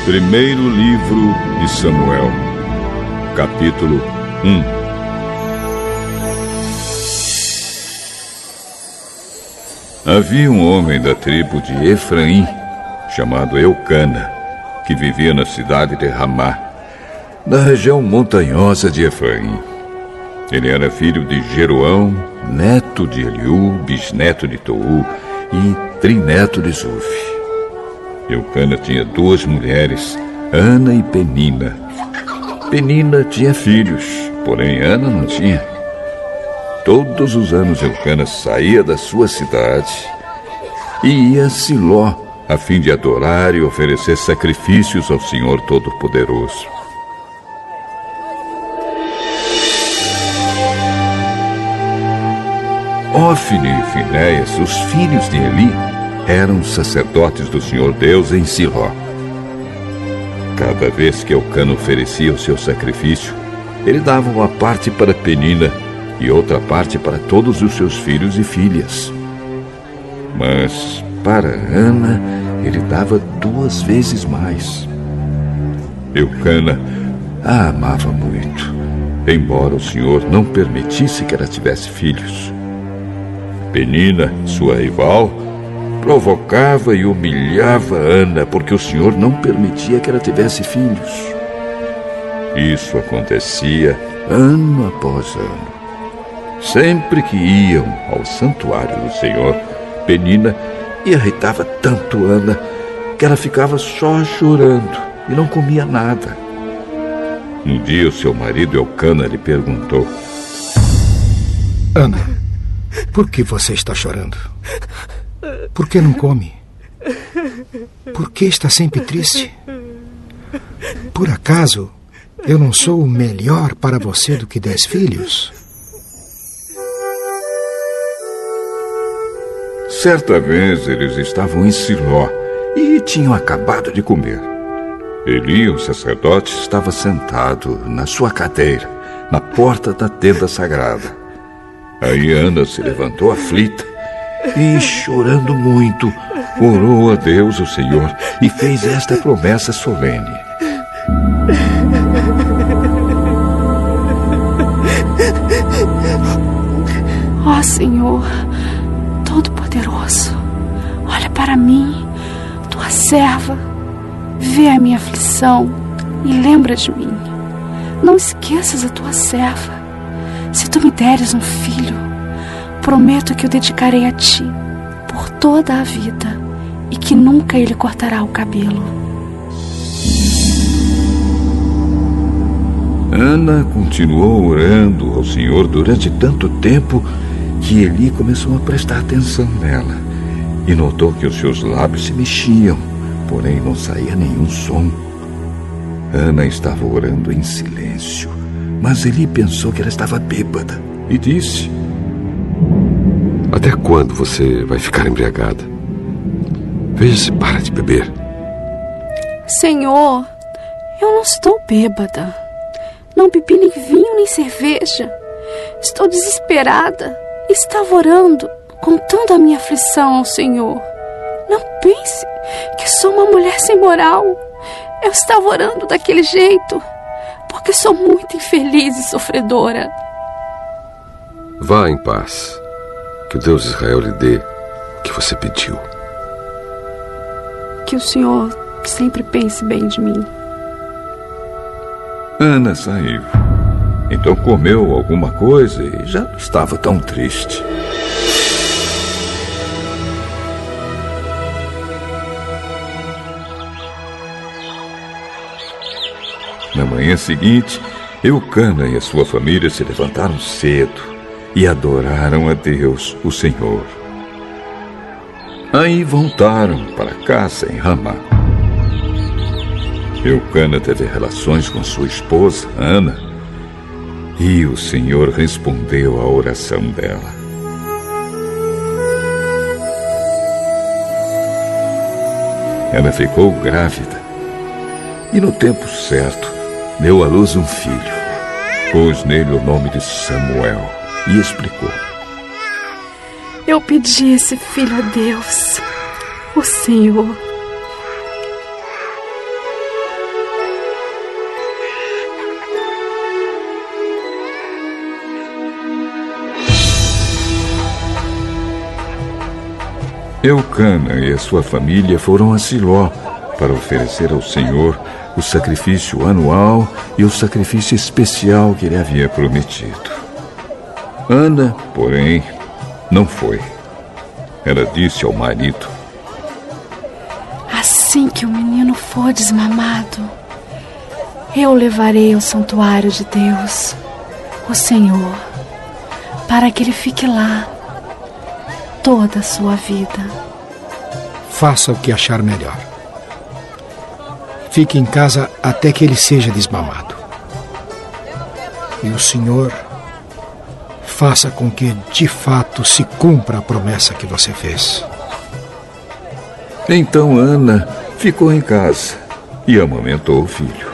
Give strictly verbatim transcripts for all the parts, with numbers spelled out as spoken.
Primeiro livro de Samuel, capítulo um. Havia um homem da tribo de Efraim, chamado Eucana, que vivia na cidade de Ramá, na região montanhosa de Efraim. Ele era filho de Jeroão, neto de Eliú, bisneto de Tou e trineto de Zufi. Eucana tinha duas mulheres, Ana e Penina. Penina tinha filhos, porém Ana não tinha. Todos os anos Eucana saía da sua cidade e ia a Siló, a fim de adorar e oferecer sacrifícios ao Senhor Todo-Poderoso. Ófine e Finéias, os filhos de Eli, eram sacerdotes do Senhor Deus em Siló. Cada vez que Eucana oferecia o seu sacrifício, ele dava uma parte para Penina e outra parte para todos os seus filhos e filhas. Mas para Ana, ele dava duas vezes mais. Eucana a amava muito, embora o Senhor não permitisse que ela tivesse filhos. Penina, sua rival, provocava e humilhava Ana porque o Senhor não permitia que ela tivesse filhos. Isso acontecia ano após ano. Sempre que iam ao santuário do Senhor, Penina irritava tanto Ana que ela ficava só chorando e não comia nada. Um dia o seu marido Eucana lhe perguntou: Ana, por que você está chorando? Por que não come? Por que está sempre triste? Por acaso eu não sou melhor para você do que dez filhos? Certa vez eles estavam em Siló e tinham acabado de comer. Eli, o sacerdote, estava sentado na sua cadeira, na porta da tenda sagrada. Aí Ana se levantou aflita e, chorando muito, orou a Deus, o Senhor, e fez esta promessa solene: Ó Senhor Todo-Poderoso, olha para mim, tua serva, vê a minha aflição e lembra de mim. Não esqueças a tua serva. Se tu me deres um filho, prometo que o dedicarei a ti por toda a vida e que nunca ele cortará o cabelo. Ana continuou orando ao Senhor durante tanto tempo que Eli começou a prestar atenção nela e notou que os seus lábios se mexiam, porém não saía nenhum som. Ana estava orando em silêncio, mas Eli pensou que ela estava bêbada e disse: Até quando você vai ficar embriagada? Veja se para de beber. Senhor, eu não estou bêbada. Não bebi nem vinho nem cerveja. Estou desesperada e estava orando, contando a minha aflição ao Senhor. Não pense que sou uma mulher sem moral. Eu estava orando daquele jeito porque sou muito infeliz e sofredora. Vá em paz. Que o Deus de Israel lhe dê o que você pediu. Que o Senhor sempre pense bem de mim. Ana saiu. Então comeu alguma coisa e já não estava tão triste. Na manhã seguinte, Eucana e a sua família se levantaram cedo e adoraram a Deus, o Senhor. Aí voltaram para casa em Ramá. Eucana teve relações com sua esposa, Ana, e o Senhor respondeu à oração dela. Ela ficou grávida e, no tempo certo, deu à luz um filho. Pôs nele o nome de Samuel e explicou: Eu pedi esse filho a Deus, o Senhor. Eucana e a sua família foram a Siló para oferecer ao Senhor o sacrifício anual e o sacrifício especial que ele havia prometido. Ana, porém, não foi. Ela disse ao marido: assim que o menino for desmamado, eu o levarei ao santuário de Deus, o Senhor, para que ele fique lá toda a sua vida. Faça o que achar melhor. Fique em casa até que ele seja desmamado. E o Senhor faça com que de fato se cumpra a promessa que você fez. Então Ana ficou em casa e amamentou o filho.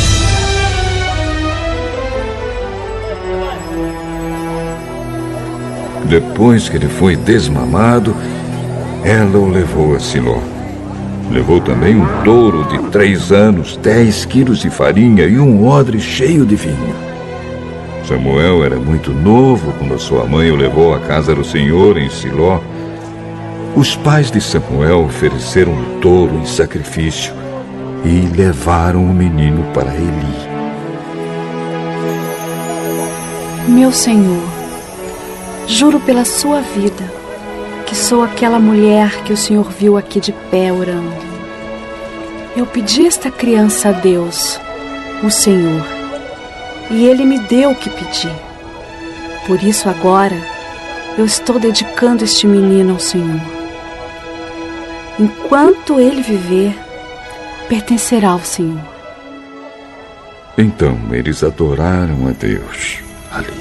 Depois que ele foi desmamado, ela o levou a Siló. Levou também um touro de três anos, dez quilos de farinha e um odre cheio de vinho. Samuel era muito novo quando sua mãe o levou à casa do Senhor em Siló. Os pais de Samuel ofereceram um touro em sacrifício e levaram o menino para Eli. Meu Senhor, juro pela sua vida que sou aquela mulher que o Senhor viu aqui de pé orando. Eu pedi esta criança a Deus, o Senhor, e Ele me deu o que pedi. Por isso agora eu estou dedicando este menino ao Senhor. Enquanto ele viver, pertencerá ao Senhor. Então eles adoraram a Deus ali.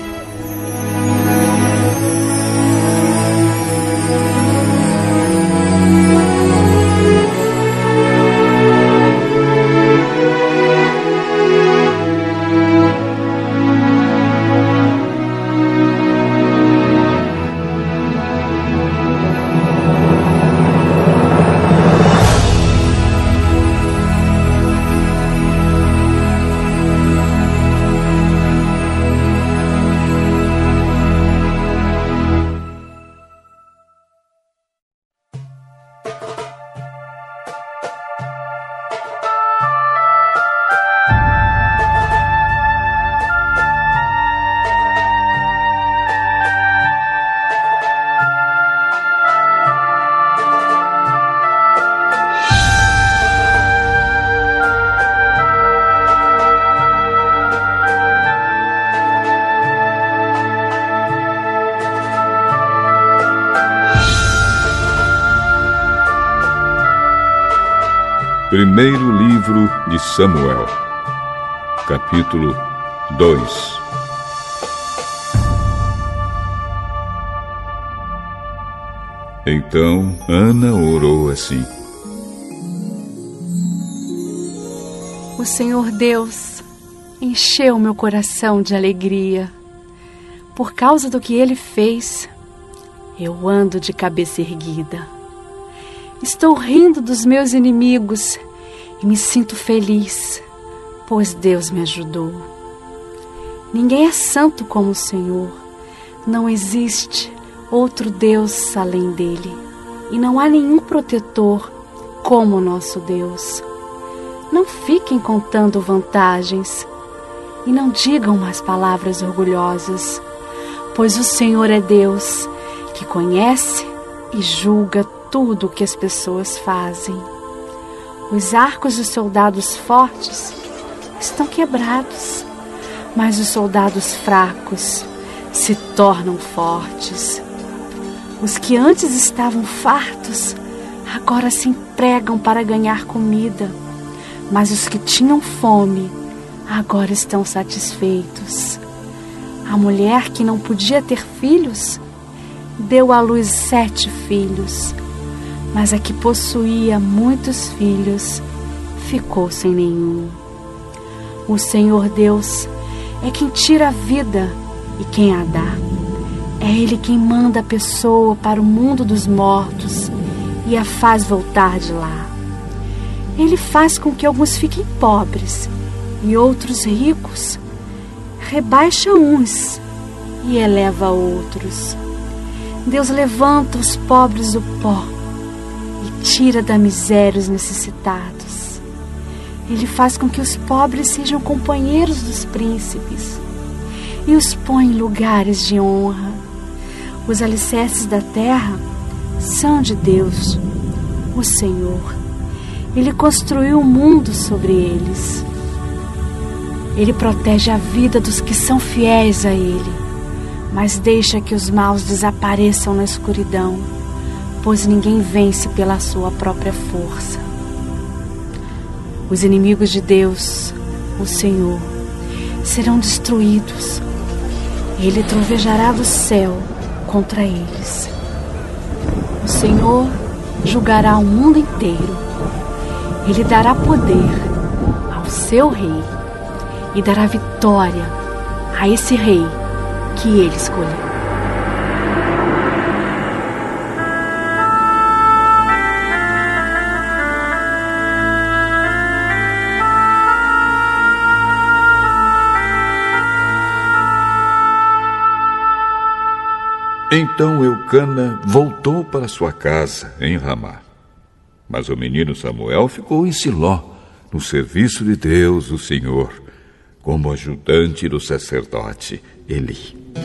Primeiro livro de Samuel, capítulo dois. Então Ana orou assim: o Senhor Deus encheu meu coração de alegria. Por causa do que Ele fez, eu ando de cabeça erguida. Estou rindo dos meus inimigos e me sinto feliz, pois Deus me ajudou. Ninguém é santo como o Senhor. Não existe outro Deus além dele. E não há nenhum protetor como o nosso Deus. Não fiquem contando vantagens e não digam mais palavras orgulhosas, pois o Senhor é Deus que conhece e julga tudo o que as pessoas fazem. Os arcos dos soldados fortes estão quebrados, mas os soldados fracos se tornam fortes. Os que antes estavam fartos agora se empregam para ganhar comida, mas os que tinham fome agora estão satisfeitos. A mulher que não podia ter filhos deu à luz sete filhos, mas a que possuía muitos filhos ficou sem nenhum. O Senhor Deus é quem tira a vida e quem a dá. É Ele quem manda a pessoa para o mundo dos mortos e a faz voltar de lá. Ele faz com que alguns fiquem pobres e outros ricos. Rebaixa uns e eleva outros. Deus levanta os pobres do pó tira da miséria os necessitados. Ele faz com que os pobres sejam companheiros dos príncipes e os põe em lugares de honra. Os alicerces da terra são de Deus, o Senhor. Ele construiu o mundo sobre eles. Ele protege a vida dos que são fiéis a Ele, mas deixa que os maus desapareçam na escuridão, pois ninguém vence pela sua própria força. Os inimigos de Deus, o Senhor, serão destruídos. Ele trovejará do céu contra eles. O Senhor julgará o mundo inteiro. Ele dará poder ao seu rei e dará vitória a esse rei que ele escolheu. Então Eucana voltou para sua casa em Ramá. Mas o menino Samuel ficou em Siló, no serviço de Deus, o Senhor, como ajudante do sacerdote Eli.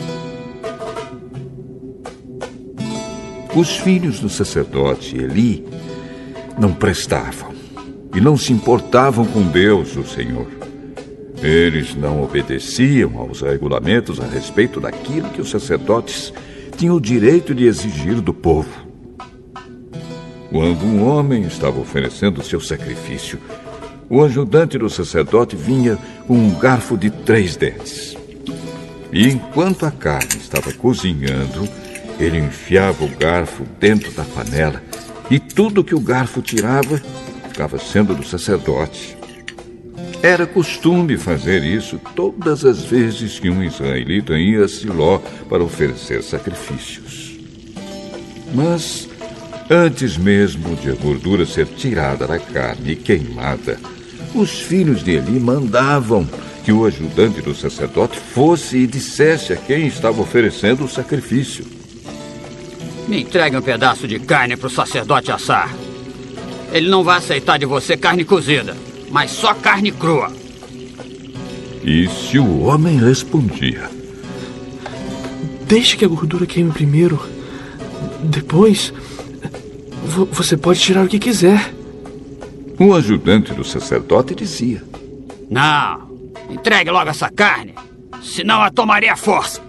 Os filhos do sacerdote Eli não prestavam e não se importavam com Deus, o Senhor. Eles não obedeciam aos regulamentos a respeito daquilo que os sacerdotes tinham o direito de exigir do povo. Quando um homem estava oferecendo seu sacrifício, o ajudante do sacerdote vinha com um garfo de três dentes. E enquanto a carne estava cozinhando, ele enfiava o garfo dentro da panela e tudo que o garfo tirava ficava sendo do sacerdote. Era costume fazer isso todas as vezes que um israelita ia a Siló para oferecer sacrifícios. Mas antes mesmo de a gordura ser tirada da carne e queimada, os filhos de Eli mandavam que o ajudante do sacerdote fosse e dissesse a quem estava oferecendo o sacrifício: Me entregue um pedaço de carne para o sacerdote assar. Ele não vai aceitar de você carne cozida, mas só carne crua. E se o homem respondia: Deixe que a gordura queime primeiro. Depois, você pode tirar o que quiser. O ajudante do sacerdote dizia: Não, entregue logo essa carne, senão a tomarei à força.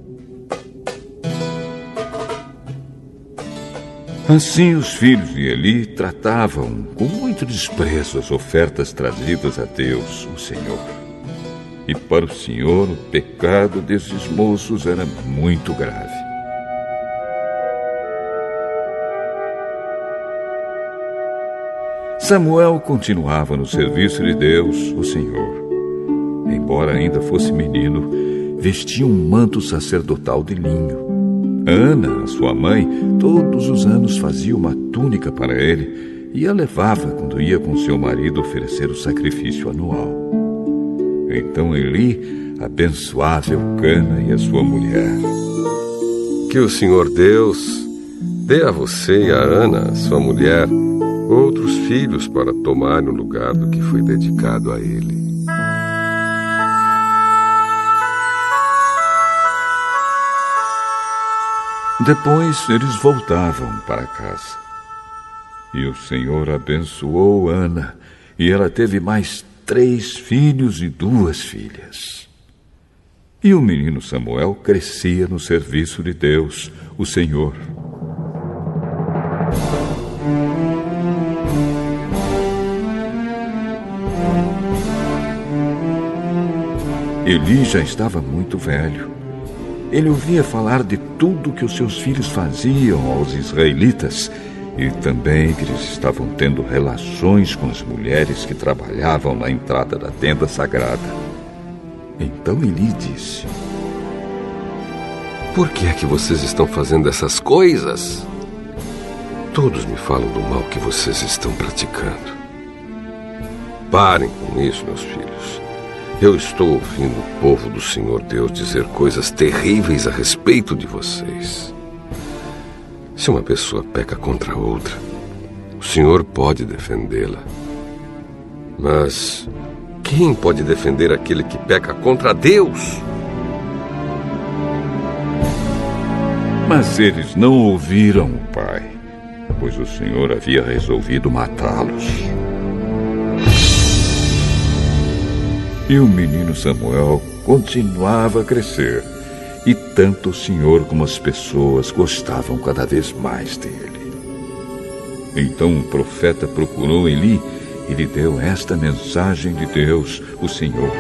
Assim os filhos de Eli tratavam com muito desprezo as ofertas trazidas a Deus, o Senhor. E para o Senhor o pecado desses moços era muito grave. Samuel continuava no serviço de Deus, o Senhor. Embora ainda fosse menino, vestia um manto sacerdotal de linho. Ana, sua mãe, todos os anos fazia uma túnica para ele e a levava quando ia com seu marido oferecer o sacrifício anual. Então Eli abençoava Eucana e a sua mulher. Que o Senhor Deus dê a você e a Ana, sua mulher, outros filhos para tomar o lugar do que foi dedicado a ele. Depois eles voltavam para casa. E o Senhor abençoou Ana, e ela teve mais três filhos e duas filhas. E o menino Samuel crescia no serviço de Deus, o Senhor. Eli já estava muito velho. Ele ouvia falar de tudo que os seus filhos faziam aos israelitas e também que eles estavam tendo relações com as mulheres que trabalhavam na entrada da tenda sagrada. Então Eli disse: Por que é que vocês estão fazendo essas coisas? Todos me falam do mal que vocês estão praticando. Parem com isso, meus filhos. Eu estou ouvindo o povo do Senhor Deus dizer coisas terríveis a respeito de vocês. Se uma pessoa peca contra outra, O senhor pode defendê-la. Mas quem pode defender aquele que peca contra Deus? Mas eles não ouviram o pai, pois o Senhor havia resolvido matá-los. E o menino Samuel continuava a crescer, e tanto o Senhor como as pessoas gostavam cada vez mais dele. Então o profeta procurou Eli e lhe deu esta mensagem de Deus, o Senhor.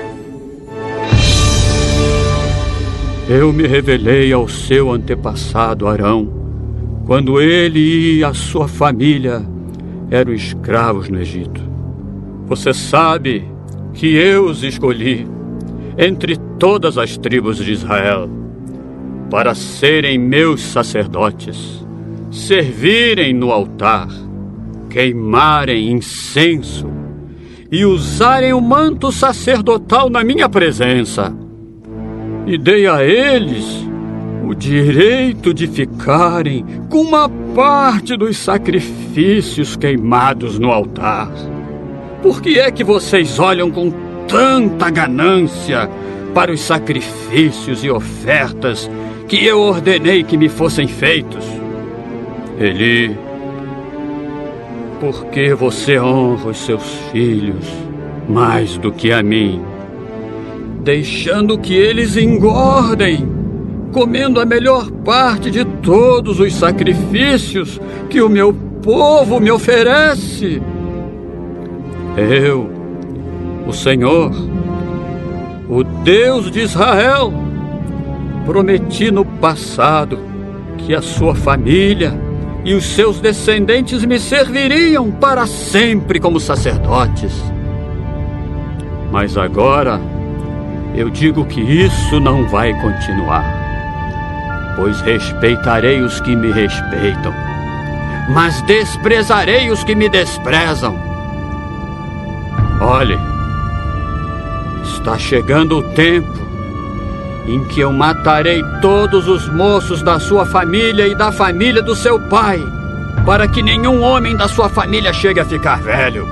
Eu me revelei ao seu antepassado Arão, quando ele e a sua família eram escravos no Egito. Você sabe que eu os escolhi entre todas as tribos de Israel para serem meus sacerdotes, servirem no altar, queimarem incenso e usarem o manto sacerdotal na minha presença. E dei a eles o direito de ficarem com uma parte dos sacrifícios queimados no altar. Por que é que vocês olham com tanta ganância para os sacrifícios e ofertas que eu ordenei que me fossem feitos? Eli, por que você honra os seus filhos mais do que a mim, deixando que eles engordem, comendo a melhor parte de todos os sacrifícios que o meu povo me oferece? Eu, o Senhor, o Deus de Israel, prometi no passado que a sua família e os seus descendentes me serviriam para sempre como sacerdotes. Mas agora eu digo que isso não vai continuar, pois respeitarei os que me respeitam, mas desprezarei os que me desprezam. Olhe, está chegando o tempo em que eu matarei todos os moços da sua família e da família do seu pai, para que nenhum homem da sua família chegue a ficar velho.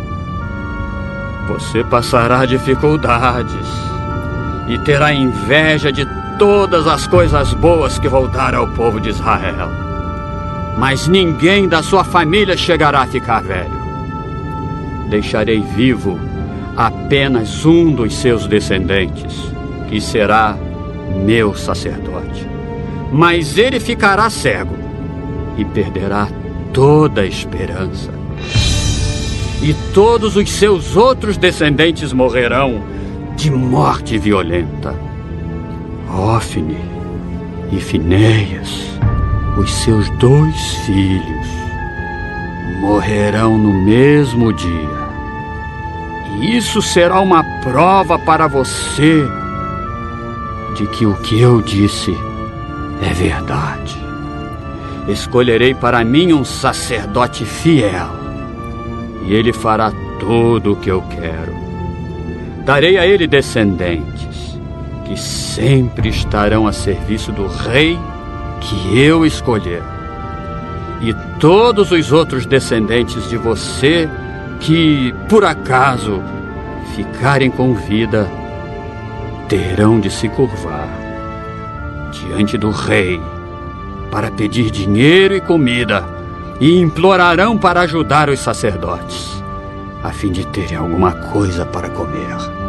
Você passará dificuldades e terá inveja de todas as coisas boas que vou dar ao povo de Israel. Mas ninguém da sua família chegará a ficar velho. Deixarei vivo apenas um dos seus descendentes, que será meu sacerdote. Mas ele ficará cego e perderá toda a esperança. E todos os seus outros descendentes morrerão de morte violenta. Ofne e Finéias, os seus dois filhos, morrerão no mesmo dia. E isso será uma prova para você de que o que eu disse é verdade. Escolherei para mim um sacerdote fiel, e ele fará tudo o que eu quero. Darei a ele descendentes, que sempre estarão a serviço do rei que eu escolher. E todos os outros descendentes de você que, por acaso, ficarem com vida, terão de se curvar diante do rei para pedir dinheiro e comida, e implorarão para ajudar os sacerdotes, a fim de terem alguma coisa para comer.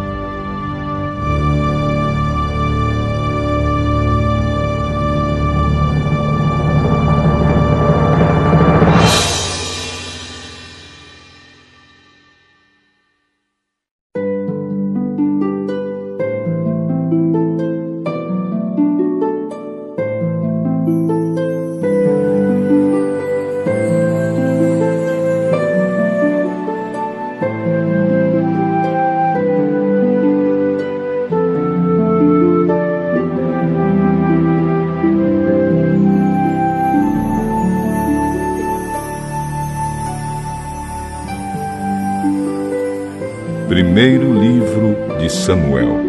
Primeiro livro de Samuel,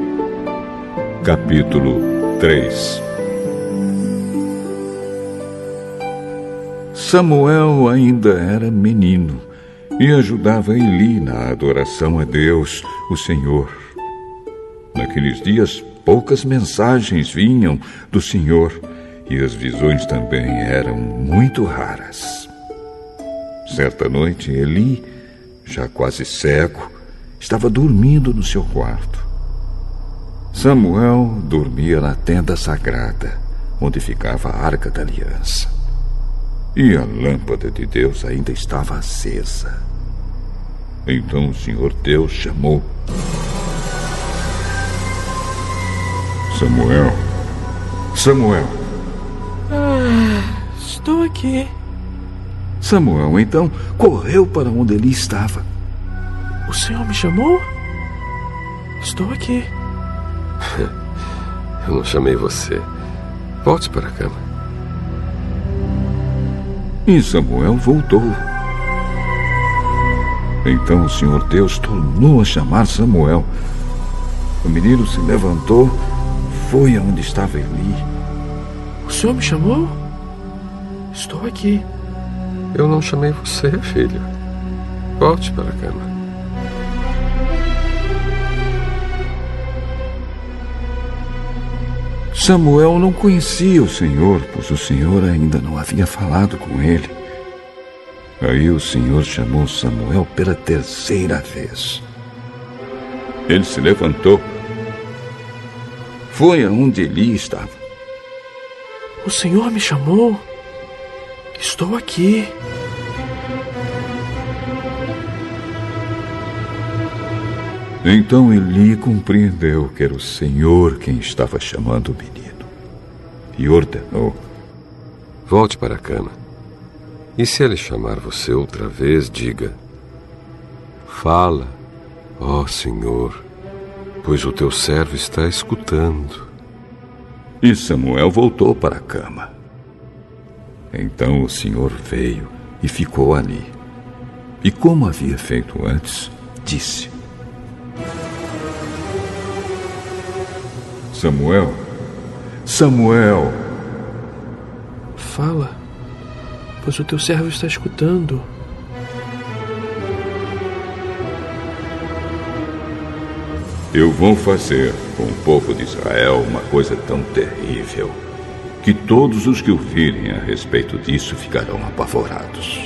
capítulo três. Samuel ainda era menino e ajudava Eli na adoração a Deus, o Senhor. Naqueles dias, poucas mensagens vinham do Senhor e as visões também eram muito raras. Certa noite, Eli, já quase cego, estava dormindo no seu quarto. Samuel dormia na tenda sagrada, onde ficava a Arca da Aliança. E a lâmpada de Deus ainda estava acesa. Então o Senhor Deus chamou: Samuel, Samuel. Ah, estou aqui. Samuel então correu para onde Eli estava. O Senhor me chamou? Estou aqui. Eu não chamei você. Volte para a cama. E Samuel voltou. Então o Senhor Deus tornou a chamar Samuel. O menino se levantou, foi aonde estava Eli. O Senhor me chamou? Estou aqui. Eu não chamei você, filho. Volte para a cama. Samuel não conhecia o Senhor, pois o Senhor ainda não havia falado com ele. Aí o Senhor chamou Samuel pela terceira vez. Ele se levantou, foi aonde Eli estava. O Senhor me chamou? Estou aqui. Então Eli compreendeu que era o Senhor quem estava chamando o menino e ordenou: Volte para a cama. E se ele chamar você outra vez, diga: Fala, ó Senhor, pois o teu servo está escutando. E Samuel voltou para a cama. Então o Senhor veio e ficou ali. E como havia feito antes, disse: Samuel, Samuel. Fala, pois o teu servo está escutando. Eu vou fazer com o povo de Israel uma coisa tão terrível que todos os que ouvirem a respeito disso ficarão apavorados.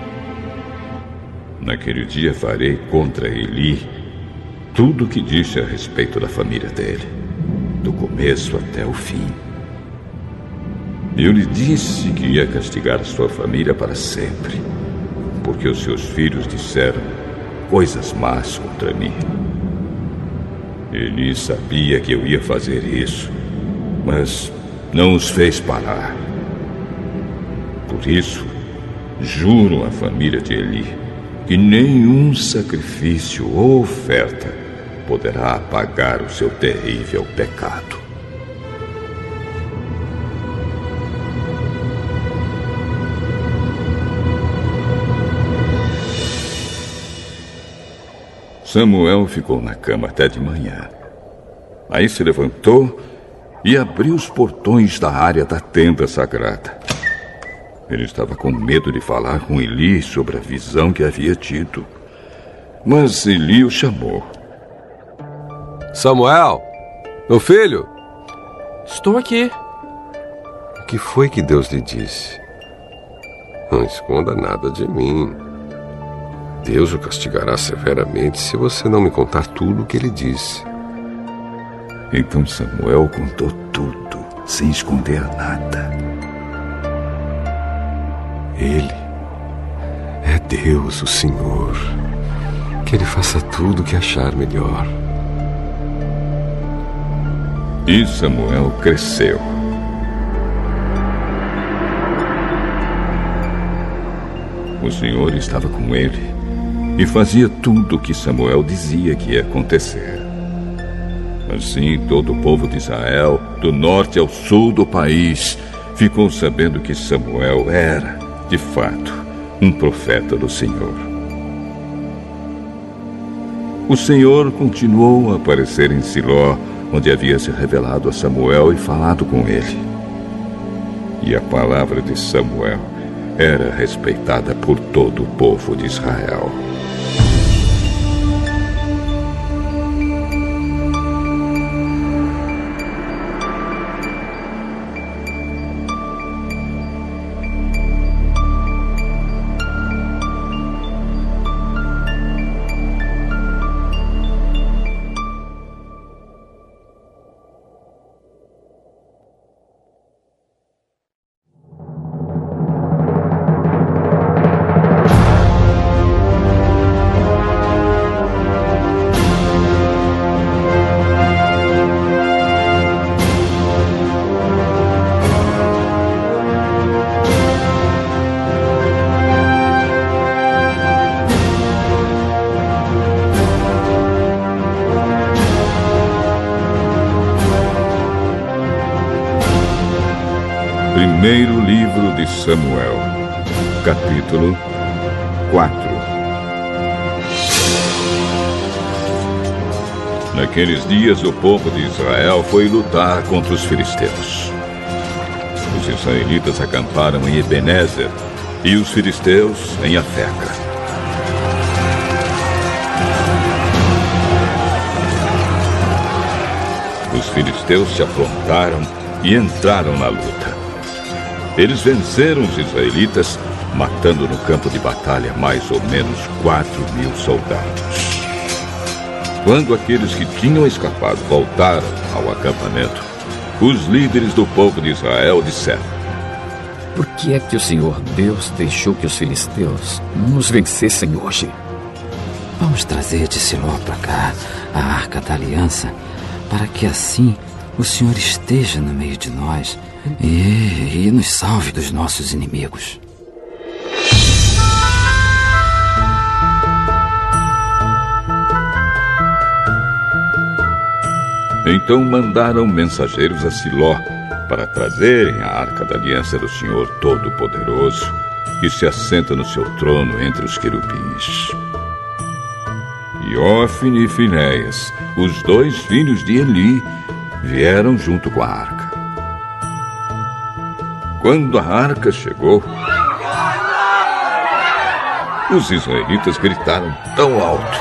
Naquele dia farei contra Eli tudo o que disse a respeito da família dele, do começo até o fim. Eu lhe disse que ia castigar sua família para sempre, porque os seus filhos disseram coisas más contra mim. Eli sabia que eu ia fazer isso, mas não os fez parar. Por isso, juro à família de Eli que nenhum sacrifício ou oferta poderá apagar o seu terrível pecado. Samuel ficou na cama até de manhã. Aí se levantou e abriu os portões da área da tenda sagrada. Ele estava com medo de falar com Eli sobre a visão que havia tido. Mas Eli o chamou. Samuel, meu filho. Estou aqui. O que foi que Deus lhe disse? Não esconda nada de mim. Deus o castigará severamente se você não me contar tudo o que ele disse. Então Samuel contou tudo, sem esconder nada. Ele é Deus, o Senhor. Que ele faça tudo o que achar melhor. E Samuel cresceu. O Senhor estava com ele e fazia tudo o que Samuel dizia que ia acontecer. Assim, todo o povo de Israel, do norte ao sul do país, ficou sabendo que Samuel era, de fato, um profeta do Senhor. O Senhor continuou a aparecer em Siló, onde havia se revelado a Samuel e falado com ele. E a palavra de Samuel era respeitada por todo o povo de Israel. Primeiro livro de Samuel, capítulo quatro. Naqueles dias o povo de Israel foi lutar contra os filisteus. Os israelitas acamparam em Ebenezer e os filisteus em Afeca. Os filisteus se afrontaram e entraram na luta. Eles venceram os israelitas, matando no campo de batalha mais ou menos quatro mil soldados. Quando aqueles que tinham escapado voltaram ao acampamento, os líderes do povo de Israel disseram: Por que é que o Senhor Deus deixou que os filisteus nos vencessem hoje? Vamos trazer de Siló para cá a Arca da Aliança, para que assim o Senhor esteja no meio de nós e, e nos salve dos nossos inimigos. Então mandaram mensageiros a Siló para trazerem a Arca da Aliança do Senhor Todo-Poderoso, que se assenta no seu trono entre os querubins. E Ófine e Finéias, os dois filhos de Eli, vieram junto com a arca. Quando a arca chegou, os israelitas gritaram tão alto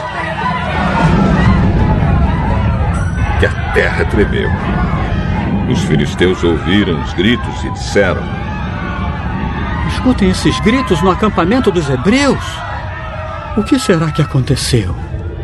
que a terra tremeu. Os filisteus ouviram os gritos e disseram: Escutem esses gritos no acampamento dos hebreus. O que será que aconteceu?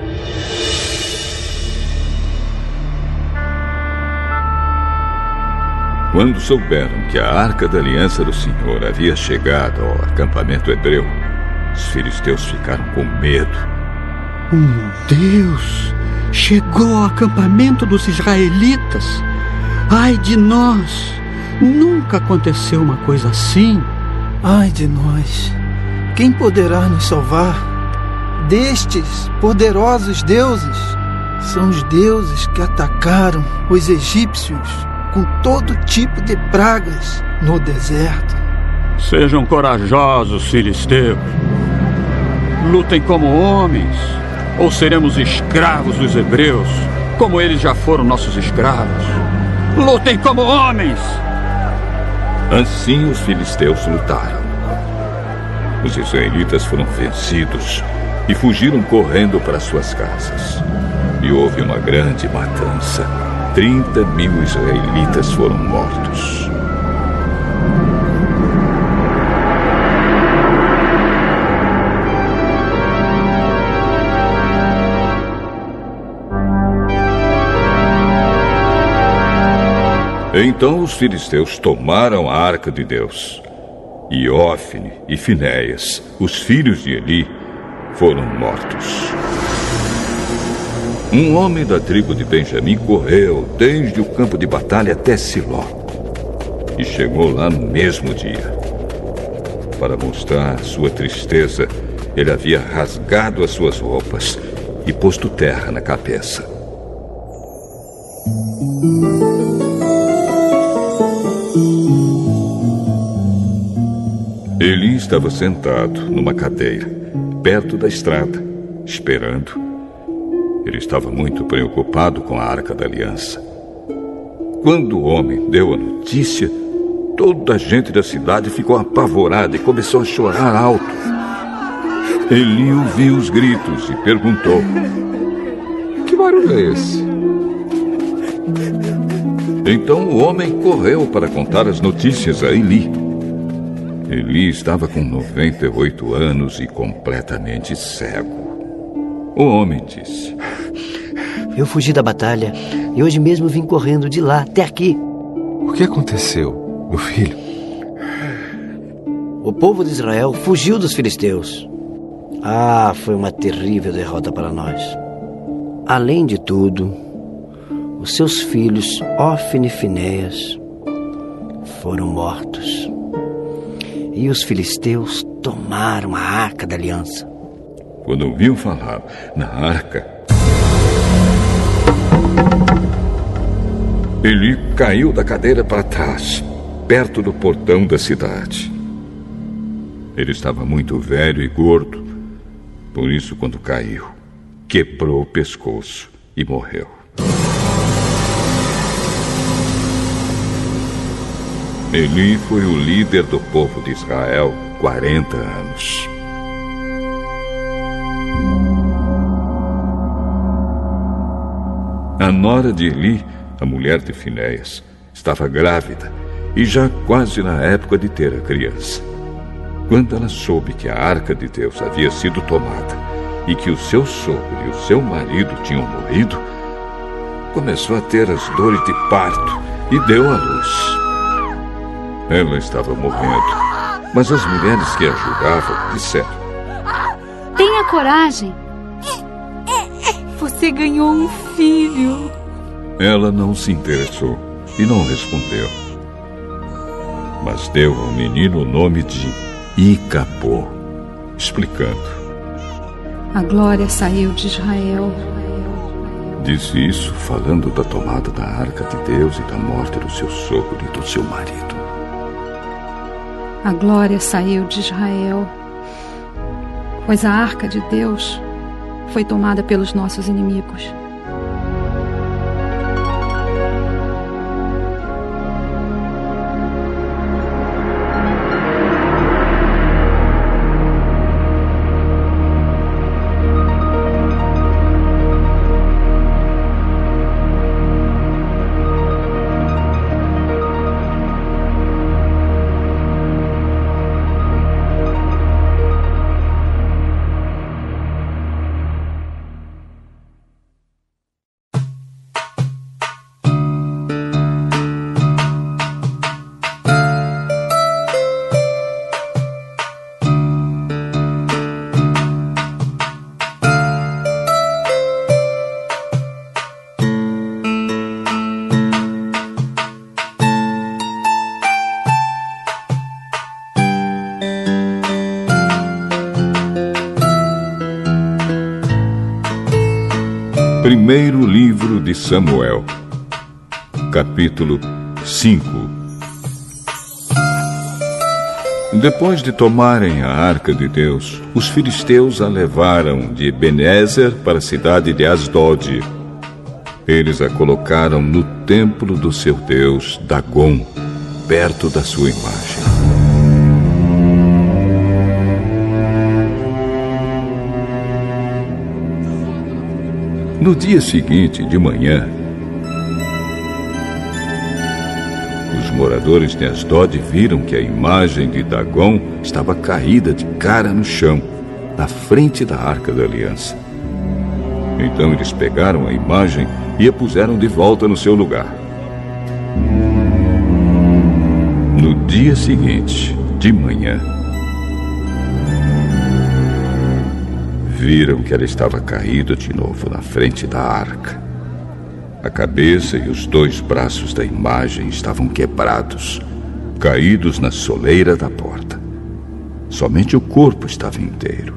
Quando souberam que a Arca da Aliança do Senhor havia chegado ao acampamento hebreu, os filisteus ficaram com medo. Um Deus chegou ao acampamento dos israelitas. Ai de nós! Nunca aconteceu uma coisa assim. Ai de nós! Quem poderá nos salvar destes poderosos deuses? São os deuses que atacaram os egípcios com todo tipo de pragas no deserto. Sejam corajosos, filisteus. Lutem como homens, ou seremos escravos dos hebreus, como eles já foram nossos escravos. Lutem como homens! Assim os filisteus lutaram. Os israelitas foram vencidos e fugiram correndo para suas casas. E houve uma grande matança. Trinta mil israelitas foram mortos. Então os filisteus tomaram a arca de Deus. E Ófine e Finéias, os filhos de Eli, foram mortos. Um homem da tribo de Benjamim correu desde o campo de batalha até Siló e chegou lá no mesmo dia. Para mostrar sua tristeza, ele havia rasgado as suas roupas e posto terra na cabeça. Eli estava sentado numa cadeira, perto da estrada, esperando. Ele estava muito preocupado com a Arca da Aliança. Quando o homem deu a notícia, toda a gente da cidade ficou apavorada e começou a chorar alto. Eli ouviu os gritos e perguntou: que barulho é esse? Então o homem correu para contar as notícias a Eli. Eli estava com noventa e oito anos e completamente cego. O homem disse: eu fugi da batalha e hoje mesmo vim correndo de lá até aqui. O que aconteceu, meu filho? O povo de Israel fugiu dos filisteus. Ah, foi uma terrível derrota para nós. Além de tudo, os seus filhos, Ofni e Finéias, foram mortos. E os filisteus tomaram a arca da aliança. Quando ouviu falar na arca, Eli caiu da cadeira para trás, perto do portão da cidade. Ele estava muito velho e gordo, por isso, quando caiu, quebrou o pescoço e morreu. Eli foi o líder do povo de Israel quarenta anos. A nora de Eli, a mulher de Finéias, estava grávida e já quase na época de ter a criança. Quando ela soube que a arca de Deus havia sido tomada e que o seu sogro e o seu marido tinham morrido, começou a ter as dores de parto e deu à luz. Ela estava morrendo, mas as mulheres que a ajudavam disseram: tenha coragem. Você ganhou um filho. Ela não se interessou e não respondeu, mas deu ao menino o nome de Icabô, explicando: a glória saiu de Israel. Disse isso falando da tomada da arca de Deus e da morte do seu sogro e do seu marido. A glória saiu de Israel, pois a arca de Deus foi tomada pelos nossos inimigos. Primeiro livro de Samuel, capítulo cinco. Depois de tomarem a arca de Deus, os filisteus a levaram de Ebenezer para a cidade de Asdod. Eles a colocaram no templo do seu deus Dagom, perto da sua imagem. No dia seguinte, de manhã, os moradores de Asdod viram que a imagem de Dagom estava caída de cara no chão, na frente da Arca da Aliança. Então eles pegaram a imagem e a puseram de volta no seu lugar. No dia seguinte, de manhã, viram que ela estava caída de novo na frente da arca. A cabeça e os dois braços da imagem estavam quebrados, caídos na soleira da porta. Somente o corpo estava inteiro.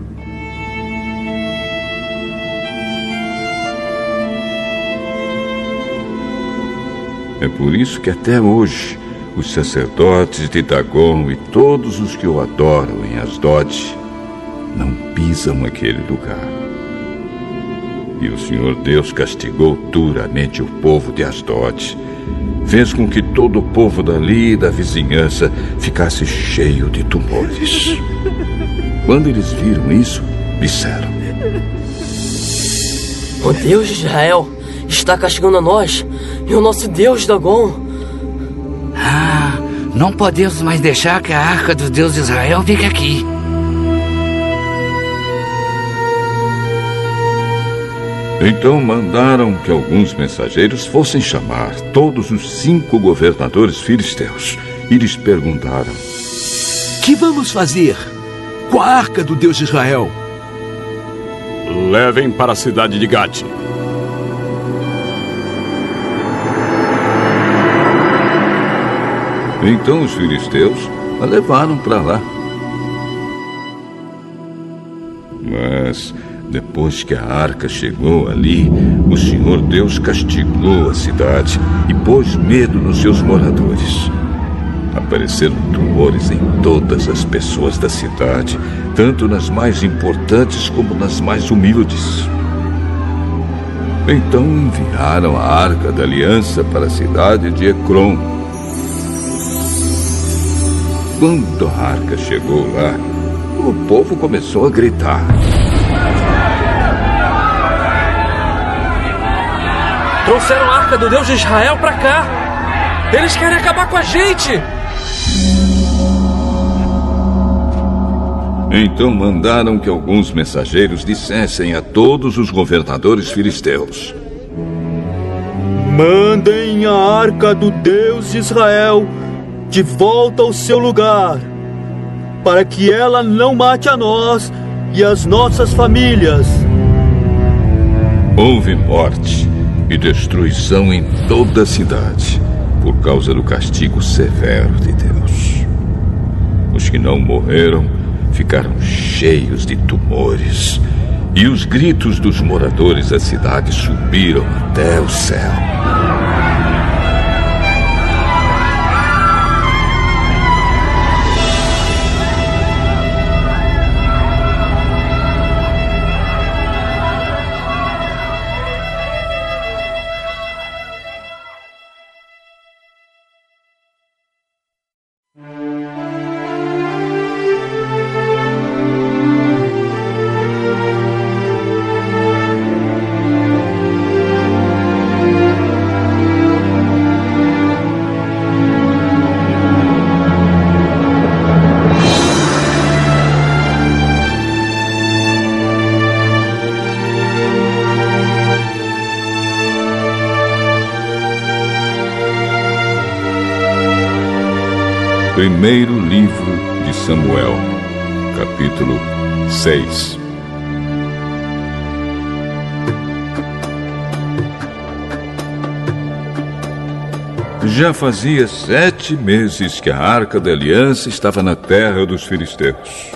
É por isso que até hoje os sacerdotes de Dagom e todos os que o adoram em Asdod não pisam aquele lugar. E o Senhor Deus castigou duramente o povo de Asdod fez com que todo o povo dali e da vizinhança ficasse cheio de tumores. Quando eles viram isso, disseram: o Deus de Israel está castigando a nós e o nosso Deus Dagon. Ah, não podemos mais deixar que a arca do Deus de Israel fique aqui. Então mandaram que alguns mensageiros fossem chamar todos os cinco governadores filisteus e lhes perguntaram: que vamos fazer com a arca do Deus de Israel? Levem para a cidade de Gate. Então os filisteus a levaram para lá. Mas depois que a arca chegou ali, o Senhor Deus castigou a cidade e pôs medo nos seus moradores. Apareceram tumores em todas as pessoas da cidade, tanto nas mais importantes como nas mais humildes. Então enviaram a arca da aliança para a cidade de Ecrom. Quando a arca chegou lá, o povo começou a gritar: trouxeram a arca do Deus de Israel para cá! Eles querem acabar com a gente! Então mandaram que alguns mensageiros dissessem a todos os governadores filisteus: mandem a arca do Deus de Israel de volta ao seu lugar, para que ela não mate a nós e as nossas famílias. Houve morte e destruição em toda a cidade por causa do castigo severo de Deus. Os que não morreram ficaram cheios de tumores, e os gritos dos moradores da cidade subiram até o céu. Primeiro livro de Samuel, capítulo seis. Já fazia sete meses que a arca da aliança estava na terra dos filisteus.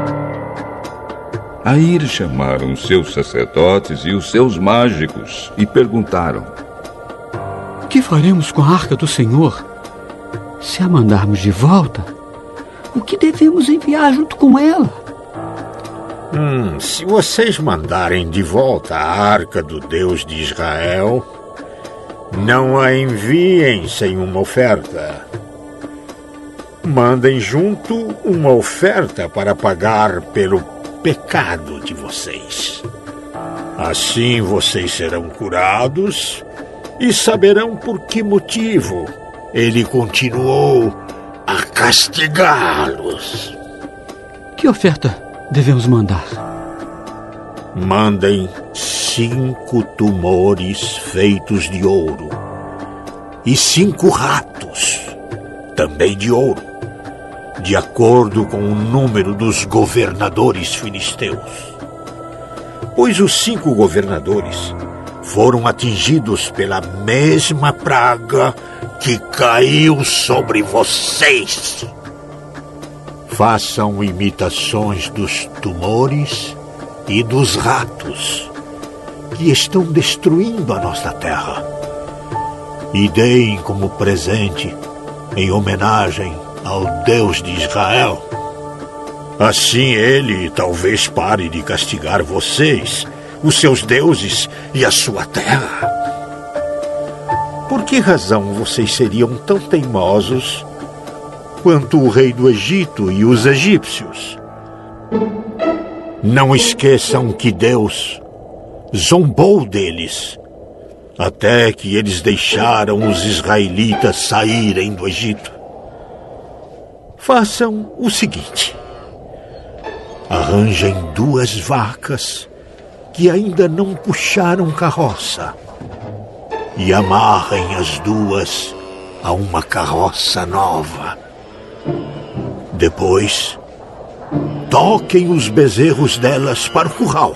Aí eles chamaram os seus sacerdotes e os seus mágicos e perguntaram: que faremos com a arca do Senhor? Se a mandarmos de volta, o que devemos enviar junto com ela? Hum, se vocês mandarem de volta a arca do Deus de Israel, não a enviem sem uma oferta. Mandem junto uma oferta para pagar pelo pecado de vocês. Assim vocês serão curados e saberão por que motivo ele continuou a castigá-los. Que oferta devemos mandar? Mandem cinco tumores feitos de ouro e cinco ratos, também de ouro, de acordo com o número dos governadores filisteus. Pois os cinco governadores foram atingidos pela mesma praga que caiu sobre vocês. Façam imitações dos tumores e dos ratos que estão destruindo a nossa terra, e deem como presente, em homenagem ao Deus de Israel. Assim ele talvez pare de castigar vocês, os seus deuses e a sua terra. por que razão vocês seriam tão teimosos quanto o rei do Egito e os egípcios? Não esqueçam que Deus zombou deles até que eles deixaram os israelitas saírem do Egito. Façam o seguinte: arranjem duas vacas que ainda não puxaram carroça e amarrem as duas a uma carroça nova. Depois, toquem os bezerros delas para o curral.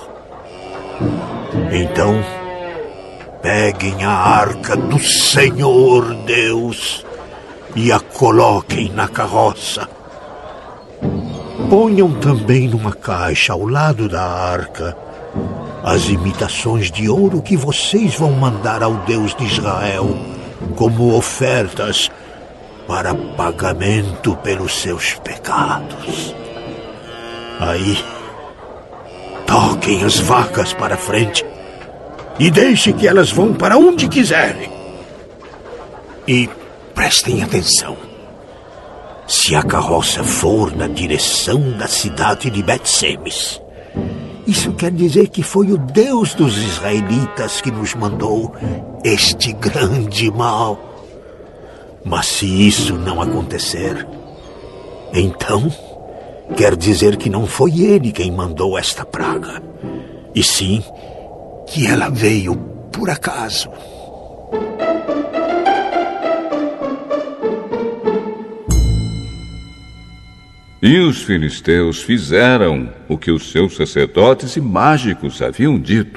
Então, peguem a arca do Senhor Deus e a coloquem na carroça. Ponham também numa caixa ao lado da arca as imitações de ouro que vocês vão mandar ao Deus de Israel como ofertas para pagamento pelos seus pecados. Aí, toquem as vacas para frente e deixe que elas vão para onde quiserem. E prestem atenção. Se a carroça for na direção da cidade de Bet-Semes, isso quer dizer que foi o Deus dos israelitas que nos mandou este grande mal. Mas se isso não acontecer, então quer dizer que não foi ele quem mandou esta praga, e sim que ela veio por acaso. E os filisteus fizeram o que os seus sacerdotes e mágicos haviam dito.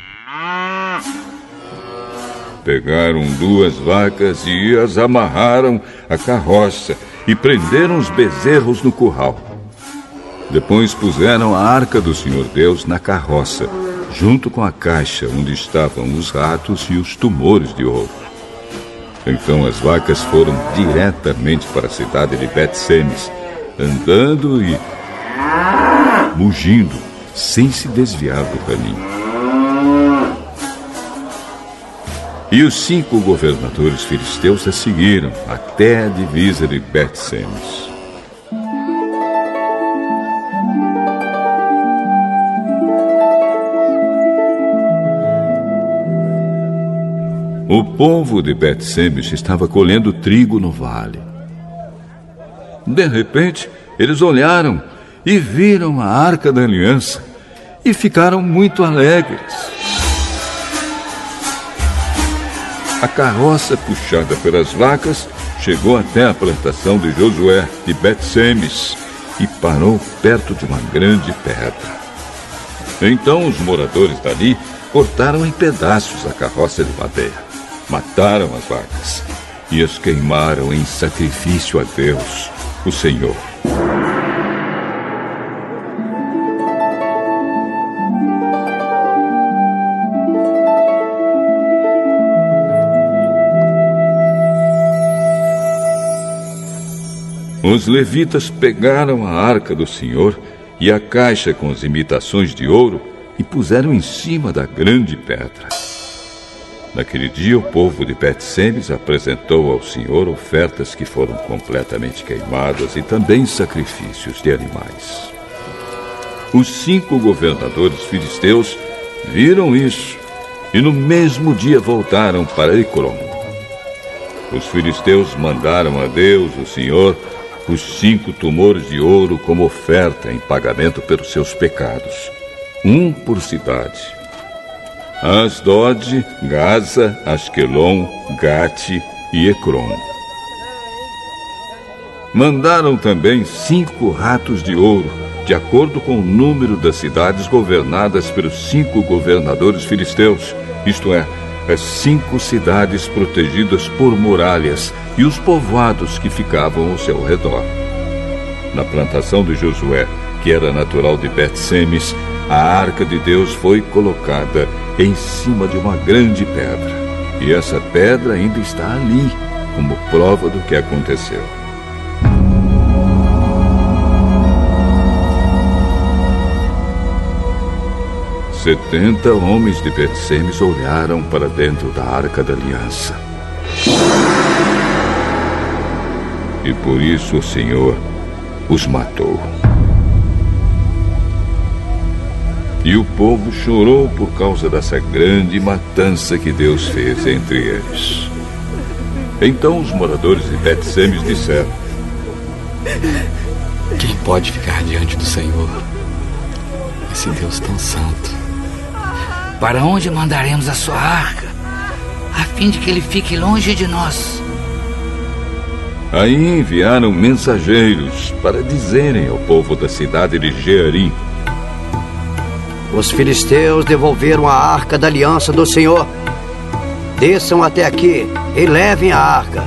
Pegaram duas vacas e as amarraram à carroça e prenderam os bezerros no curral. Depois puseram a arca do Senhor Deus na carroça, junto com a caixa onde estavam os ratos e os tumores de ouro. Então as vacas foram diretamente para a cidade de Bet-Semes, andando e mugindo, sem se desviar do caminho. E os cinco governadores filisteus a seguiram até a divisa de Bet-Semes. O povo de Bet-Semes estava colhendo trigo no vale. De repente, eles olharam e viram a Arca da Aliança e ficaram muito alegres. A carroça, puxada pelas vacas, chegou até a plantação de Josué, de Bet-Semes, e parou perto de uma grande pedra. Então os moradores dali cortaram em pedaços a carroça de madeira, mataram as vacas e as queimaram em sacrifício a Deus, o Senhor. Os levitas pegaram a arca do Senhor e a caixa com as imitações de ouro e puseram em cima da grande pedra. Naquele dia, o povo de Bet-Semes apresentou ao Senhor ofertas que foram completamente queimadas e também sacrifícios de animais. Os cinco governadores filisteus viram isso e no mesmo dia voltaram para Ecrom. Os filisteus mandaram a Deus, o Senhor, os cinco tumores de ouro como oferta em pagamento pelos seus pecados, um por cidade: Asdod, Gaza, Asquelon, Gate e Ecrom. Mandaram também cinco ratos de ouro, de acordo com o número das cidades governadas pelos cinco governadores filisteus, isto é, as cinco cidades protegidas por muralhas e os povoados que ficavam ao seu redor. Na plantação de Josué, que era natural de Bet-Semes, a arca de Deus foi colocada em cima de uma grande pedra. E essa pedra ainda está ali, como prova do que aconteceu. Setenta homens de Bet-Semes olharam para dentro da Arca da Aliança e por isso o Senhor os matou. E o povo chorou por causa dessa grande matança que Deus fez entre eles. Então os moradores de Bet-Semes disseram: quem pode ficar diante do Senhor, esse Deus tão santo? Para onde mandaremos a sua arca, a fim de que ele fique longe de nós? Aí enviaram mensageiros para dizerem ao povo da cidade de Jearim: os filisteus devolveram a arca da aliança do Senhor. Desçam até aqui e levem a arca.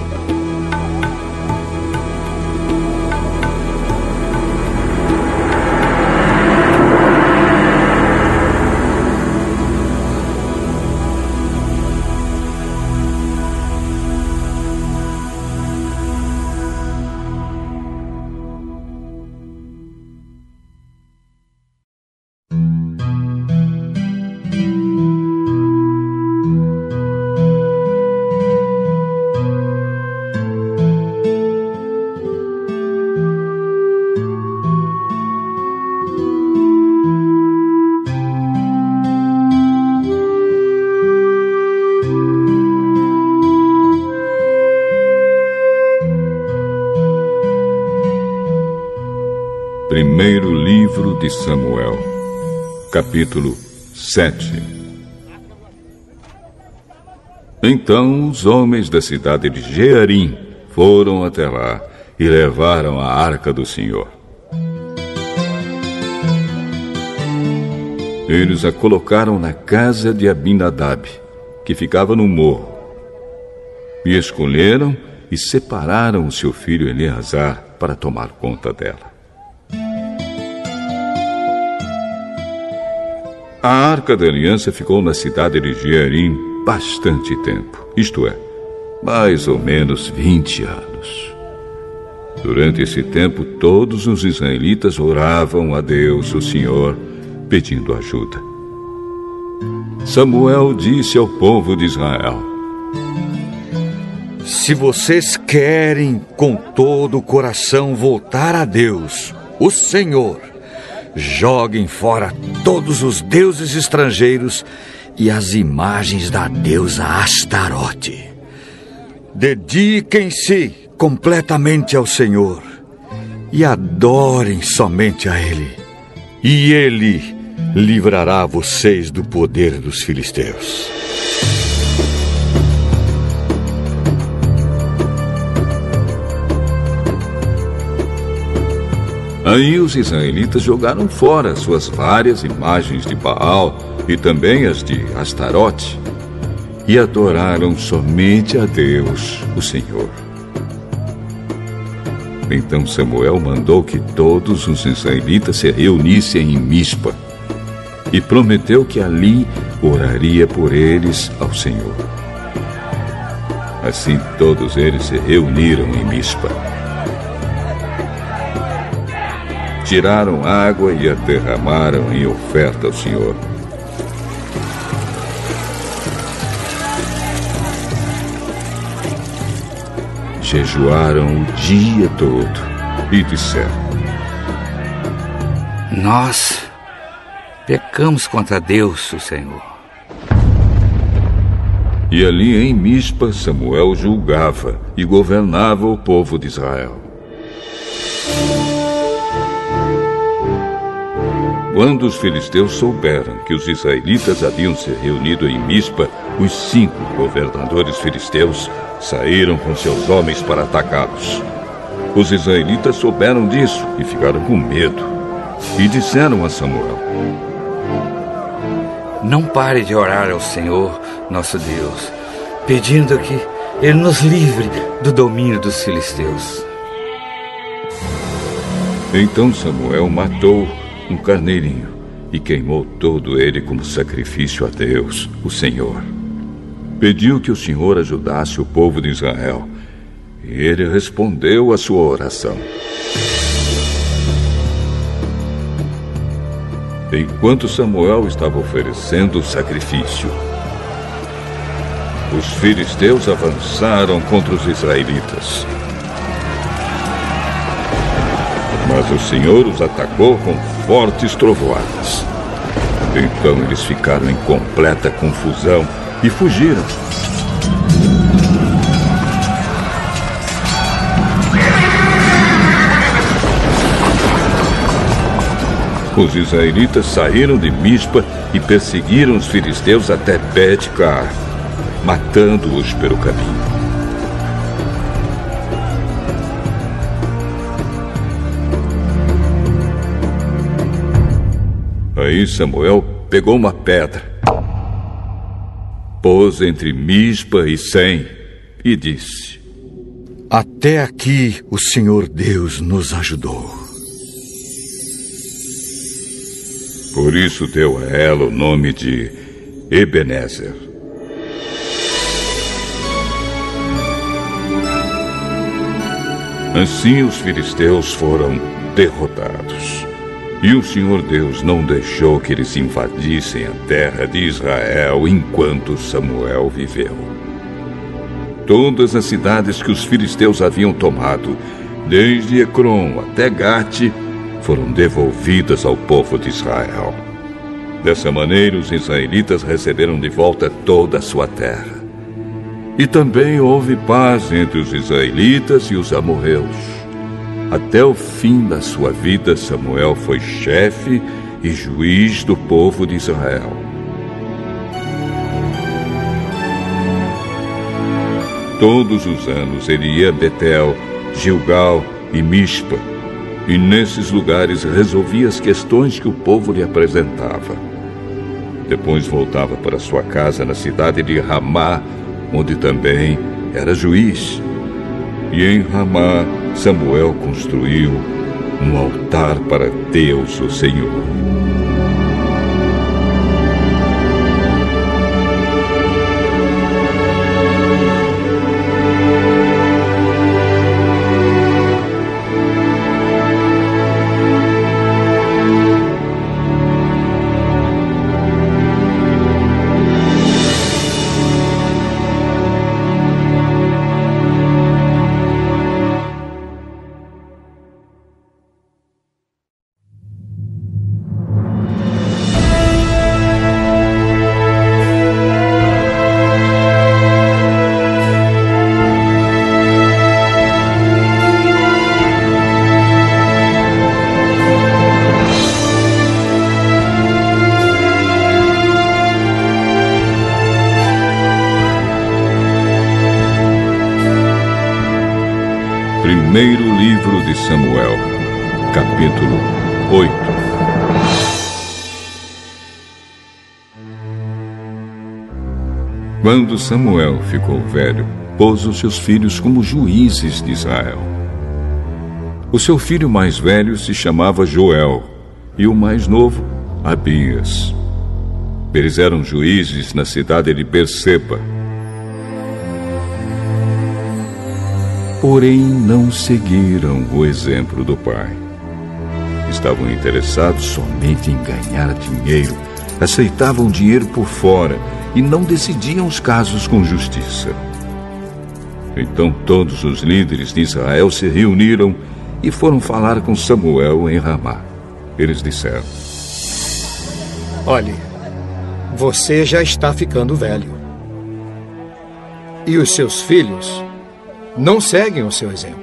Primeiro livro de Samuel, capítulo sete. Então os homens da cidade de Jearim foram até lá e levaram a arca do Senhor. Eles a colocaram na casa de Abinadab, que ficava no morro, e escolheram e separaram o seu filho Eleazar para tomar conta dela. A Arca da Aliança ficou na cidade de Jearim bastante tempo, isto é, mais ou menos vinte anos. Durante esse tempo, todos os israelitas oravam a Deus, o Senhor, pedindo ajuda. Samuel disse ao povo de Israel: se vocês querem com todo o coração voltar a Deus, o Senhor, joguem fora todos os deuses estrangeiros e as imagens da deusa Astarote. Dediquem-se completamente ao Senhor e adorem somente a Ele, e Ele livrará vocês do poder dos filisteus. Aí os israelitas jogaram fora suas várias imagens de Baal e também as de Astarote e adoraram somente a Deus, o Senhor. Então Samuel mandou que todos os israelitas se reunissem em Mispa e prometeu que ali oraria por eles ao Senhor. Assim todos eles se reuniram em Mispa. Tiraram água e a derramaram em oferta ao Senhor. Jejuaram o dia todo e disseram: nós pecamos contra Deus, o Senhor. E ali em Mispa, Samuel julgava e governava o povo de Israel. Quando os filisteus souberam que os israelitas haviam se reunido em Mispa, os cinco governadores filisteus saíram com seus homens para atacá-los. Os israelitas souberam disso e ficaram com medo. E disseram a Samuel: não pare de orar ao Senhor, nosso Deus, pedindo que Ele nos livre do domínio dos filisteus. Então Samuel matou um carneirinho e queimou todo ele como sacrifício a Deus, o Senhor. Pediu que o Senhor ajudasse o povo de Israel, e ele respondeu à sua oração. Enquanto Samuel estava oferecendo o sacrifício, os filisteus avançaram contra os israelitas. Mas o Senhor os atacou com fortes trovoadas. Então eles ficaram em completa confusão e fugiram. Os israelitas saíram de Mispa e perseguiram os filisteus até Bet-Car, matando-os pelo caminho. Aí Samuel pegou uma pedra, pôs entre Mispa e Sem e disse: Até aqui o Senhor Deus nos ajudou. Por isso deu a ela o nome de Ebenezer. Assim os filisteus foram derrotados. E o Senhor Deus não deixou que eles invadissem a terra de Israel enquanto Samuel viveu. Todas as cidades que os filisteus haviam tomado, desde Ecrom até Gate, foram devolvidas ao povo de Israel. Dessa maneira, os israelitas receberam de volta toda a sua terra. E também houve paz entre os israelitas e os amorreus. Até o fim da sua vida, Samuel foi chefe e juiz do povo de Israel. Todos os anos ele ia a Betel, Gilgal e Mispa, e nesses lugares resolvia as questões que o povo lhe apresentava. Depois voltava para sua casa na cidade de Ramá, onde também era juiz. E em Ramá, Samuel construiu um altar para Deus, o Senhor. Primeiro livro de Samuel, capítulo oito. Quando Samuel ficou velho, pôs os seus filhos como juízes de Israel. O seu filho mais velho se chamava Joel, e o mais novo, Abias. Eles eram juízes na cidade de Berseba. Porém, não seguiram o exemplo do pai. Estavam interessados somente em ganhar dinheiro, aceitavam dinheiro por fora e não decidiam os casos com justiça. Então todos os líderes de Israel se reuniram e foram falar com Samuel em Ramá. Eles disseram: Olhe, você já está ficando velho. E os seus filhos não seguem o seu exemplo.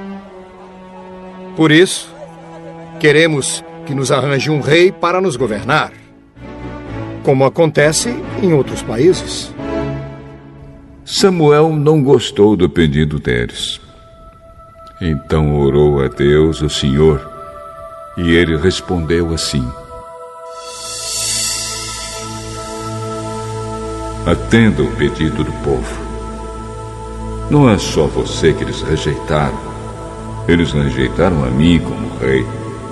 Por isso, queremos que nos arranje um rei para nos governar, como acontece em outros países. Samuel não gostou do pedido deles. Então orou a Deus, o Senhor, e ele respondeu assim: Atenda o pedido do povo. Não é só você que eles rejeitaram. Eles rejeitaram a mim como rei.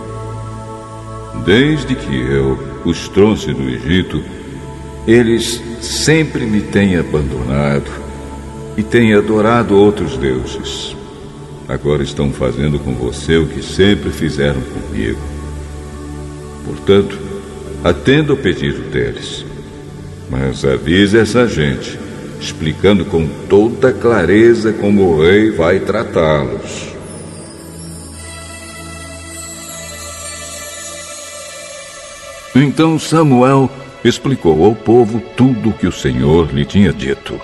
Desde que eu os trouxe do Egito, eles sempre me têm abandonado e têm adorado outros deuses. Agora estão fazendo com você o que sempre fizeram comigo. Portanto, atenda o pedido deles. Mas avise essa gente, explicando com toda clareza como o rei vai tratá-los. Então Samuel explicou ao povo tudo o que o Senhor lhe tinha dito.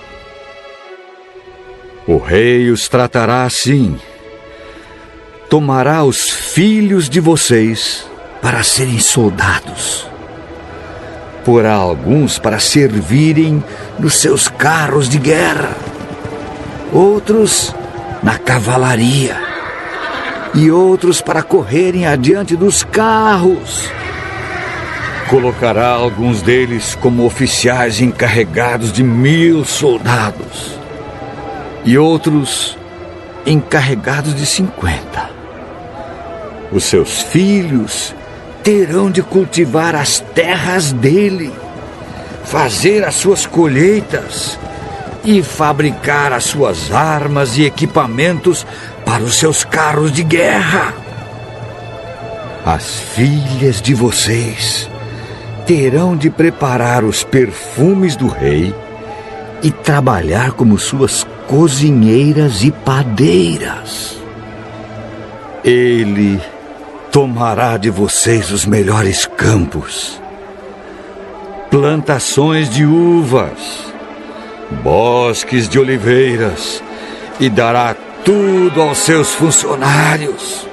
O rei os tratará assim. Tomará os filhos de vocês para serem soldados. Porá alguns para servirem nos seus carros de guerra, outros na cavalaria e outros para correrem adiante dos carros. Colocará alguns deles como oficiais encarregados de mil soldados e outros encarregados de cinquenta. Os seus filhos terão de cultivar as terras dele, fazer as suas colheitas e fabricar as suas armas e equipamentos para os seus carros de guerra. As filhas de vocês terão de preparar os perfumes do rei e trabalhar como suas cozinheiras e padeiras. Ele tomará de vocês os melhores campos, plantações de uvas, bosques de oliveiras e dará tudo aos seus funcionários.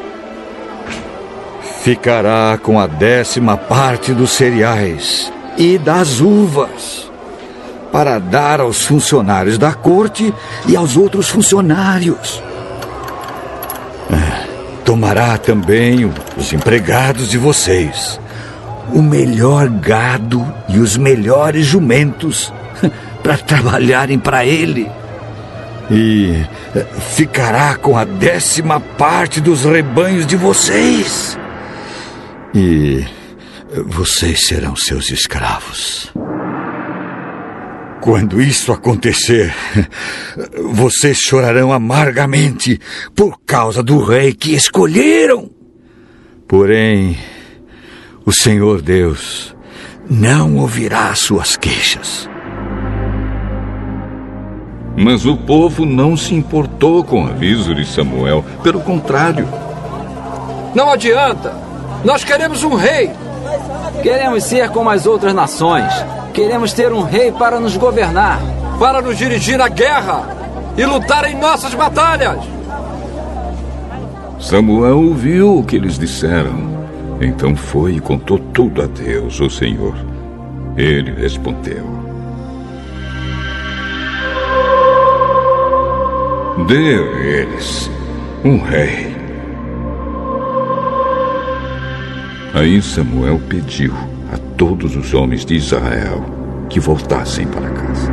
Ficará com a décima parte dos cereais e das uvas para dar aos funcionários da corte e aos outros funcionários. Tomará também os empregados de vocês, o melhor gado e os melhores jumentos para trabalharem para ele. E ficará com a décima parte dos rebanhos de vocês. E vocês serão seus escravos. Quando isso acontecer, vocês chorarão amargamente por causa do rei que escolheram. Porém, o Senhor Deus não ouvirá as suas queixas. Mas o povo não se importou com o aviso de Samuel. Pelo contrário. Não adianta. Nós queremos um rei. Queremos ser como as outras nações. Queremos ter um rei para nos governar, para nos dirigir na guerra e lutar em nossas batalhas. Samuel ouviu o que eles disseram. Então foi e contou tudo a Deus, o Senhor. Ele respondeu: dê a eles um rei. Aí Samuel pediu a todos os homens de Israel que voltassem para casa.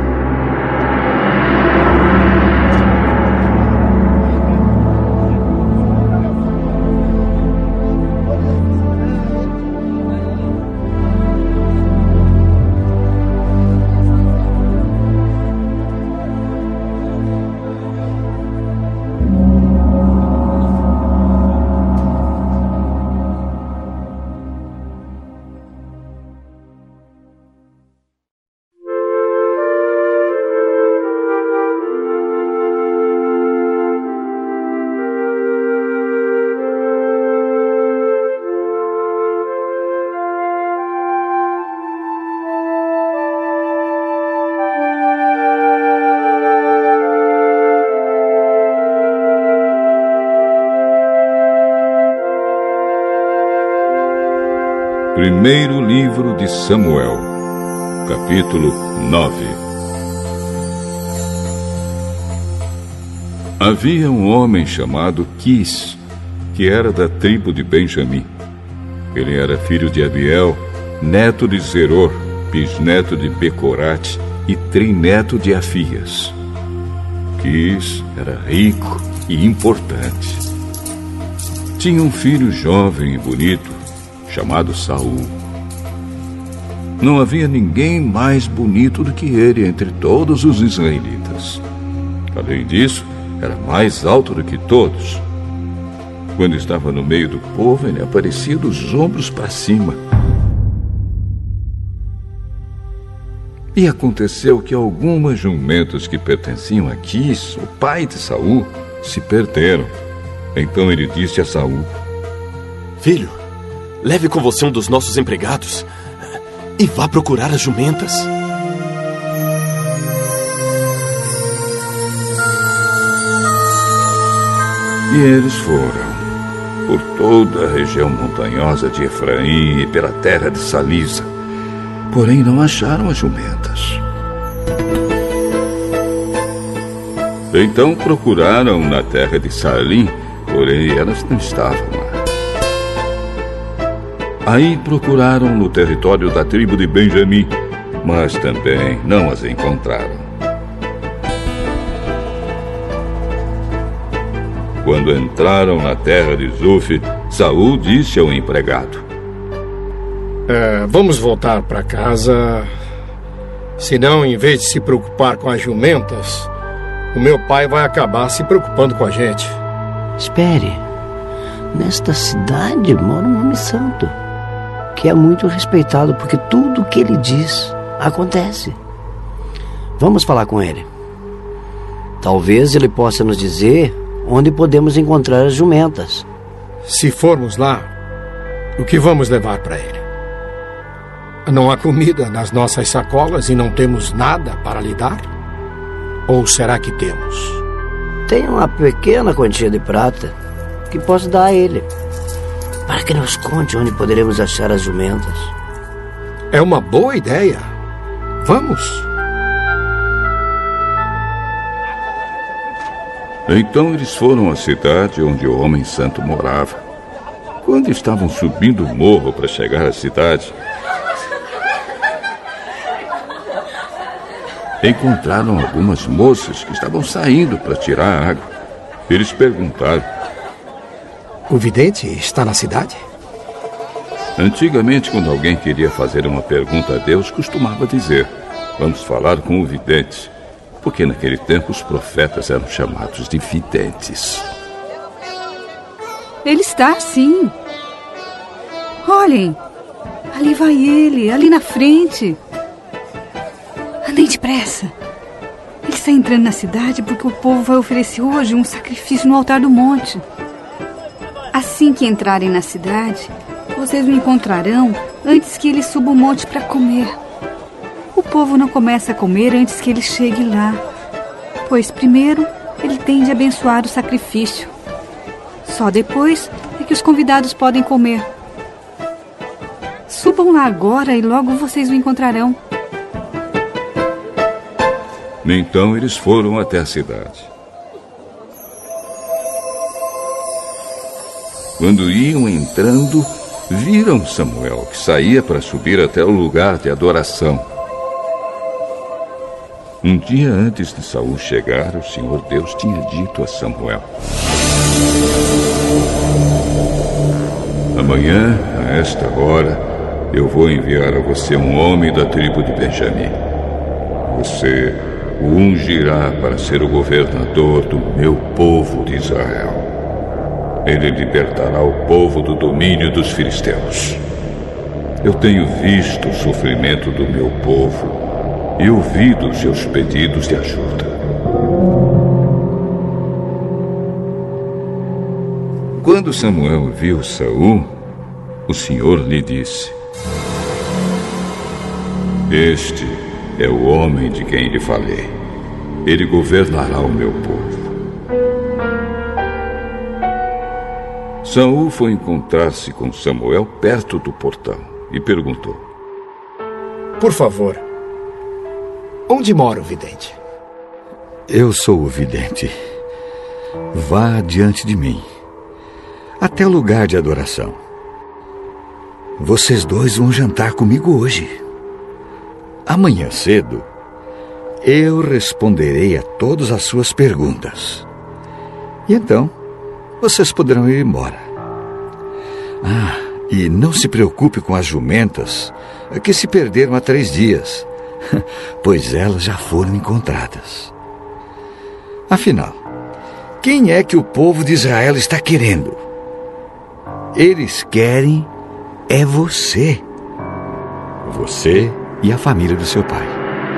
Primeiro livro de Samuel, capítulo nove. Havia um homem chamado Quis, que era da tribo de Benjamim. Ele era filho de Abiel, neto de Zeror, bisneto de Becorate e trineto de Afias. Quis era rico e importante. Tinha um filho jovem e bonito, chamado Saul. Não havia ninguém mais bonito do que ele entre todos os israelitas. Além disso, era mais alto do que todos. Quando estava no meio do povo, ele aparecia dos ombros para cima. E aconteceu que algumas jumentas que pertenciam a Quis, o pai de Saul, se perderam. Então ele disse a Saul: Filho, leve com você um dos nossos empregados. e vá procurar as jumentas. E eles foram por toda a região montanhosa de Efraim e pela terra de Salisa, porém não acharam as jumentas. Então procuraram na terra de Salim, porém elas não estavam lá. Aí procuraram no território da tribo de Benjamim, mas também não as encontraram. Quando entraram na terra de Zuf, Saul disse ao empregado: é, vamos voltar para casa. Senão, em vez de se preocupar com as jumentas, o meu pai vai acabar se preocupando com a gente. Espere. Nesta cidade mora um homem santo, que é muito respeitado porque tudo o que ele diz acontece. Vamos falar com ele. Talvez ele possa nos dizer onde podemos encontrar as jumentas. Se formos lá, o que vamos levar para ele? Não há comida nas nossas sacolas e não temos nada para lhe dar? Ou será que temos? Tem uma pequena quantia de prata que posso dar a ele, para que nos conte onde poderemos achar as jumentas. É uma boa ideia. Vamos. Então eles foram à cidade onde o homem santo morava. Quando estavam subindo o morro para chegar à cidade, encontraram algumas moças que estavam saindo para tirar água. Eles perguntaram: o vidente está na cidade? Antigamente, quando alguém queria fazer uma pergunta a Deus, costumava dizer: vamos falar com o vidente. Porque naquele tempo os profetas eram chamados de videntes. Ele está, sim. Olhem, ali vai ele, ali na frente. Andem depressa. Ele está entrando na cidade porque o povo vai oferecer hoje um sacrifício no altar do monte. Assim que entrarem na cidade, vocês o encontrarão antes que ele suba o monte para comer. O povo não começa a comer antes que ele chegue lá, pois primeiro ele tem de abençoar o sacrifício. Só depois é que os convidados podem comer. Subam lá agora e logo vocês o encontrarão. Então eles foram até a cidade. Quando iam entrando, viram Samuel, que saía para subir até o lugar de adoração. Um dia antes de Saul chegar, o Senhor Deus tinha dito a Samuel: amanhã, a esta hora, eu vou enviar a você um homem da tribo de Benjamim. Você o ungirá para ser o governador do meu povo de Israel. Ele libertará o povo do domínio dos filisteus. Eu tenho visto o sofrimento do meu povo e ouvido os seus pedidos de ajuda. Quando Samuel viu Saul, o Senhor lhe disse: este é o homem de quem lhe falei. Ele governará o meu povo. Saul foi encontrar-se com Samuel perto do portão e perguntou: por favor, onde mora o vidente? Eu sou o vidente. Vá diante de mim, até o lugar de adoração. Vocês dois vão jantar comigo hoje. Amanhã cedo, eu responderei a todas as suas perguntas. E então, vocês poderão ir embora. Ah, e não se preocupe com as jumentas que se perderam há três dias, pois elas já foram encontradas. Afinal, quem é que o povo de Israel está querendo? Eles querem é você. Você e a família do seu pai.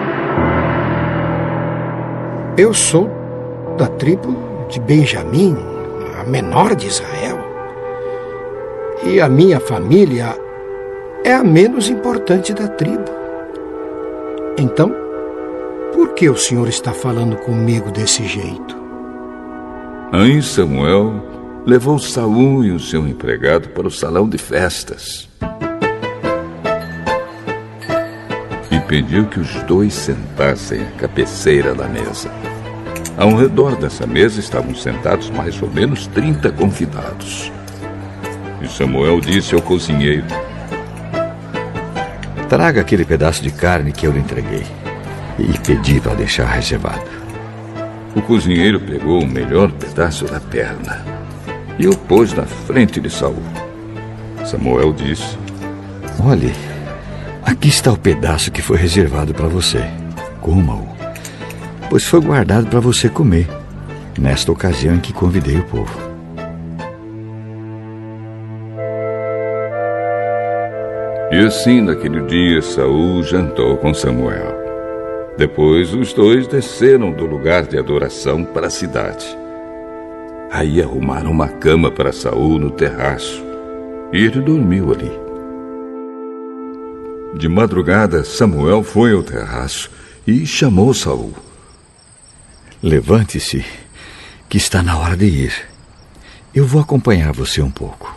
Eu sou da tribo de Benjamim, a menor de Israel. E a minha família é a menos importante da tribo. Então, por que o senhor está falando comigo desse jeito? Aí Samuel levou Saul e o seu empregado para o salão de festas e pediu que os dois sentassem à cabeceira da mesa. Ao redor dessa mesa estavam sentados mais ou menos trinta convidados. E Samuel disse ao cozinheiro: traga aquele pedaço de carne que eu lhe entreguei e pedi para deixar reservado. O cozinheiro pegou o melhor pedaço da perna e o pôs na frente de Saul. Samuel disse: olhe, aqui está o pedaço que foi reservado para você. Coma-o, pois foi guardado para você comer, nesta ocasião em que convidei o povo. E assim, naquele dia, Saul jantou com Samuel. Depois, os dois desceram do lugar de adoração para a cidade. Aí arrumaram uma cama para Saul no terraço, e ele dormiu ali. De madrugada, Samuel foi ao terraço e chamou Saul. Levante-se, que está na hora de ir. Eu vou acompanhar você um pouco.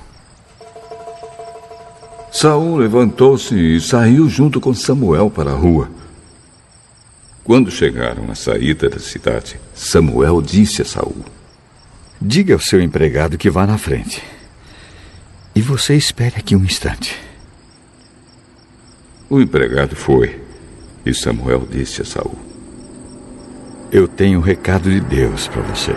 Saul levantou-se e saiu junto com Samuel para a rua. Quando chegaram à saída da cidade, Samuel disse a Saul: diga ao seu empregado que vá na frente. E você espere aqui um instante. O empregado foi, e Samuel disse a Saul: eu tenho um recado de Deus para você.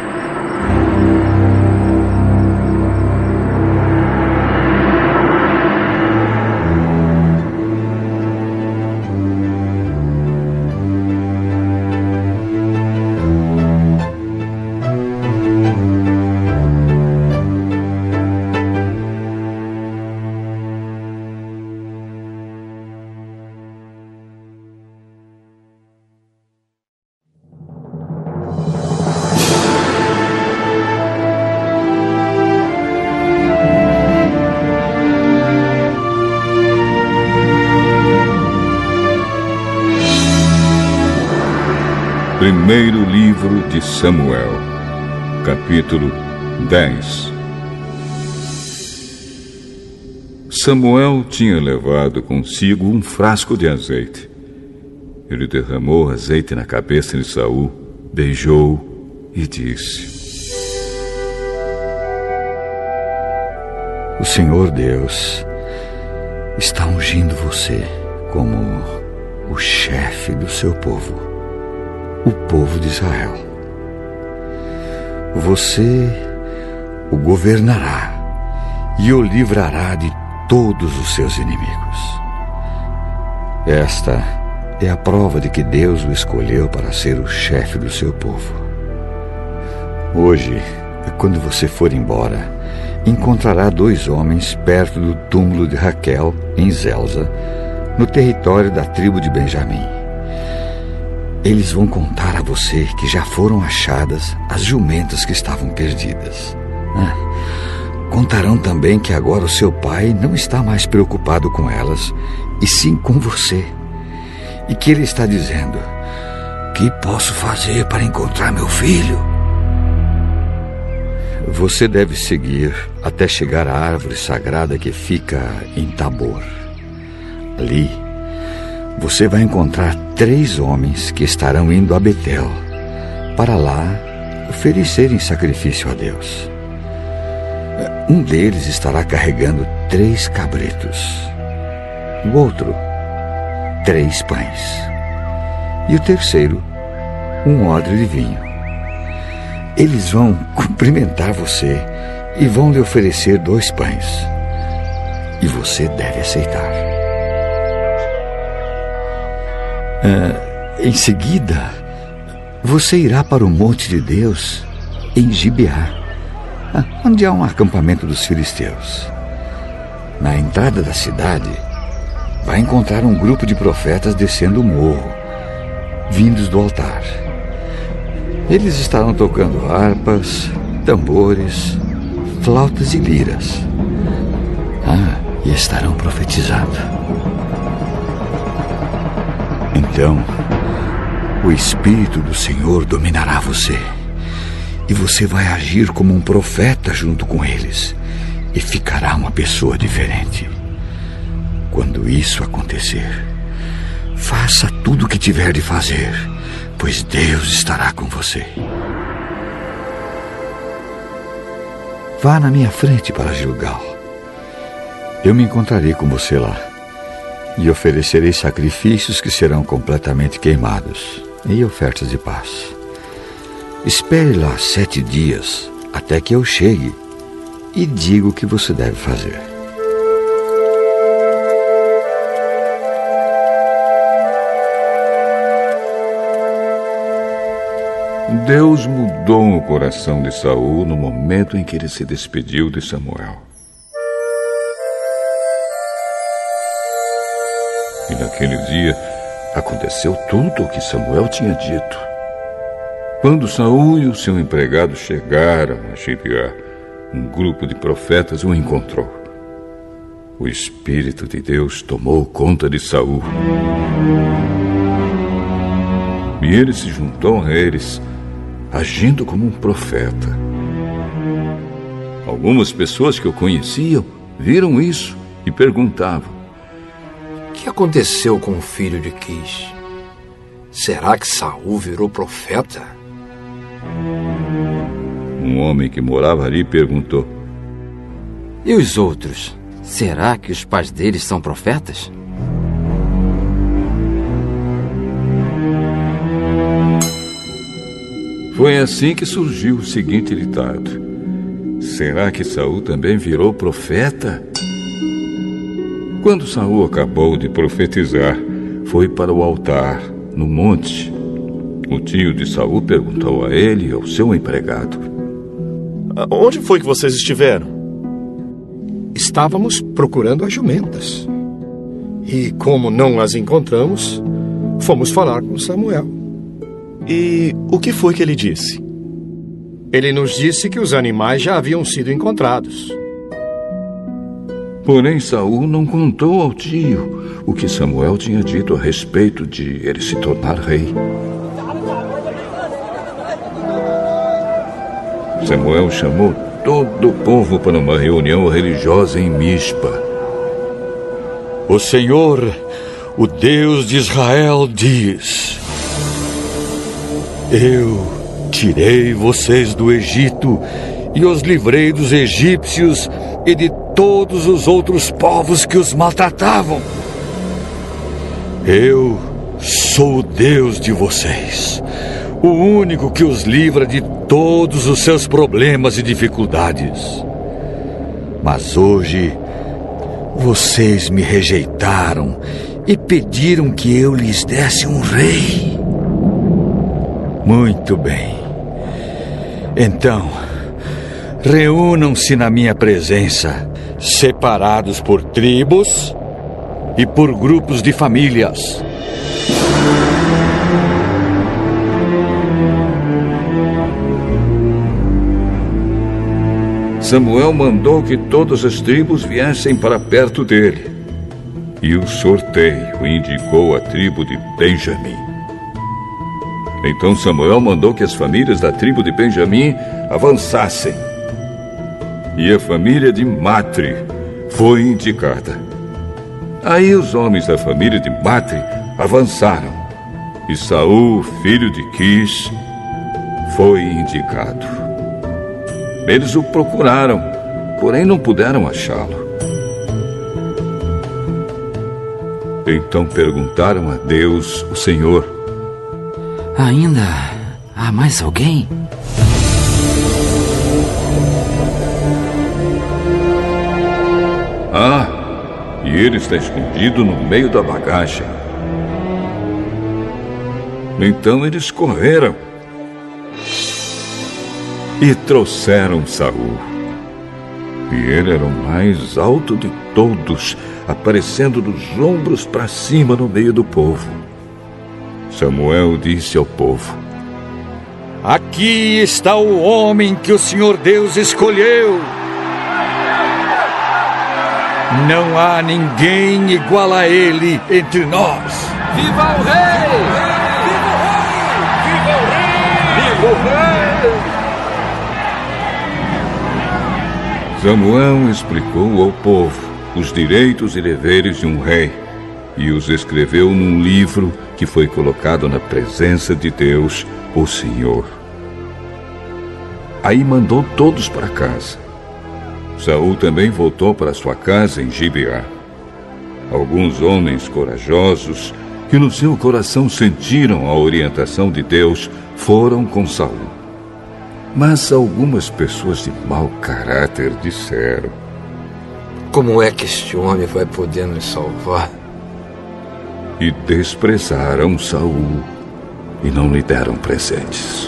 Primeiro livro de Samuel, capítulo dez. Samuel tinha levado consigo um frasco de azeite. Ele derramou azeite na cabeça de Saul, beijou e disse: o Senhor Deus está ungindo você como o chefe do seu povo, o povo de Israel. Você o governará e o livrará de todos os seus inimigos. Esta é a prova de que Deus o escolheu para ser o chefe do seu povo. Hoje, quando você for embora, encontrará dois homens perto do túmulo de Raquel, em Zelza, no território da tribo de Benjamim. Eles vão contar a você que já foram achadas as jumentas que estavam perdidas. Ah, contarão também que agora o seu pai não está mais preocupado com elas, e sim com você. E que ele está dizendo: que posso fazer para encontrar meu filho? Você deve seguir até chegar à árvore sagrada que fica em Tabor. Ali, você vai encontrar três homens que estarão indo a Betel, para lá oferecerem sacrifício a Deus. Um deles estará carregando três cabritos, o outro, três pães, e o terceiro, um odre de vinho. Eles vão cumprimentar você e vão lhe oferecer dois pães, e você deve aceitar. Ah, em seguida, você irá para o monte de Deus, em Gibeá, onde há um acampamento dos filisteus. Na entrada da cidade, vai encontrar um grupo de profetas descendo o morro, vindos do altar. Eles estarão tocando harpas, tambores, flautas e liras. Ah, e estarão profetizando. Então, o Espírito do Senhor dominará você, e você vai agir como um profeta junto com eles, e ficará uma pessoa diferente. Quando isso acontecer, faça tudo o que tiver de fazer, pois Deus estará com você. Vá na minha frente para Gilgal. Eu me encontrarei com você lá, e oferecerei sacrifícios que serão completamente queimados, e ofertas de paz. Espere lá sete dias, até que eu chegue, e diga o que você deve fazer. Deus mudou o coração de Saul no momento em que ele se despediu de Samuel. E naquele dia aconteceu tudo o que Samuel tinha dito. Quando Saul e o seu empregado chegaram a Gibeá, um grupo de profetas o encontrou. O Espírito de Deus tomou conta de Saul. E ele se juntou a eles, agindo como um profeta. Algumas pessoas que o conheciam viram isso e perguntavam: o que aconteceu com o filho de Quis? Será que Saul virou profeta? Um homem que morava ali perguntou: e os outros? Será que os pais deles são profetas? Foi assim que surgiu o seguinte ditado: será que Saul também virou profeta? Quando Saul acabou de profetizar, foi para o altar, no monte. O tio de Saul perguntou a ele e ao seu empregado: onde foi que vocês estiveram? Estávamos procurando as jumentas. E como não as encontramos, fomos falar com Samuel. E o que foi que ele disse? Ele nos disse que os animais já haviam sido encontrados. Porém, Saul não contou ao tio o que Samuel tinha dito a respeito de ele se tornar rei. Samuel chamou todo o povo para uma reunião religiosa em Mispa. O Senhor, o Deus de Israel, diz: eu tirei vocês do Egito e os livrei dos egípcios e de todos os outros povos que os maltratavam. Eu sou o Deus de vocês, o único que os livra de todos os seus problemas e dificuldades. Mas hoje, vocês me rejeitaram e pediram que eu lhes desse um rei. Muito bem. Então, reúnam-se na minha presença, separados por tribos e por grupos de famílias. Samuel mandou que todas as tribos viessem para perto dele. E o sorteio indicou a tribo de Benjamim. Então Samuel mandou que as famílias da tribo de Benjamim avançassem. E a família de Matri foi indicada. Aí os homens da família de Matri avançaram. E Saul, filho de Quis, foi indicado. Eles o procuraram, porém não puderam achá-lo. Então perguntaram a Deus, o Senhor: ainda há mais alguém? Ah, e ele está escondido no meio da bagagem. Então eles correram e trouxeram Saul. E ele era o mais alto de todos, aparecendo dos ombros para cima no meio do povo. Samuel disse ao povo: aqui está o homem que o Senhor Deus escolheu. Não há ninguém igual a ele entre nós. Viva o rei! Viva o rei! Viva o rei! Samuel explicou ao povo os direitos e deveres de um rei e os escreveu num livro que foi colocado na presença de Deus, o Senhor. Aí mandou todos para casa. Saul também voltou para sua casa em Gibeá. Alguns homens corajosos, que no seu coração sentiram a orientação de Deus, foram com Saul. Mas algumas pessoas de mau caráter disseram: como é que este homem vai poder nos salvar? E desprezaram Saul e não lhe deram presentes.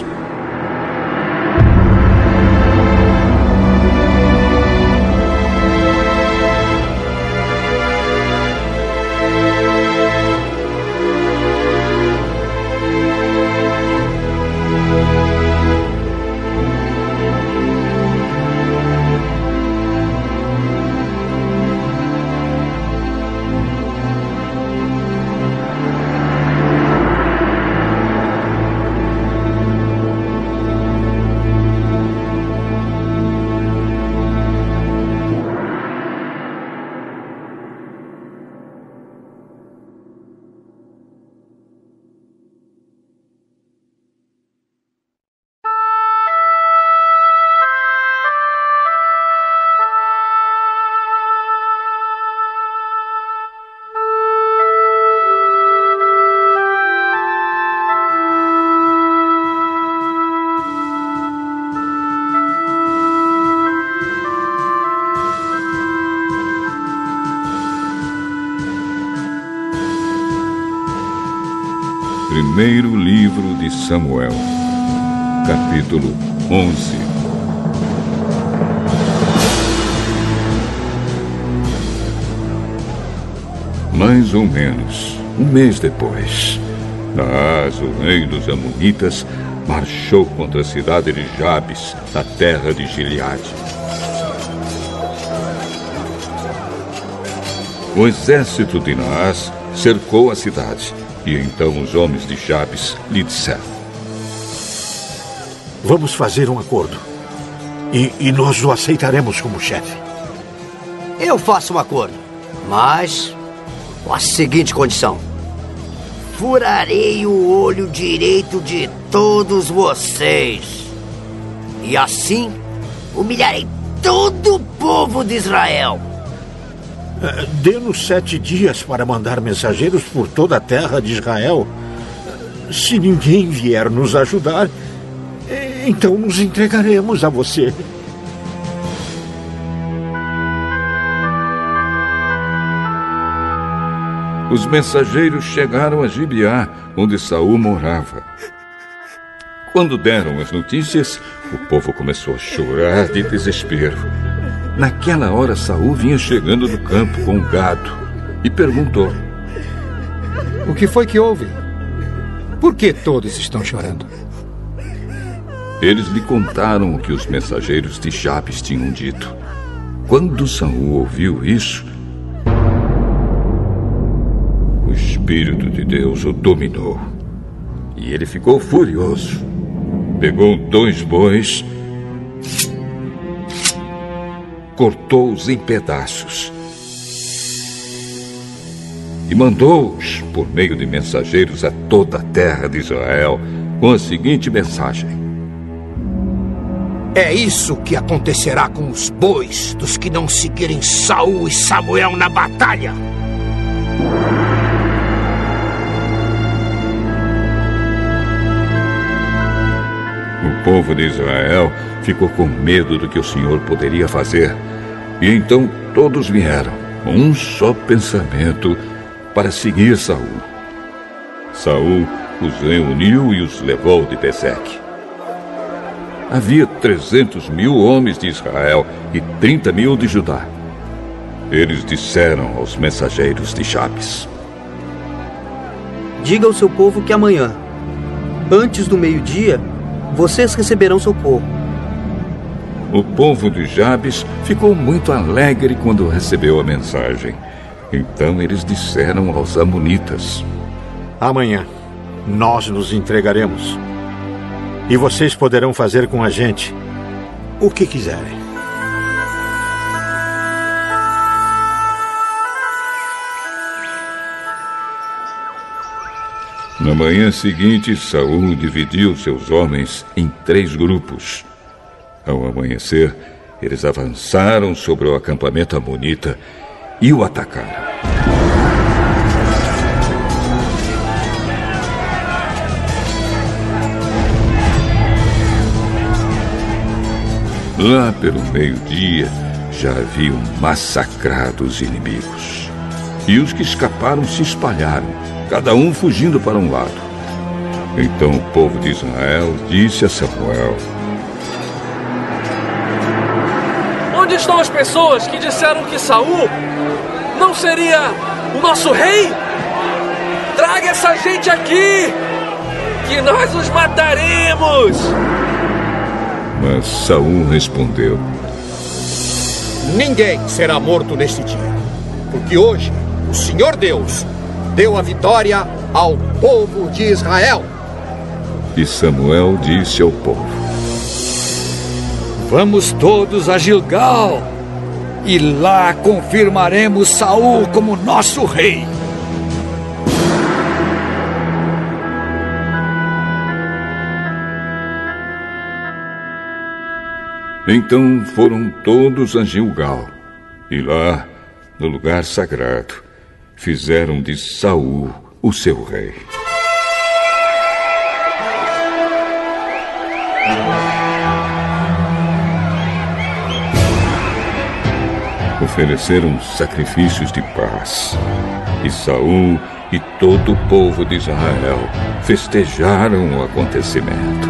Primeiro livro de Samuel, capítulo onze. Mais ou menos um mês depois, Naás, o rei dos Amonitas, marchou contra a cidade de Jabes, na terra de Gileade. O exército de Naás cercou a cidade. E então os homens de Jabes lhe disseram: vamos fazer um acordo. E, e nós o aceitaremos como chefe. Eu faço um acordo, mas com a seguinte condição: furarei o olho direito de todos vocês. E assim humilharei todo o povo de Israel. Dê-nos sete dias para mandar mensageiros por toda a terra de Israel. Se ninguém vier nos ajudar, então nos entregaremos a você. Os mensageiros chegaram a Gibeá, onde Saul morava. Quando deram as notícias, o povo começou a chorar de desespero. Naquela hora, Saul vinha chegando do campo com o gado e perguntou: o que foi que houve? Por que todos estão chorando? Eles lhe contaram o que os mensageiros de Jabes tinham dito. Quando Saul ouviu isso, o Espírito de Deus o dominou e ele ficou furioso. Pegou dois bois, cortou-os em pedaços e mandou-os por meio de mensageiros a toda a terra de Israel com a seguinte mensagem: é isso que acontecerá com os bois dos que não seguirem Saul e Samuel na batalha. O povo de Israel ficou com medo do que o Senhor poderia fazer. E então todos vieram, com um só pensamento, para seguir Saul. Saul os reuniu e os levou de Bezeque. Havia trezentos mil homens de Israel e trinta mil de Judá. Eles disseram aos mensageiros de Jabes: diga ao seu povo que amanhã, antes do meio-dia, vocês receberão seu povo. O povo de Jabes ficou muito alegre quando recebeu a mensagem. Então eles disseram aos amonitas: amanhã nós nos entregaremos, e vocês poderão fazer com a gente o que quiserem. Na manhã seguinte, Saul dividiu seus homens em três grupos. Ao amanhecer, eles avançaram sobre o acampamento amonita e o atacaram. Lá pelo meio-dia, já haviam massacrado os inimigos. E os que escaparam se espalharam, cada um fugindo para um lado. Então o povo de Israel disse a Samuel: onde estão as pessoas que disseram que Saul não seria o nosso rei? Traga essa gente aqui, que nós os mataremos! Mas Saul respondeu: ninguém será morto neste dia, porque hoje o Senhor Deus deu a vitória ao povo de Israel. E Samuel disse ao povo: vamos todos a Gilgal, e lá confirmaremos Saul como nosso rei. Então foram todos a Gilgal, e lá, no lugar sagrado, fizeram de Saul o seu rei. Ofereceram sacrifícios de paz, e Saul e todo o povo de Israel festejaram o acontecimento.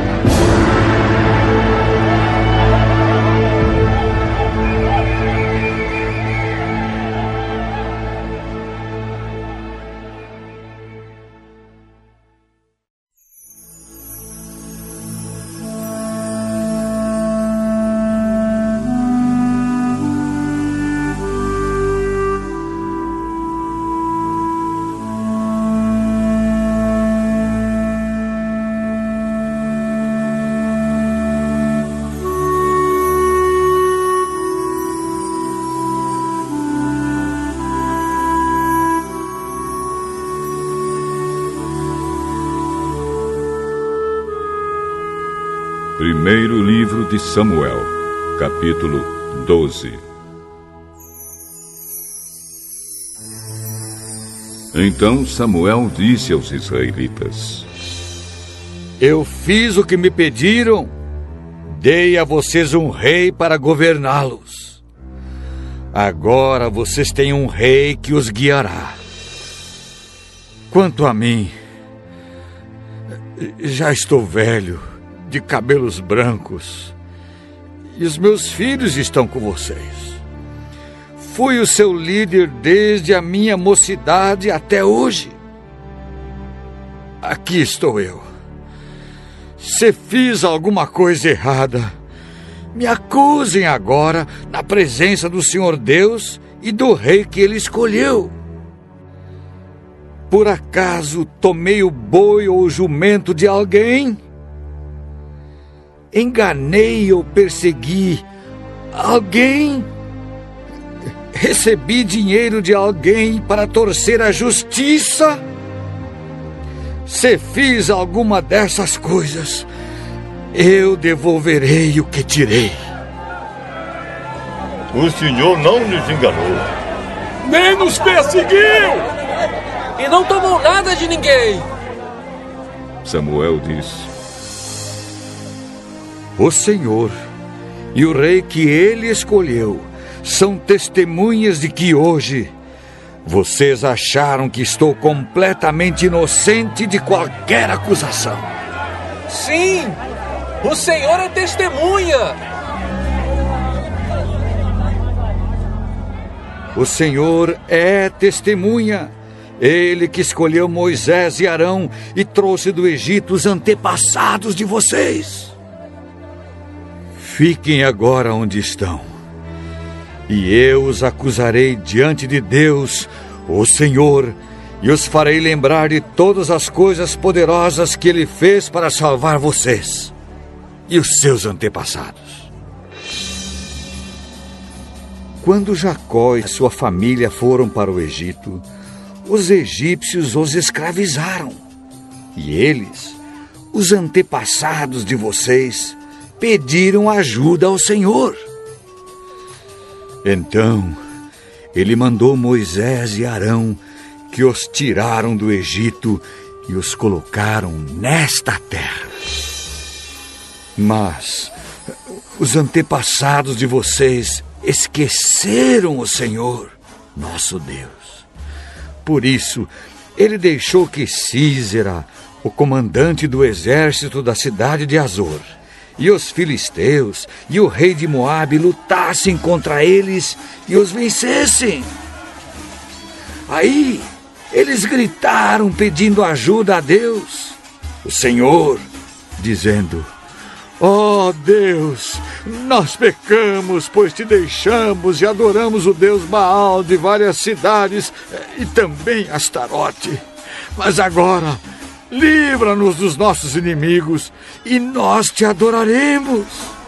Primeiro livro de Samuel, capítulo doze. Então Samuel disse aos israelitas: eu fiz o que me pediram, dei a vocês um rei para governá-los. Agora vocês têm um rei que os guiará. Quanto a mim, já estou velho, de cabelos brancos, e os meus filhos estão com vocês. Fui o seu líder desde a minha mocidade até hoje. Aqui estou eu. Se fiz alguma coisa errada, me acusem agora na presença do Senhor Deus e do rei que ele escolheu. Por acaso tomei o boi ou o jumento de alguém? Enganei ou persegui alguém? Recebi dinheiro de alguém para torcer a justiça? Se fiz alguma dessas coisas, eu devolverei o que tirei. O Senhor não nos enganou, nem nos perseguiu, e não tomou nada de ninguém. Samuel disse: o Senhor e o rei que ele escolheu são testemunhas de que hoje vocês acharam que estou completamente inocente de qualquer acusação. Sim, o Senhor é testemunha. O Senhor é testemunha. Ele que escolheu Moisés e Arão e trouxe do Egito os antepassados de vocês. Fiquem agora onde estão, e eu os acusarei diante de Deus, o Senhor, e os farei lembrar de todas as coisas poderosas que Ele fez para salvar vocês e os seus antepassados. Quando Jacó e sua família foram para o Egito, os egípcios os escravizaram. E eles, os antepassados de vocês, pediram ajuda ao Senhor. Então, Ele mandou Moisés e Arão, que os tiraram do Egito e os colocaram nesta terra. Mas os antepassados de vocês esqueceram o Senhor, nosso Deus. Por isso, Ele deixou que Sísera, o comandante do exército da cidade de Azor, e os filisteus e o rei de Moabe lutassem contra eles e os vencessem. Aí, eles gritaram pedindo ajuda a Deus, o Senhor, dizendo: ó Deus, nós pecamos, pois te deixamos e adoramos o Deus Baal de várias cidades e também Astarote. Mas agora, livra-nos dos nossos inimigos e nós te adoraremos.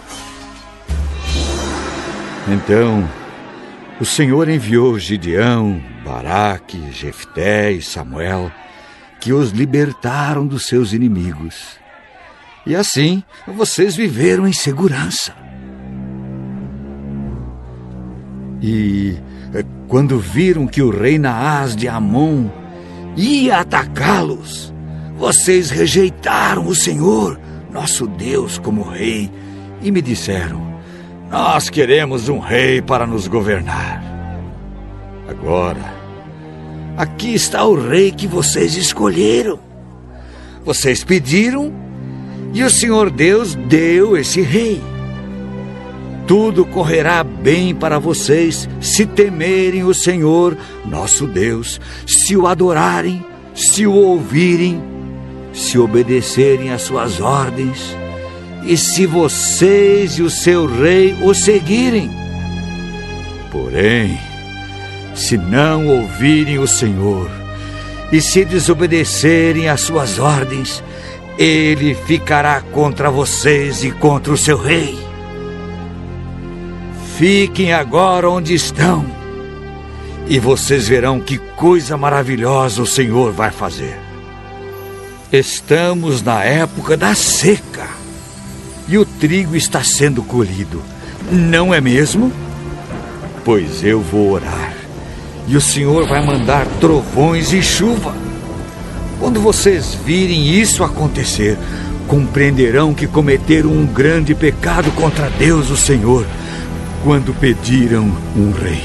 Então, o Senhor enviou Gideão, Baraque, Jefté e Samuel, que os libertaram dos seus inimigos. E assim, vocês viveram em segurança. E quando viram que o rei Naás de Amon ia atacá-los, vocês rejeitaram o Senhor, nosso Deus, como rei, e me disseram: nós queremos um rei para nos governar. Agora, aqui está o rei que vocês escolheram. Vocês pediram, e o Senhor Deus deu esse rei. Tudo correrá bem para vocês se temerem o Senhor, nosso Deus, se o adorarem, se o ouvirem, se obedecerem às suas ordens, e se vocês e o seu rei o seguirem. Porém, se não ouvirem o Senhor e se desobedecerem às suas ordens, Ele ficará contra vocês e contra o seu rei. Fiquem agora onde estão, e vocês verão que coisa maravilhosa o Senhor vai fazer. Estamos na época da seca, e o trigo está sendo colhido, não é mesmo? Pois eu vou orar, e o Senhor vai mandar trovões e chuva. Quando vocês virem isso acontecer, compreenderão que cometeram um grande pecado contra Deus, o Senhor, quando pediram um rei.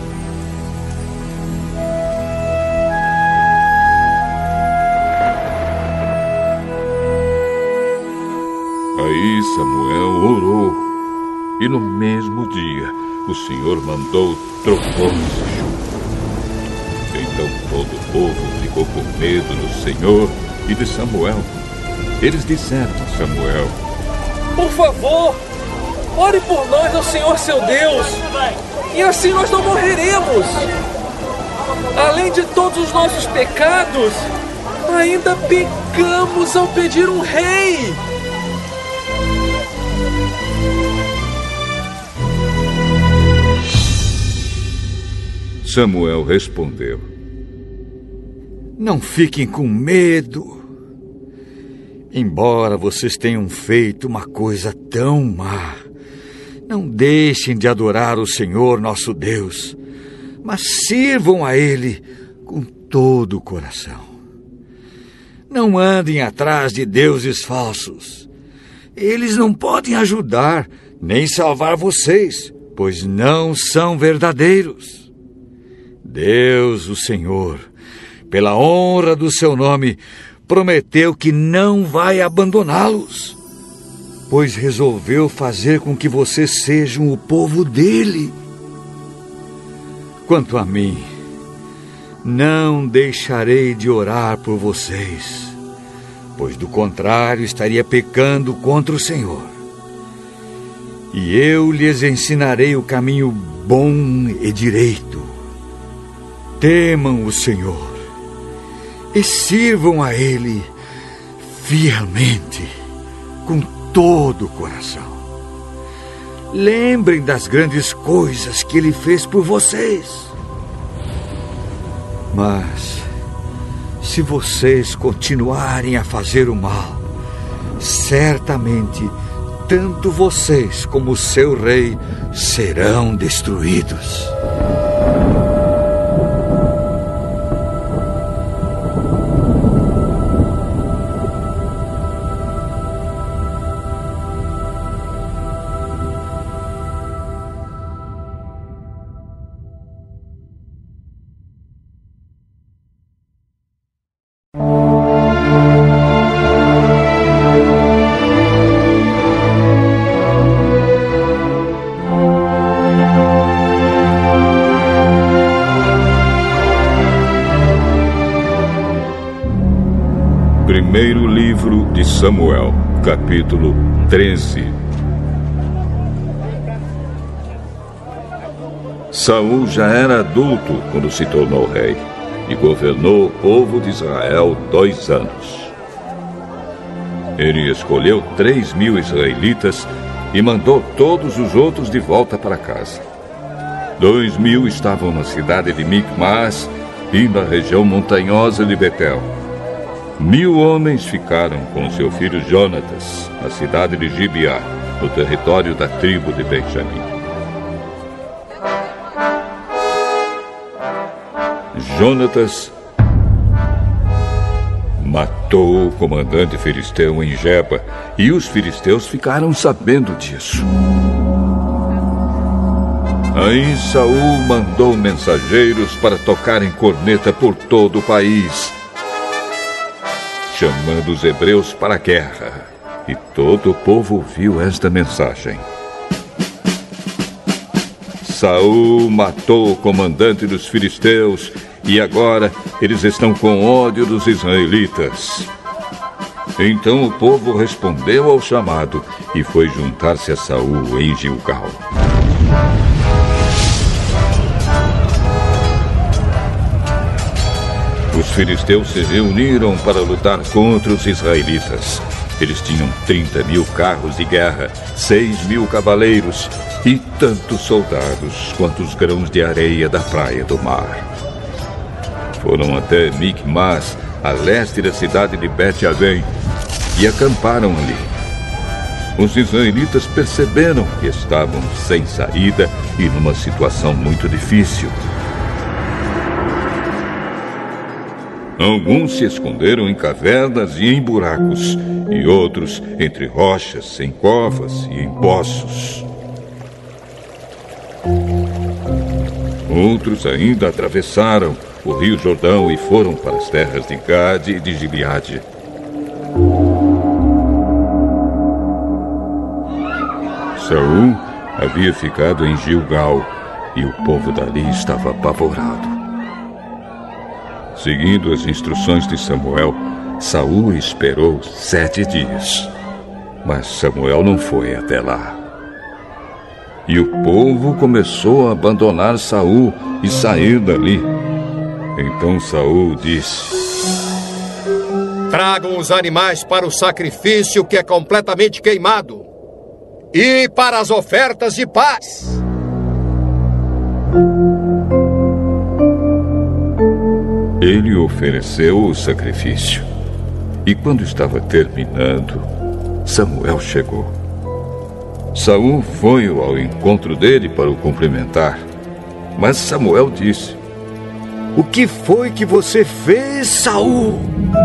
Aí Samuel orou, e no mesmo dia o Senhor mandou trovões e chuva. Então todo o povo ficou com medo do Senhor e de Samuel. Eles disseram a Samuel: por favor, ore por nós ao Senhor seu Deus, e assim nós não morreremos. Além de todos os nossos pecados, ainda pecamos ao pedir um rei. Samuel respondeu: não fiquem com medo. Embora vocês tenham feito uma coisa tão má, não deixem de adorar o Senhor nosso Deus, mas sirvam a Ele com todo o coração. Não andem atrás de deuses falsos. Eles não podem ajudar nem salvar vocês, pois não são verdadeiros. Deus, o Senhor, pela honra do seu nome, prometeu que não vai abandoná-los, pois resolveu fazer com que vocês sejam o povo dele. Quanto a mim, não deixarei de orar por vocês, pois do contrário estaria pecando contra o Senhor. e eu lhes ensinarei o caminho bom e direito. Temam o Senhor e sirvam a Ele fielmente, com todo o coração. Lembrem das grandes coisas que Ele fez por vocês. Mas, se vocês continuarem a fazer o mal, certamente tanto vocês como o seu rei serão destruídos. Primeiro livro de Samuel, capítulo treze. Saul já era adulto quando se tornou rei e governou o povo de Israel dois anos. Ele escolheu três mil israelitas e mandou todos os outros de volta para casa. Dois mil estavam na cidade de Micmas e na região montanhosa de Betel. Mil homens ficaram com seu filho Jonatas, na cidade de Gibeá, no território da tribo de Benjamim. Jonatas matou o comandante filisteu em Geba, e os filisteus ficaram sabendo disso. Aí Saul mandou mensageiros para tocarem corneta por todo o país, chamando os hebreus para a guerra. E todo o povo ouviu esta mensagem. Saul matou o comandante dos filisteus e agora eles estão com ódio dos israelitas. Então o povo respondeu ao chamado e foi juntar-se a Saul em Gilgal. Os filisteus se reuniram para lutar contra os israelitas. Eles tinham trinta mil carros de guerra, seis mil cavaleiros e tantos soldados quanto os grãos de areia da praia do mar. Foram até Micmas, a leste da cidade de Bet-Avém, e acamparam ali. Os israelitas perceberam que estavam sem saída e numa situação muito difícil. Alguns se esconderam em cavernas e em buracos, e outros entre rochas, em covas e em poços. Outros ainda atravessaram o rio Jordão e foram para as terras de Gade e de Gileade. Saul havia ficado em Gilgal e o povo dali estava apavorado. Seguindo as instruções de Samuel, Saul esperou sete dias. Mas Samuel não foi até lá. E o povo começou a abandonar Saul e sair dali. Então Saul disse: tragam os animais para o sacrifício que é completamente queimado e para as ofertas de paz. Ele ofereceu o sacrifício. E quando estava terminando, Samuel chegou. Saul foi ao encontro dele para o cumprimentar. Mas Samuel disse: o que foi que você fez, Saul?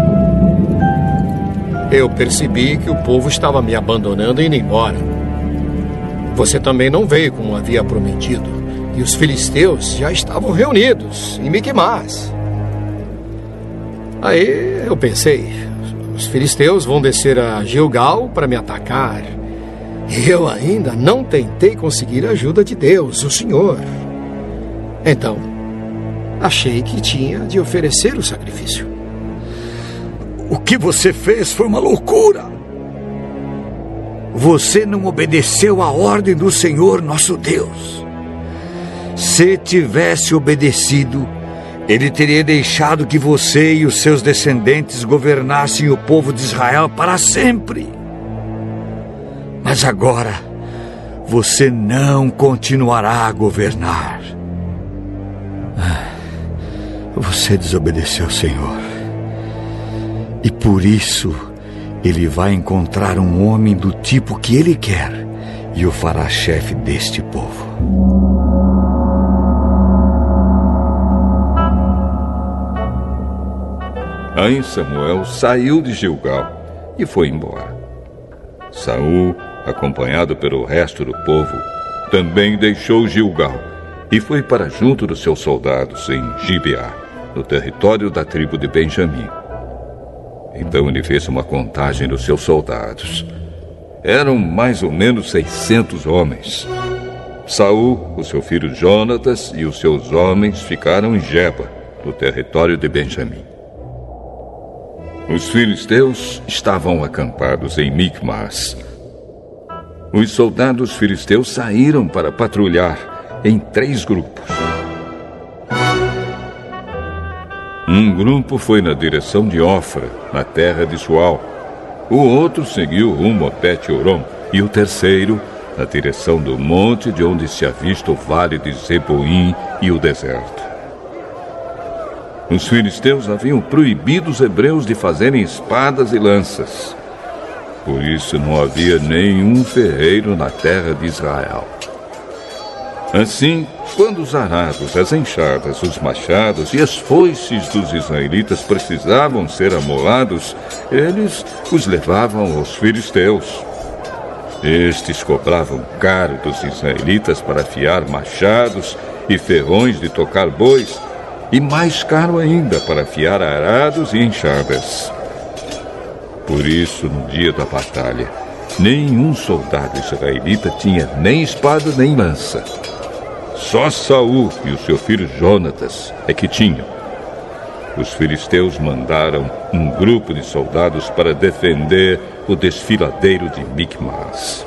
Eu percebi que o povo estava me abandonando e indo embora. Você também não veio como havia prometido. E os filisteus já estavam reunidos em Micmas. Aí eu pensei, os filisteus vão descer a Gilgal para me atacar. E eu ainda não tentei conseguir a ajuda de Deus, o Senhor. Então, achei que tinha de oferecer o sacrifício. O que você fez foi uma loucura. você não obedeceu à ordem do Senhor nosso Deus. Se tivesse obedecido, Ele teria deixado que você e os seus descendentes governassem o povo de Israel para sempre. Mas agora, você não continuará a governar. Você desobedeceu ao Senhor. E por isso, Ele vai encontrar um homem do tipo que Ele quer e o fará chefe deste povo. Aí Samuel saiu de Gilgal e foi embora. Saul, acompanhado pelo resto do povo, também deixou Gilgal e foi para junto dos seus soldados em Gibeá, no território da tribo de Benjamim. Então ele fez uma contagem dos seus soldados. Eram mais ou menos seiscentos homens. Saul, o seu filho Jonatas e os seus homens ficaram em Geba, no território de Benjamim. Os filisteus estavam acampados em Micmas. Os soldados filisteus saíram para patrulhar em três grupos. Um grupo foi na direção de Ofra, na terra de Sual. O outro seguiu rumo a Bet-Horon e o terceiro na direção do monte de onde se avista o vale de Zeboim e o deserto. Os filisteus haviam proibido os hebreus de fazerem espadas e lanças. Por isso não havia nenhum ferreiro na terra de Israel. Assim, quando os arados, as enxadas, os machados e as foices dos israelitas precisavam ser amolados, eles os levavam aos filisteus. Estes cobravam caro dos israelitas para afiar machados e ferrões de tocar bois, e mais caro ainda para afiar arados e enxadas. Por isso, no dia da batalha, nenhum soldado israelita tinha nem espada nem lança. Só Saul e o seu filho Jonatas é que tinham. Os filisteus mandaram um grupo de soldados para defender o desfiladeiro de Micmas.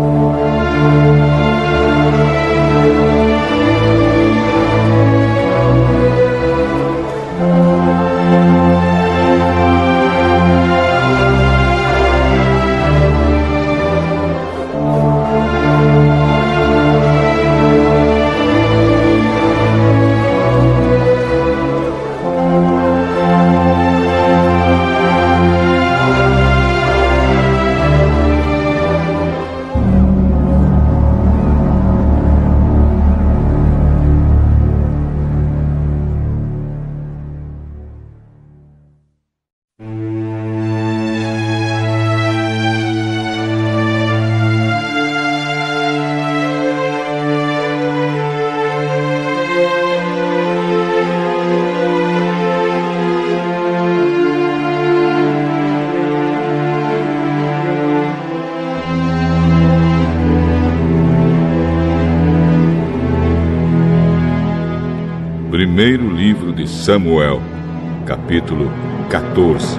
Primeiro livro de Samuel, capítulo quatorze.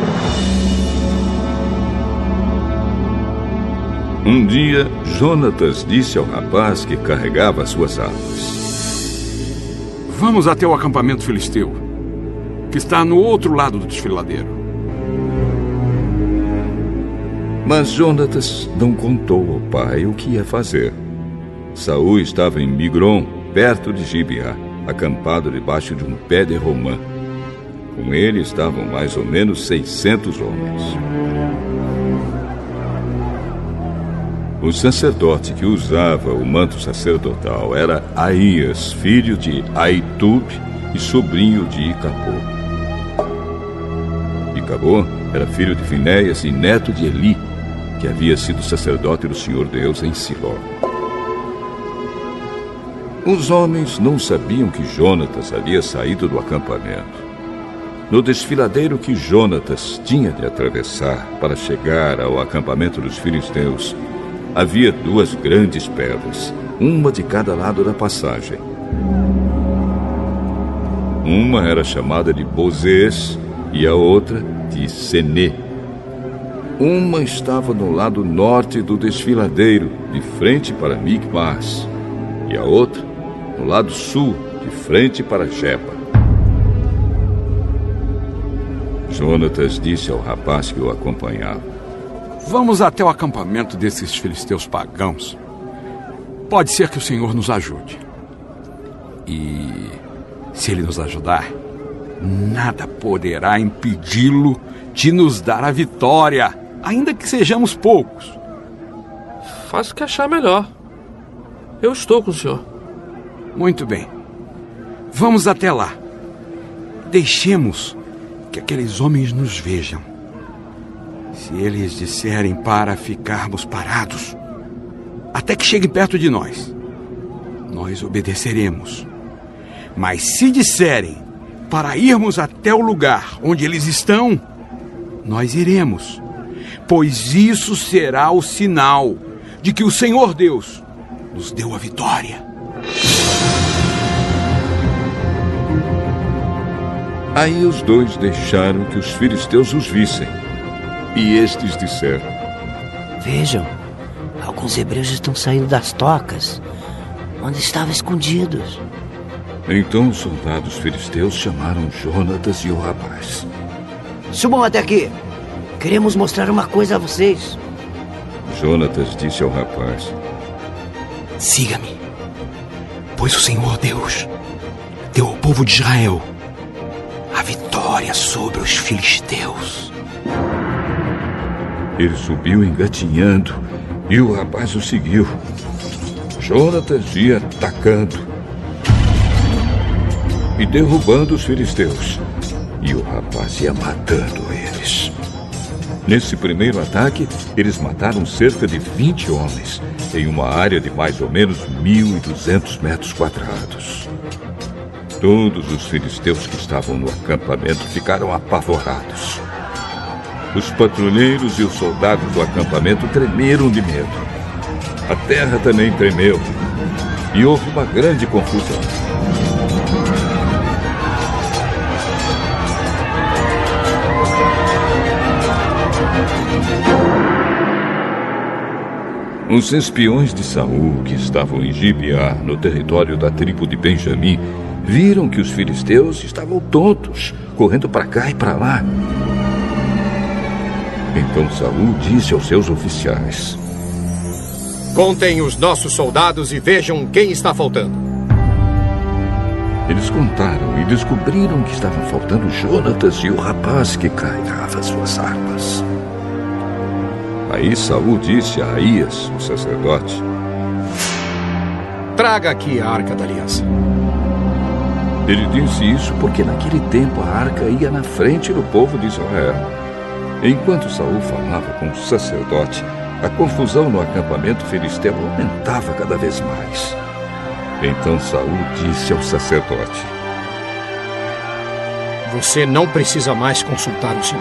Um dia, Jonatas disse ao rapaz que carregava as suas armas: Vamos até o acampamento filisteu, que está no outro lado do desfiladeiro. Mas Jonatas não contou ao pai o que ia fazer. Saul estava em Migron, perto de Gibeá, acampado debaixo de um pé de romã. Com ele estavam mais ou menos seiscentos homens. O sacerdote que usava o manto sacerdotal era Aías, filho de Aitub e sobrinho de Icabô. Icabô era filho de Finéias e neto de Eli, que havia sido sacerdote do Senhor Deus em Siló. Os homens não sabiam que Jonatas havia saído do acampamento. No desfiladeiro que Jonatas tinha de atravessar para chegar ao acampamento dos filisteus, havia duas grandes pedras, uma de cada lado da passagem. Uma era chamada de Bozês e a outra de Senê. Uma estava no lado norte do desfiladeiro, de frente para Micmas, e a outra no lado sul, de frente para Geba. Jonatas disse ao rapaz que o acompanhava: Vamos até o acampamento desses filisteus pagãos. Pode ser que o Senhor nos ajude. E se Ele nos ajudar, nada poderá impedi-lo de nos dar a vitória, ainda que sejamos poucos. Faça o que achar melhor. Eu estou com o senhor. Muito bem. Vamos até lá. Deixemos que aqueles homens nos vejam. Se eles disserem para ficarmos parados, até que cheguem perto de nós, nós obedeceremos. Mas se disserem para irmos até o lugar onde eles estão, nós iremos, pois isso será o sinal de que o Senhor Deus nos deu a vitória. Aí os dois deixaram que os filisteus os vissem. E estes disseram: Vejam, alguns hebreus estão saindo das tocas, onde estavam escondidos. Então os soldados filisteus chamaram Jonatas e o rapaz. Subam até aqui. Queremos mostrar uma coisa a vocês. Jonatas disse ao rapaz: Siga-me, pois o Senhor Deus deu ao povo de Israel a vitória sobre os filisteus. Ele subiu engatinhando e o rapaz o seguiu. Jonatas ia atacando e derrubando os filisteus, e o rapaz ia matando eles. Nesse primeiro ataque, eles mataram cerca de vinte homens, em uma área de mais ou menos mil e duzentos metros quadrados. Todos os filisteus que estavam no acampamento ficaram apavorados. Os patrulheiros e os soldados do acampamento tremeram de medo. A terra também tremeu, e houve uma grande confusão. Os espiões de Saul, que estavam em Gibeá, no território da tribo de Benjamim, viram que os filisteus estavam tontos, correndo para cá e para lá. Então Saul disse aos seus oficiais: Contem os nossos soldados e vejam quem está faltando. Eles contaram e descobriram que estavam faltando Jonatas e o rapaz que carregava suas armas. Aí Saul disse a Aías, o sacerdote: Traga aqui a Arca da Aliança. Ele disse isso porque naquele tempo a arca ia na frente do povo de Israel. Enquanto Saul falava com o sacerdote, a confusão no acampamento filisteu aumentava cada vez mais. Então Saul disse ao sacerdote: Você não precisa mais consultar o Senhor.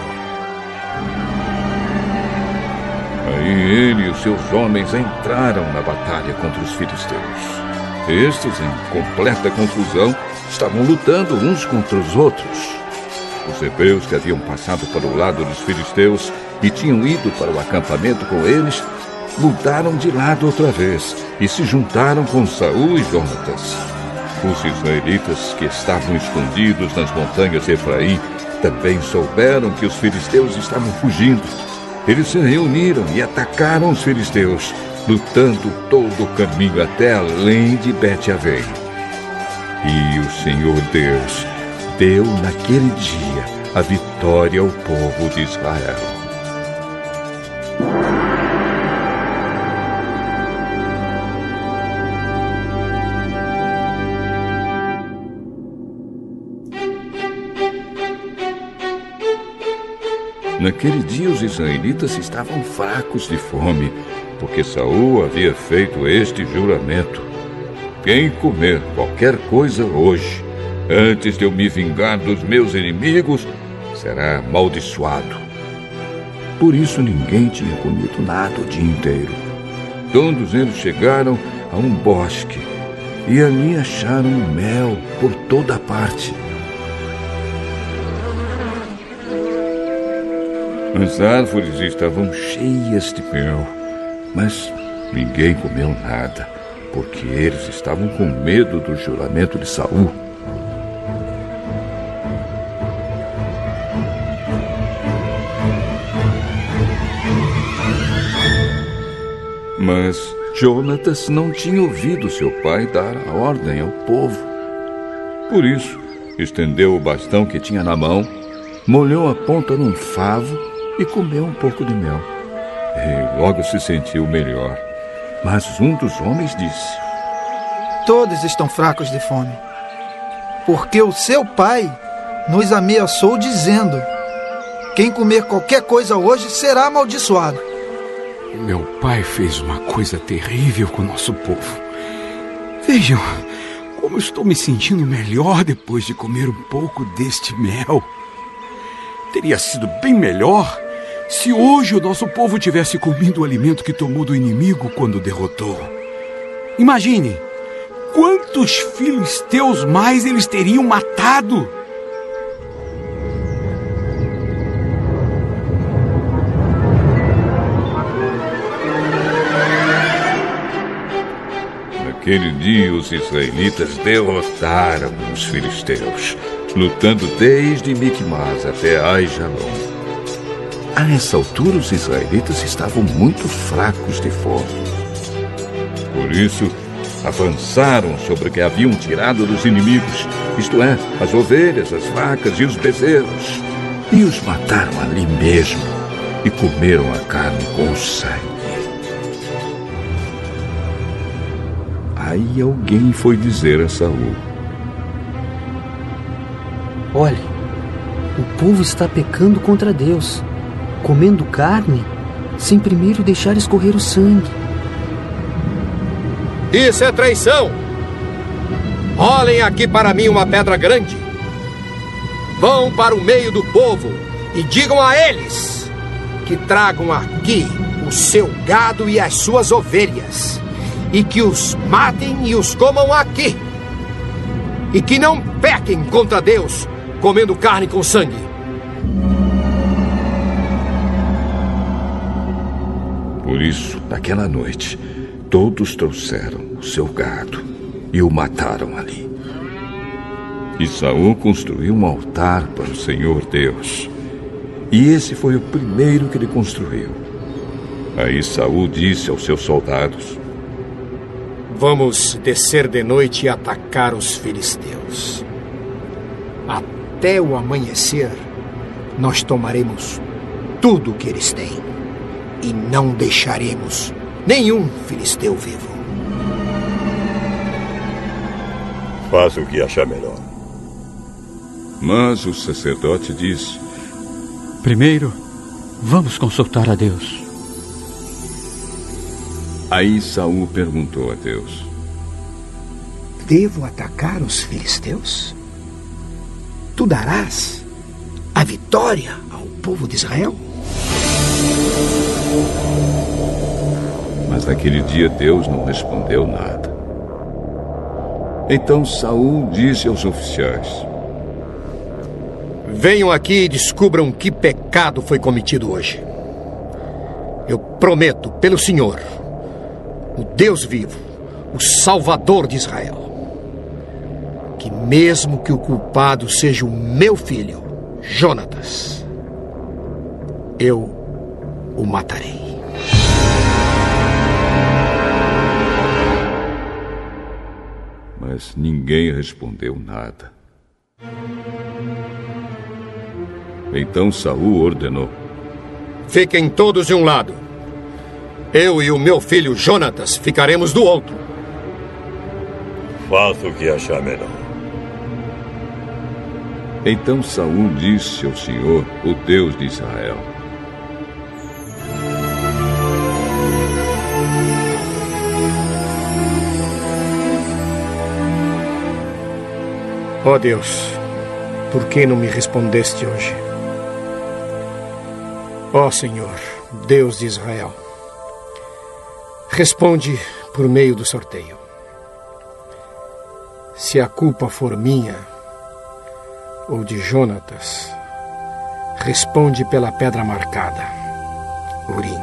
Aí ele e os seus homens entraram na batalha contra os filisteus. Estes, em completa confusão, estavam lutando uns contra os outros. Os hebreus que haviam passado para o lado dos filisteus e tinham ido para o acampamento com eles, mudaram de lado outra vez e se juntaram com Saul e Jonatas. Os israelitas que estavam escondidos nas montanhas de Efraim também souberam que os filisteus estavam fugindo. Eles se reuniram e atacaram os filisteus, lutando todo o caminho até além de Bet-Avém. E o Senhor Deus deu naquele dia a vitória ao povo de Israel. Naquele dia os israelitas estavam fracos de fome, porque Saul havia feito este juramento: quem comer qualquer coisa hoje, antes de eu me vingar dos meus inimigos, será amaldiçoado. Por isso ninguém tinha comido nada o dia inteiro. Todos eles chegaram a um bosque e ali acharam mel por toda parte. As árvores estavam cheias de mel, mas ninguém comeu nada, porque eles estavam com medo do juramento de Saul. Mas Jonatas não tinha ouvido seu pai dar a ordem ao povo. Por isso, estendeu o bastão que tinha na mão, molhou a ponta num favo e comeu um pouco de mel. E logo se sentiu melhor. Mas um dos homens disse: Todos estão fracos de fome, porque o seu pai nos ameaçou dizendo: quem comer qualquer coisa hoje será amaldiçoado. Meu pai fez uma coisa terrível com o nosso povo. Vejam como eu estou me sentindo melhor depois de comer um pouco deste mel. Teria sido bem melhor se hoje o nosso povo tivesse comido o alimento que tomou do inimigo quando o derrotou. Imagine quantos filisteus mais eles teriam matado. Naquele dia, os israelitas derrotaram os filisteus, lutando desde Micmas até Aijalon. A essa altura, os israelitas estavam muito fracos de fome. Por isso, avançaram sobre o que haviam tirado dos inimigos, isto é, as ovelhas, as vacas e os bezerros, e os mataram ali mesmo, e comeram a carne com sangue. Aí alguém foi dizer a Saul: Olhe, o povo está pecando contra Deus, comendo carne sem primeiro deixar escorrer o sangue. Isso é traição! Olhem aqui para mim uma pedra grande. Vão para o meio do povo e digam a eles que tragam aqui o seu gado e as suas ovelhas, e que os matem e os comam aqui, e que não pequem contra Deus comendo carne com sangue. Por isso, naquela noite, todos trouxeram o seu gado e o mataram ali. E Saul construiu um altar para o Senhor Deus. E esse foi o primeiro que ele construiu. Aí Saul disse aos seus soldados: Vamos descer de noite e atacar os filisteus. Até o amanhecer, nós tomaremos tudo o que eles têm e não deixaremos nenhum filisteu vivo. Faça o que achar melhor. Mas o sacerdote disse: Primeiro, vamos consultar a Deus. Aí Saul perguntou a Deus: Devo atacar os filisteus? Tu darás a vitória ao povo de Israel? Mas naquele dia Deus não respondeu nada. Então Saul disse aos oficiais: Venham aqui e descubram que pecado foi cometido hoje. Eu prometo pelo Senhor, o Deus vivo, o Salvador de Israel, que mesmo que o culpado seja o meu filho, Jonatas, eu o matarei. Mas ninguém respondeu nada. Então Saul ordenou: Fiquem todos de um lado. Eu e o meu filho Jonatas ficaremos do outro. Faça o que achar melhor. Então Saul disse ao Senhor, o Deus de Israel: Ó Deus, por que não me respondeste hoje? Ó Senhor, Deus de Israel, responde por meio do sorteio. Se a culpa for minha ou de Jonatas, responde pela pedra marcada, Urim.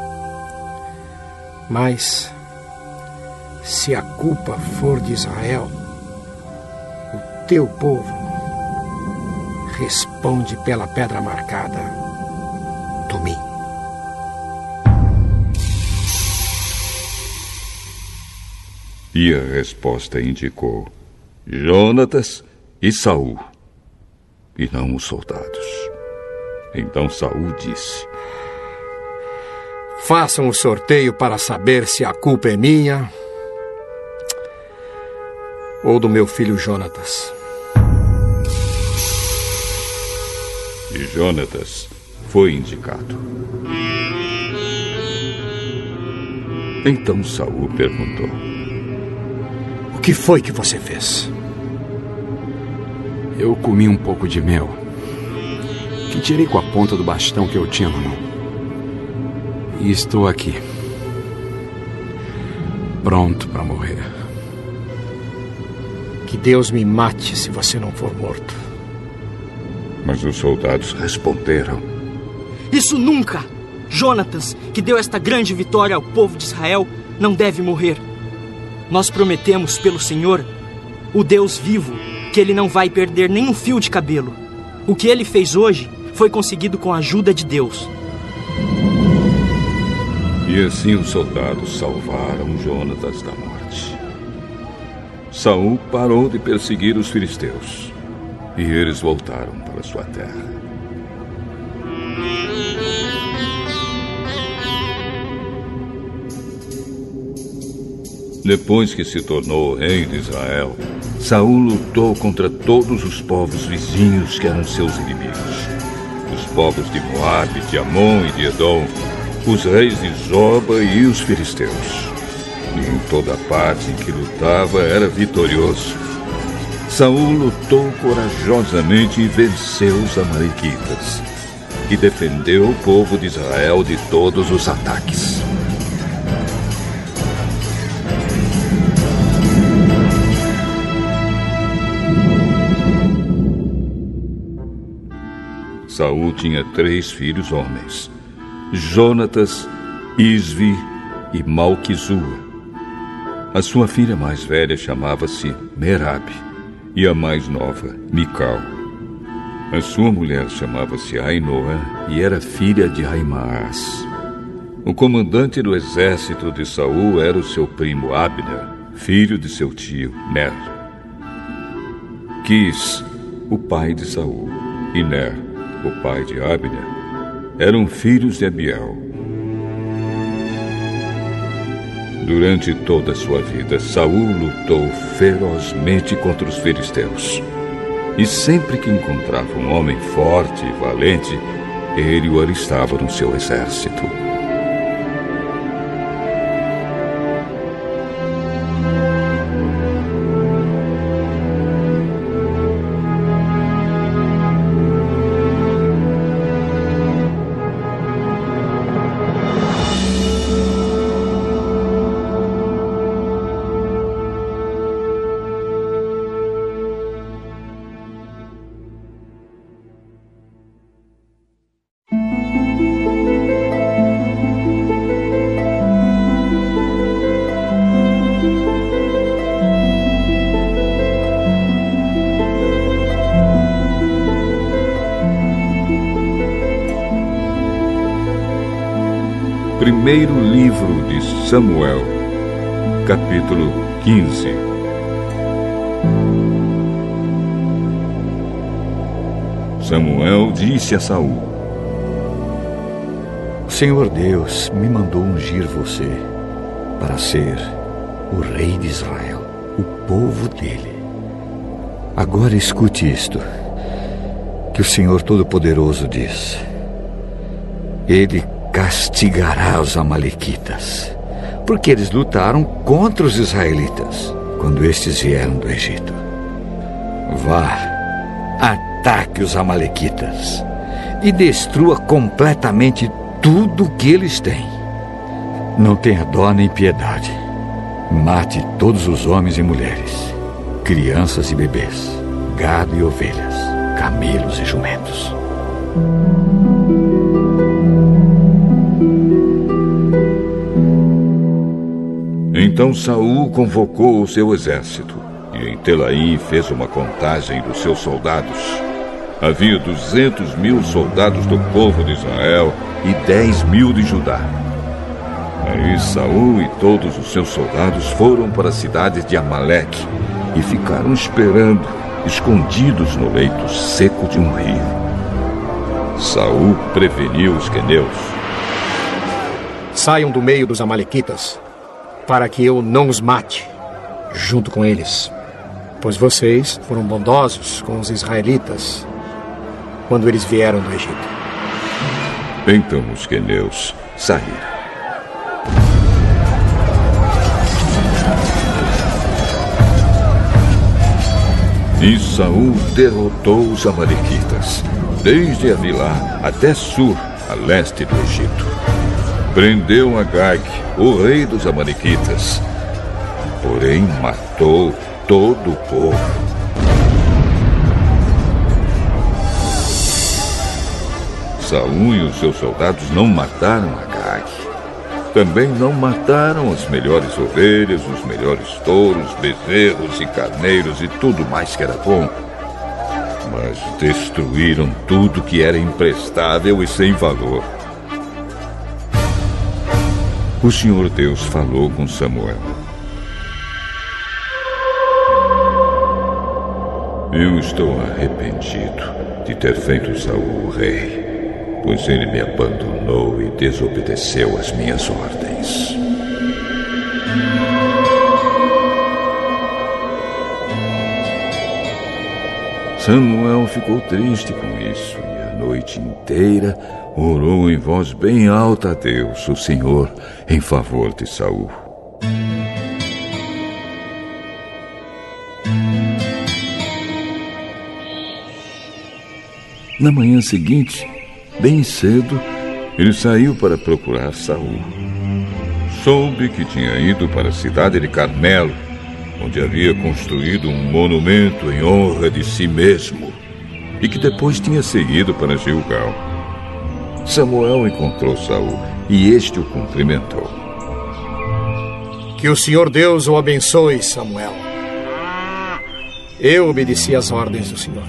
Mas, se a culpa for de Israel, o teu povo responde pela pedra marcada, Tumim. E a resposta indicou Jonatas e Saul, e não os soldados. Então Saul disse: façam o sorteio para saber se a culpa é minha ou do meu filho Jonatas. E Jonatas foi indicado. Então Saul perguntou: o que foi que você fez? Eu comi um pouco de mel, que tirei com a ponta do bastão que eu tinha na mão. E estou aqui, pronto para morrer. Que Deus me mate se você não for morto. Mas os soldados responderam: isso nunca! Jonatas, que deu esta grande vitória ao povo de Israel, não deve morrer. Nós prometemos pelo Senhor, o Deus vivo, que ele não vai perder nem um fio de cabelo. O que ele fez hoje foi conseguido com a ajuda de Deus. E assim os soldados salvaram Jonatas da morte. Saul parou de perseguir os filisteus, e eles voltaram para sua terra. Depois que se tornou rei de Israel, Saul lutou contra todos os povos vizinhos que eram seus inimigos. Os povos de Moabe, de Amon e de Edom, os reis de Zoba e os filisteus. E em toda parte em que lutava era vitorioso. Saul lutou corajosamente e venceu os amalequitas, e defendeu o povo de Israel de todos os ataques. Saul tinha três filhos homens: Jonatas, Isvi e Malquizua. A sua filha mais velha chamava-se Merabe, e a mais nova, Mical. A sua mulher chamava-se Ainoã e era filha de Aimaas. O comandante do exército de Saul era o seu primo Abner, filho de seu tio Ner. Quis, o pai de Saul, e Ner, o pai de Abner, eram filhos de Abiel. Durante toda a sua vida, Saul lutou ferozmente contra os filisteus. E sempre que encontrava um homem forte e valente, ele o alistava no seu exército. Primeiro livro de Samuel, capítulo quinze. Samuel disse a Saul: o Senhor Deus me mandou ungir você para ser o rei de Israel, o povo dele. Agora escute isto, que o Senhor Todo-Poderoso diz: Ele castigará os amalequitas, porque eles lutaram contra os israelitas quando estes vieram do Egito. Vá, ataque os amalequitas e destrua completamente tudo o que eles têm. Não tenha dó nem piedade. Mate todos os homens e mulheres, crianças e bebês, gado e ovelhas, camelos e jumentos. Então Saul convocou o seu exército e em Telaim fez uma contagem dos seus soldados. Havia duzentos mil soldados do povo de Israel e dez mil de Judá. Aí Saul e todos os seus soldados foram para a cidade de Amaleque e ficaram esperando, escondidos no leito seco de um rio. Saul preveniu os queneus. Saiam do meio dos amalequitas, para que eu não os mate junto com eles, pois vocês foram bondosos com os israelitas quando eles vieram do Egito. Então os queneus saíram. E Saul derrotou os amalequitas, desde Avilá até Sur, a leste do Egito. Prendeu Agag, o rei dos amalequitas, porém matou todo o povo. Saul e os seus soldados não mataram Agag. Também não mataram as melhores ovelhas, os melhores touros, bezerros e carneiros e tudo mais que era bom. Mas destruíram tudo que era imprestável e sem valor. O Senhor Deus falou com Samuel. Eu estou arrependido de ter feito Saul rei, pois ele me abandonou e desobedeceu às minhas ordens. Samuel ficou triste com isso e a noite inteira orou em voz bem alta a Deus, o Senhor, em favor de Saul. Na manhã seguinte, bem cedo, ele saiu para procurar Saul. Soube que tinha ido para a cidade de Carmelo, onde havia construído um monumento em honra de si mesmo, e que depois tinha seguido para Gilgal. Samuel encontrou Saul e este o cumprimentou. Que o Senhor Deus o abençoe, Samuel. Eu obedeci às ordens do Senhor.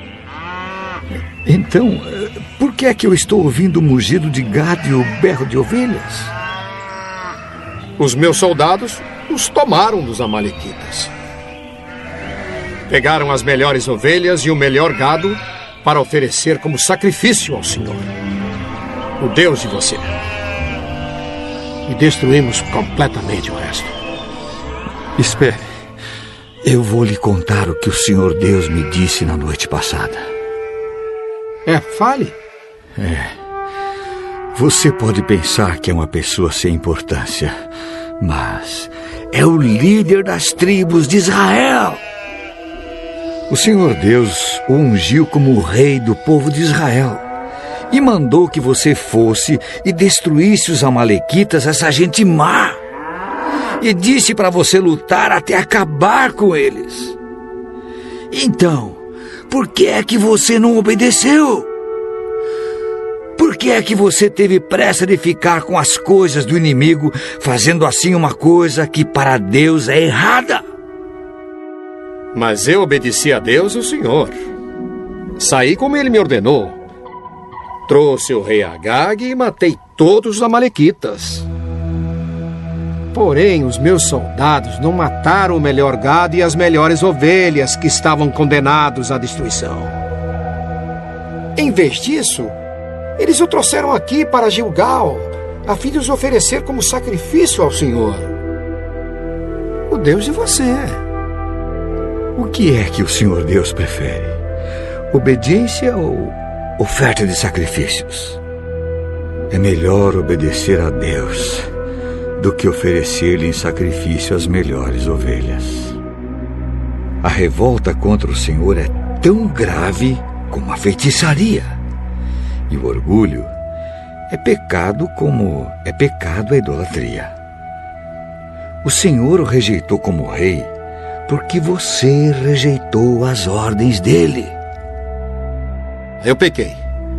Então, por que é que eu estou ouvindo o mugido de gado e o berro de ovelhas? Os meus soldados os tomaram dos amalequitas. Pegaram as melhores ovelhas e o melhor gado para oferecer como sacrifício ao Senhor, o Deus de você. E destruímos completamente o resto. Espere. Eu vou lhe contar o que o Senhor Deus me disse na noite passada. É, fale. É. Você pode pensar que é uma pessoa sem importância, mas é o líder das tribos de Israel. O Senhor Deus o ungiu como o rei do povo de Israel e mandou que você fosse e destruísse os amalequitas, essa gente má, e disse para você lutar até acabar com eles. Então, por que é que você não obedeceu? Por que é que você teve pressa de ficar com as coisas do inimigo, fazendo assim uma coisa que para Deus é errada? Mas eu obedeci a Deus e o Senhor. Saí como ele me ordenou. Trouxe o rei Agag e matei todos os amalequitas. Porém, os meus soldados não mataram o melhor gado e as melhores ovelhas que estavam condenados à destruição. Em vez disso, eles o trouxeram aqui para Gilgal, a fim de os oferecer como sacrifício ao Senhor, o Deus de você. O que é que o Senhor Deus prefere? Obediência ou oferta de sacrifícios? É melhor obedecer a Deus do que oferecer-lhe em sacrifício as melhores ovelhas. A revolta contra o Senhor é tão grave como a feitiçaria. E o orgulho é pecado como é pecado a idolatria. O Senhor o rejeitou como rei porque você rejeitou as ordens dele. Eu pequei.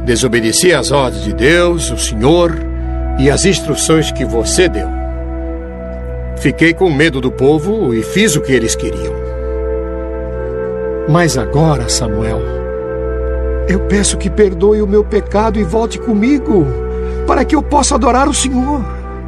Desobedeci às ordens de Deus, o Senhor, e às instruções que você deu. Fiquei com medo do povo e fiz o que eles queriam. Mas agora, Samuel, eu peço que perdoe o meu pecado e volte comigo, para que eu possa adorar o Senhor.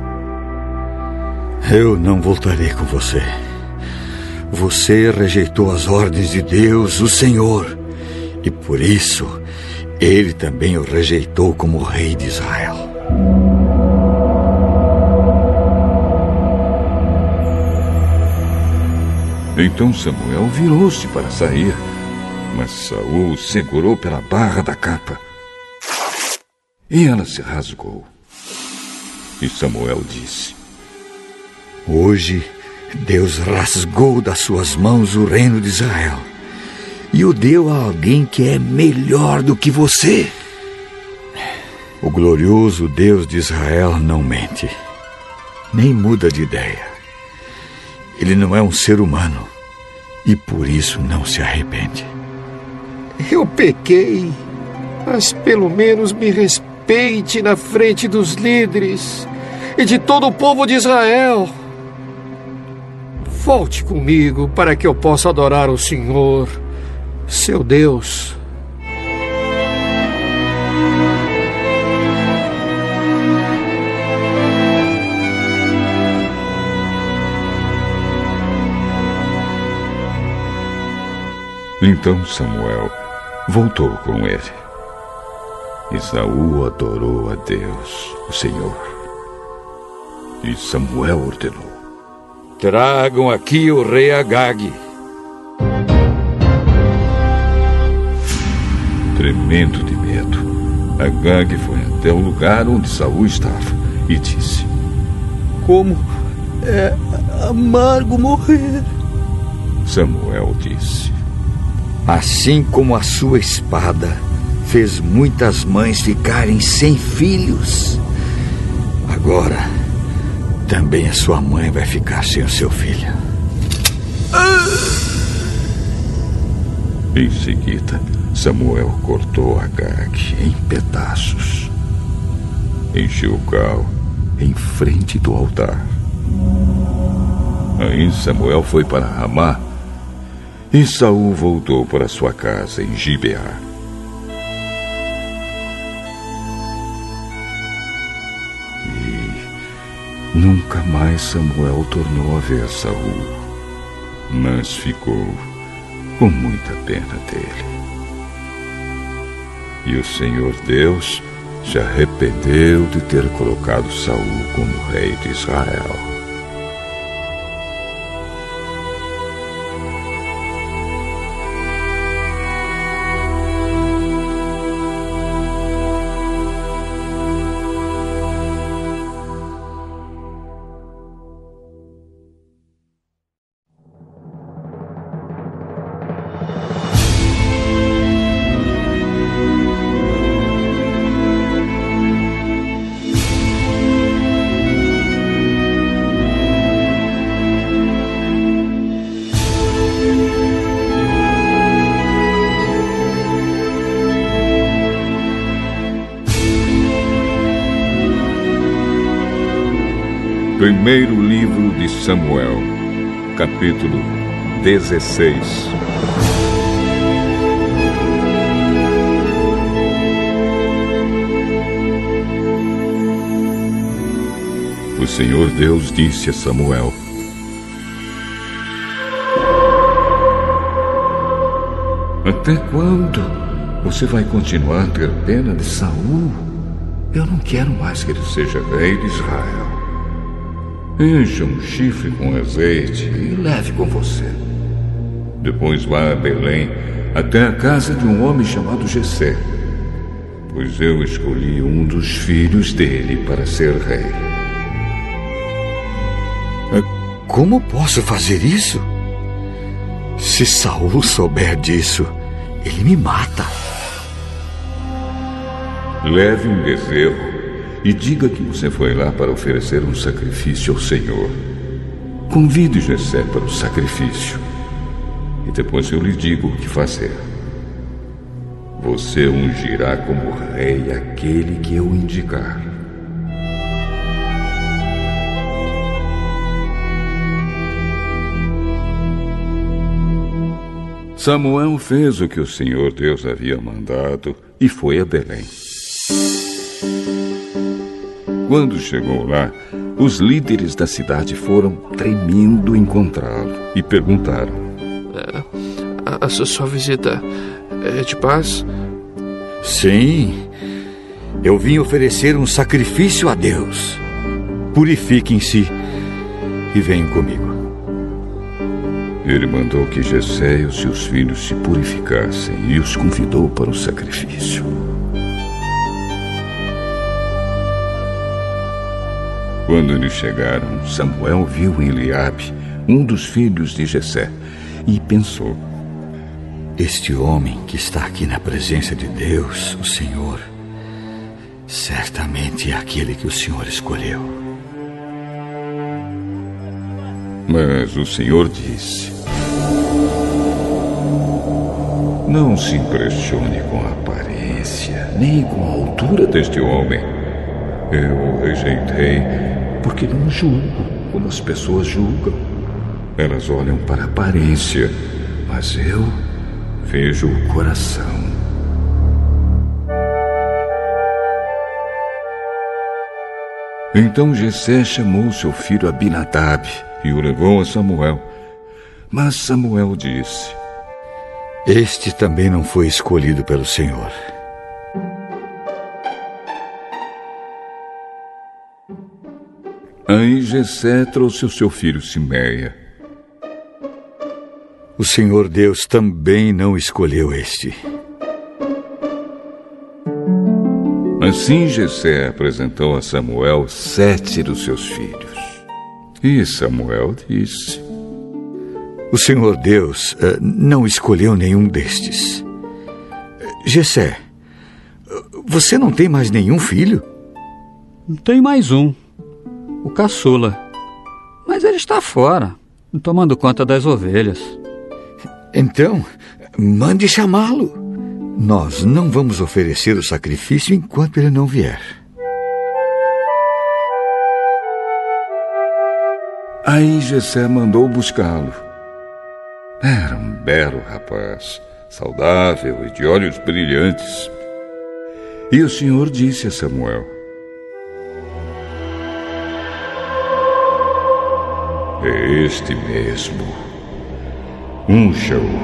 Eu não voltarei com você. Você rejeitou as ordens de Deus, o Senhor, e por isso Ele também o rejeitou como rei de Israel. Então Samuel virou-se para sair, mas Saul o segurou pela barra da capa. E ela se rasgou. E Samuel disse: Hoje Deus rasgou das suas mãos o reino de Israel e o deu a alguém que é melhor do que você. O glorioso Deus de Israel não mente, nem muda de ideia. Ele não é um ser humano e por isso não se arrepende. Eu pequei, mas pelo menos me respeite na frente dos líderes e de todo o povo de Israel. Volte comigo para que eu possa adorar o Senhor, seu Deus. Então Samuel voltou com ele. E Saul adorou a Deus, o Senhor. E Samuel ordenou: Tragam aqui o rei Agag. Tremendo de medo, Agag foi até o lugar onde Saul estava e disse: Como é amargo morrer. Samuel disse: Assim como a sua espada fez muitas mães ficarem sem filhos, agora também a sua mãe vai ficar sem o seu filho. Em seguida, Samuel cortou Agag em pedaços, em Gilgal, em frente do altar. Aí Samuel foi para Ramá, e Saul voltou para sua casa em Gibeá. E nunca mais Samuel tornou a ver Saul, mas ficou com muita pena dele. E o Senhor Deus se arrependeu de ter colocado Saul como rei de Israel. Primeiro livro de Samuel, capítulo dezesseis. O Senhor Deus disse a Samuel: Até quando você vai continuar a ter pena de Saul? Eu não quero mais que ele seja rei de Israel. Encha um chifre com azeite e leve com você. Depois vá a Belém, até a casa de um homem chamado Jessé, pois eu escolhi um dos filhos dele para ser rei. Como posso fazer isso? Se Saul souber disso, ele me mata. Leve um bezerro e diga que você foi lá para oferecer um sacrifício ao Senhor. Convide Jessé para o sacrifício, e depois eu lhe digo o que fazer. Você ungirá como rei aquele que eu indicar. Samuel fez o que o Senhor Deus havia mandado e foi a Belém. Quando chegou lá, os líderes da cidade foram tremendo encontrá-lo e perguntaram: é, a, a sua visita é de paz? Sim, eu vim oferecer um sacrifício a Deus. Purifiquem-se e venham comigo. Ele mandou que Jessé e os seus filhos se purificassem e os convidou para o sacrifício. Quando eles chegaram, Samuel viu Eliabe, um dos filhos de Jessé, e pensou: este homem que está aqui na presença de Deus, o Senhor, certamente é aquele que o Senhor escolheu. Mas o Senhor disse: não se impressione com a aparência, nem com a altura deste homem. Eu o rejeitei porque não julgo como as pessoas julgam. Elas olham para a aparência, mas eu vejo o coração. Então Jessé chamou seu filho Abinadab e o levou a Samuel. Mas Samuel disse: este também não foi escolhido pelo Senhor. Aí Jessé trouxe o seu filho Simeia. O Senhor Deus também não escolheu este. Assim Jessé apresentou a Samuel sete dos seus filhos. E Samuel disse: o Senhor Deus uh, não escolheu nenhum destes. Jessé, você não tem mais nenhum filho? Tem mais um, o caçula. Mas ele está fora, tomando conta das ovelhas. Então, mande chamá-lo. Nós não vamos oferecer o sacrifício enquanto ele não vier. Aí Jessé mandou buscá-lo. Era um belo rapaz, saudável e de olhos brilhantes. E o Senhor disse a Samuel: é este mesmo. Unja-o.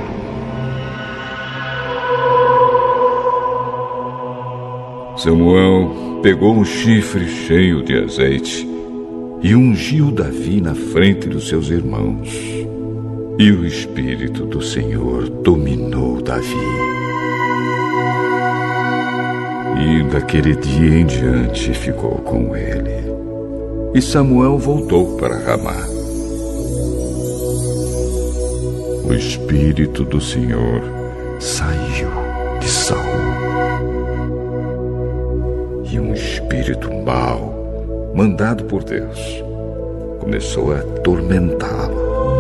Samuel pegou um chifre cheio de azeite e ungiu Davi na frente dos seus irmãos. E o Espírito do Senhor dominou Davi. E daquele dia em diante ficou com ele. E Samuel voltou para Ramá. O Espírito do Senhor saiu de Saul. E um espírito mau, mandado por Deus, começou a atormentá-lo.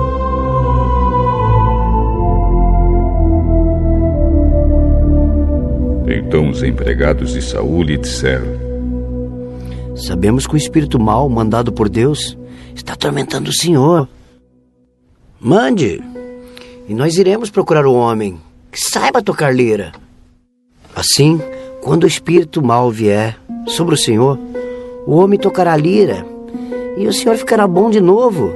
Então os empregados de Saul lhe disseram: sabemos que o espírito mau, mandado por Deus, está atormentando o Senhor. Mande, e nós iremos procurar o homem que saiba tocar lira. Assim, quando o espírito mau vier sobre o Senhor, o homem tocará lira, e o Senhor ficará bom de novo.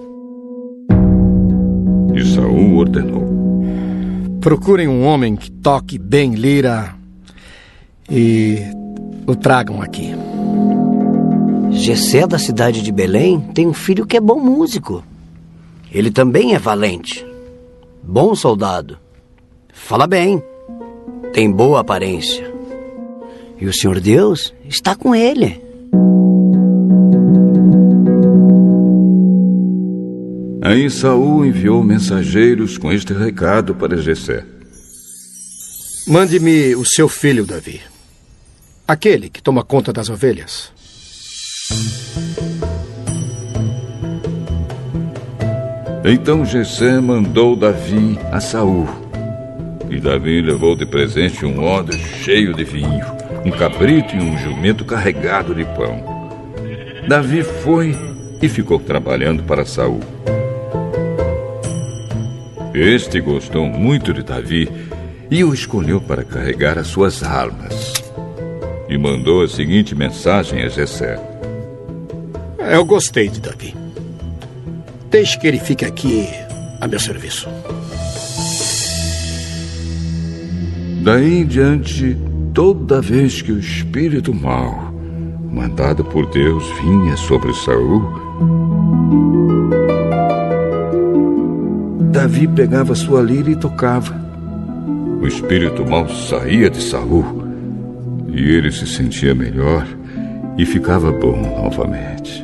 E Saul ordenou: procurem um homem que toque bem lira e o tragam aqui. Jessé, da cidade de Belém, tem um filho que é bom músico. Ele também é valente, bom soldado, fala bem, tem boa aparência. E o Senhor Deus está com ele. Aí Saul enviou mensageiros com este recado para Jessé: mande-me o seu filho Davi, aquele que toma conta das ovelhas. Então Jessé mandou Davi a Saul. E Davi levou de presente um odre cheio de vinho, um cabrito e um jumento carregado de pão. Davi foi e ficou trabalhando para Saul. Este gostou muito de Davi e o escolheu para carregar as suas armas. E mandou a seguinte mensagem a Jessé: Eu gostei de Davi. Deixe que ele fique aqui a meu serviço. Daí em diante, toda vez que o espírito mau, mandado por Deus, vinha sobre Saul, Davi pegava sua lira e tocava. O espírito mau saía de Saul e ele se sentia melhor e ficava bom novamente.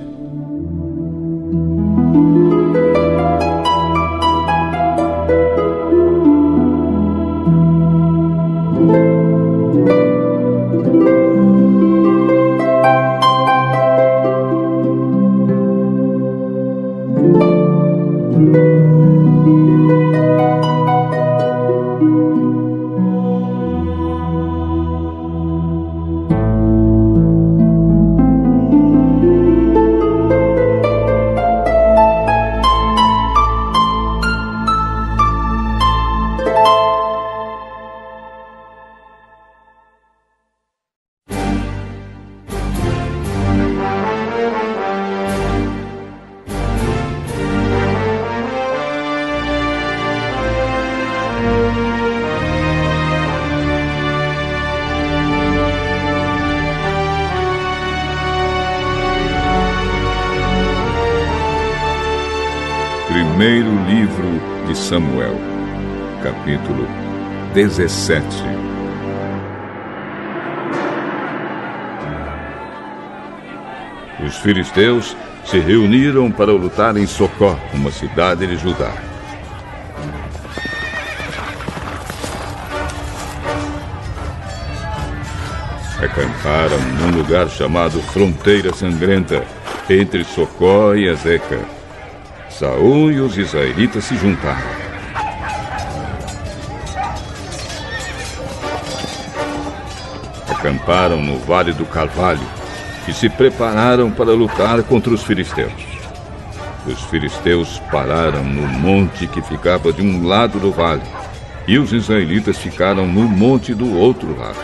Primeiro livro de Samuel, capítulo dezessete. Os filisteus se reuniram para lutar em Socó, uma cidade de Judá. Acamparam num lugar chamado Fronteira Sangrenta, entre Socó e Azeca. Saul e os israelitas se juntaram. Acamparam no Vale do Carvalho e se prepararam para lutar contra os filisteus. Os filisteus pararam no monte que ficava de um lado do vale, e os israelitas ficaram no monte do outro lado.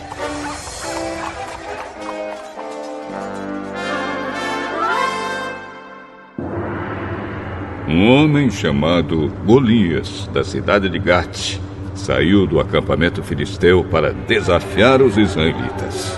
Um homem chamado Golias, da cidade de Gate, saiu do acampamento filisteu para desafiar os israelitas.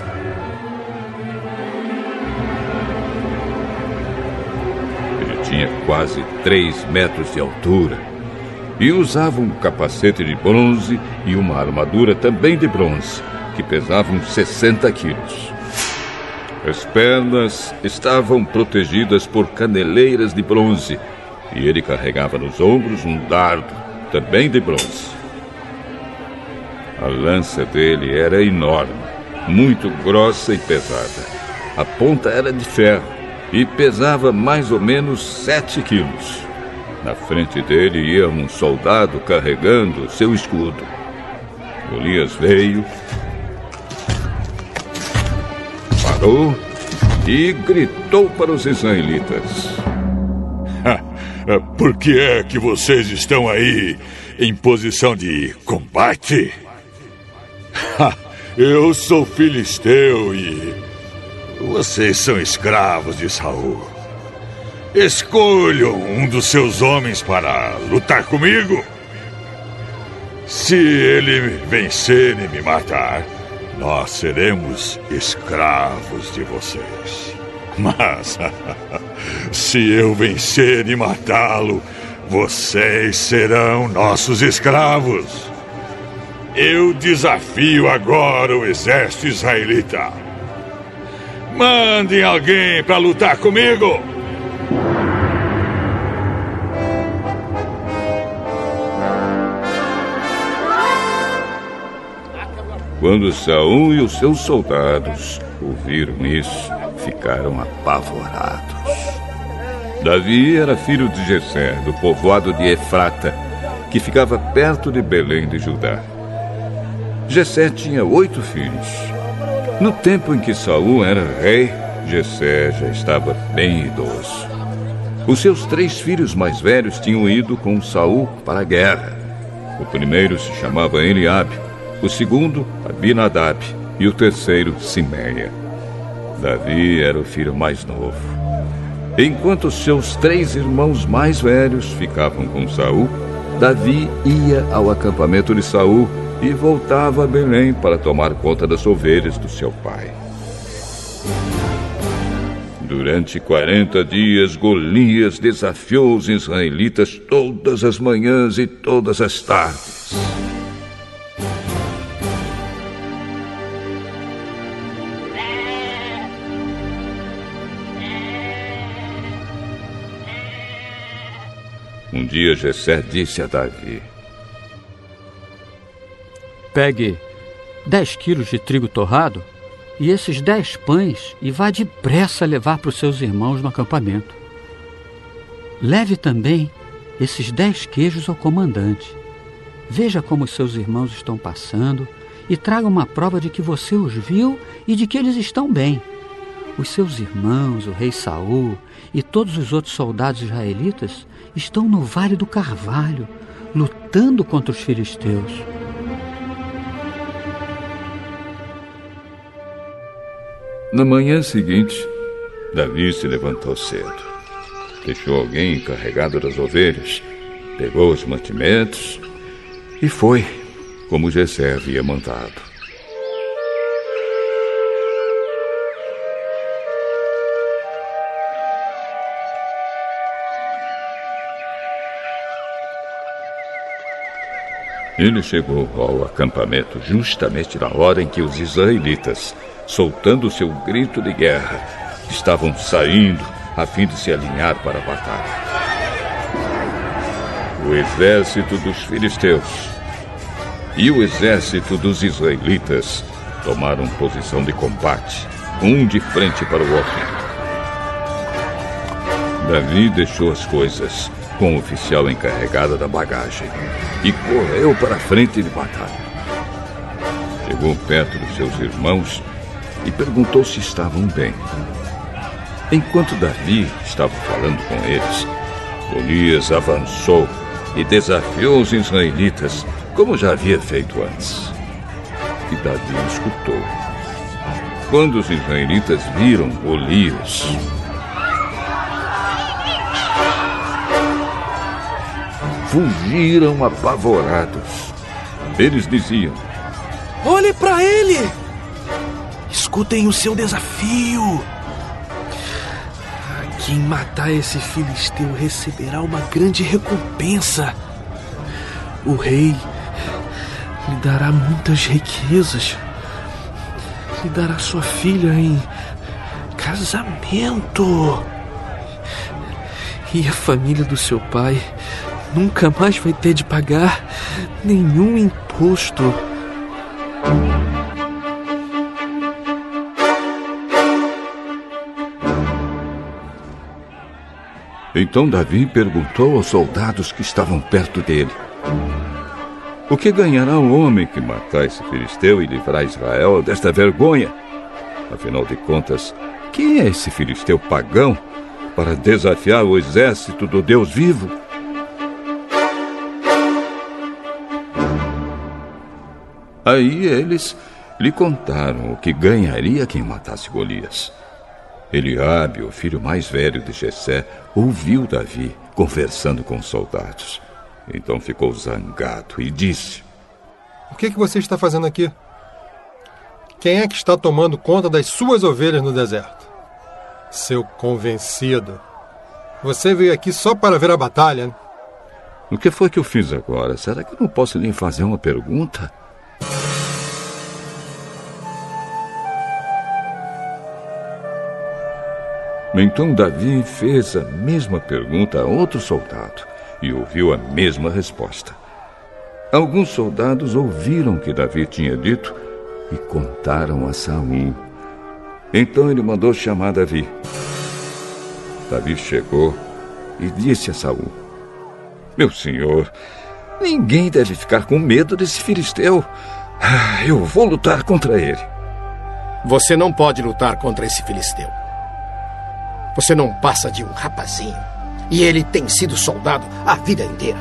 Ele tinha quase três metros de altura e usava um capacete de bronze e uma armadura também de bronze, que pesavam sessenta quilos. As pernas estavam protegidas por caneleiras de bronze, e ele carregava nos ombros um dardo, também de bronze. A lança dele era enorme, muito grossa e pesada. A ponta era de ferro e pesava mais ou menos sete quilos. Na frente dele ia um soldado carregando seu escudo. Golias veio, parou e gritou para os israelitas: Por que é que vocês estão aí em posição de combate? Eu sou filisteu e vocês são escravos de Saul. Escolham um dos seus homens para lutar comigo. Se ele vencer e me matar, nós seremos escravos de vocês. Mas se eu vencer e matá-lo, vocês serão nossos escravos. Eu desafio agora o exército israelita. Mandem alguém para lutar comigo. Quando Saul e os seus soldados ouviram isso, ficaram apavorados. Davi era filho de Jessé, do povoado de Efrata, que ficava perto de Belém de Judá. Jessé tinha oito filhos. No tempo em que Saul era rei, Jessé já estava bem idoso. Os seus três filhos mais velhos tinham ido com Saul para a guerra. O primeiro se chamava Eliabe, o segundo Abinadab e o terceiro Simeia. Davi era o filho mais novo. Enquanto seus três irmãos mais velhos ficavam com Saul, Davi ia ao acampamento de Saul e voltava a Belém para tomar conta das ovelhas do seu pai. Durante quarenta dias, Golias desafiou os israelitas todas as manhãs e todas as tardes. Um dia Jessé disse a Davi: pegue dez quilos de trigo torrado e esses dez pães e vá depressa levar para os seus irmãos no acampamento. Leve também esses dez queijos ao comandante. Veja como os seus irmãos estão passando e traga uma prova de que você os viu e de que eles estão bem. Os seus irmãos, o rei Saul e todos os outros soldados israelitas estão no Vale do Carvalho, lutando contra os filisteus. Na manhã seguinte, Davi se levantou cedo. Deixou alguém encarregado das ovelhas, pegou os mantimentos e foi, como Jessé havia mandado. Ele chegou ao acampamento justamente na hora em que os israelitas, soltando seu grito de guerra, estavam saindo a fim de se alinhar para a batalha. O exército dos filisteus e o exército dos israelitas tomaram posição de combate, um de frente para o outro. Davi deixou as coisas com o oficial encarregado da bagagem e correu para a frente de batalha. Chegou perto dos seus irmãos e perguntou se estavam bem. Enquanto Davi estava falando com eles, Golias avançou e desafiou os israelitas, como já havia feito antes. E Davi escutou. Quando os israelitas viram Golias, fugiram apavorados. Eles diziam: olhe para ele! Escutem o seu desafio! Quem matar esse filisteu receberá uma grande recompensa. O rei lhe dará muitas riquezas. Lhe dará sua filha em casamento. E a família do seu pai nunca mais vai ter de pagar nenhum imposto. Então Davi perguntou aos soldados que estavam perto dele: o que ganhará o homem que matar esse filisteu e livrar Israel desta vergonha? Afinal de contas, quem é esse filisteu pagão para desafiar o exército do Deus vivo? Aí eles lhe contaram o que ganharia quem matasse Golias. Eliabe, o filho mais velho de Jessé, ouviu Davi conversando com os soldados. Então ficou zangado e disse: o que, que você está fazendo aqui? Quem é que está tomando conta das suas ovelhas no deserto? Seu convencido. Você veio aqui só para ver a batalha, né? O que foi que eu fiz agora? Será que eu não posso lhe fazer uma pergunta? Então Davi fez a mesma pergunta a outro soldado e ouviu a mesma resposta. Alguns soldados ouviram o que Davi tinha dito e contaram a Saul. Então ele mandou chamar Davi. Davi chegou e disse a Saul: meu senhor, ninguém deve ficar com medo desse filisteu. Ah, eu vou lutar contra ele. Você não pode lutar contra esse filisteu. Você não passa de um rapazinho. E ele tem sido soldado a vida inteira.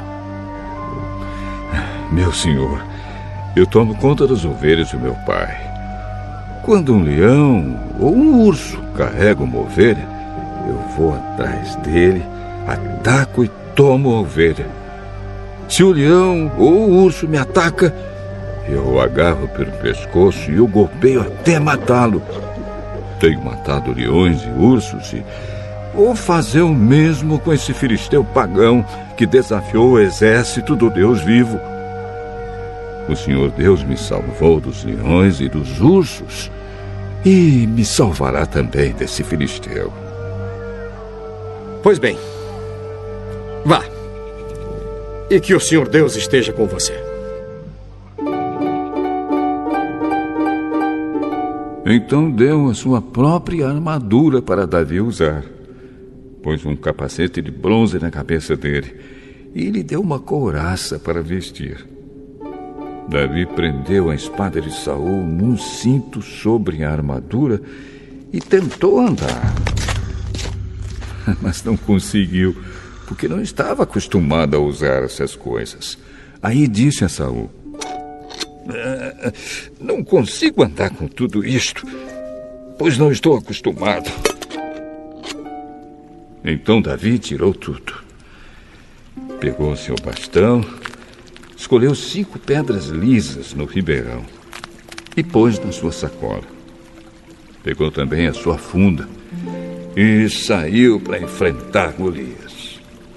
Meu senhor, eu tomo conta das ovelhas do meu pai. Quando um leão ou um urso carrega uma ovelha, eu vou atrás dele, ataco e tomo a ovelha. Se o leão ou o urso me ataca, eu o agarro pelo pescoço e o golpeio até matá-lo. Tenho matado leões e ursos e vou fazer o mesmo com esse filisteu pagão que desafiou o exército do Deus vivo. O Senhor Deus me salvou dos leões e dos ursos e me salvará também desse filisteu. Pois bem, vá. E que o Senhor Deus esteja com você. Então deu a sua própria armadura para Davi usar. Pôs um capacete de bronze na cabeça dele e lhe deu uma couraça para vestir. Davi prendeu a espada de Saul num cinto sobre a armadura e tentou andar. Mas não conseguiu, porque não estava acostumado a usar essas coisas. Aí disse a Saul: não consigo andar com tudo isto, pois não estou acostumado. Então Davi tirou tudo. Pegou seu bastão, escolheu cinco pedras lisas no ribeirão e pôs na sua sacola. Pegou também a sua funda e saiu para enfrentar Golias.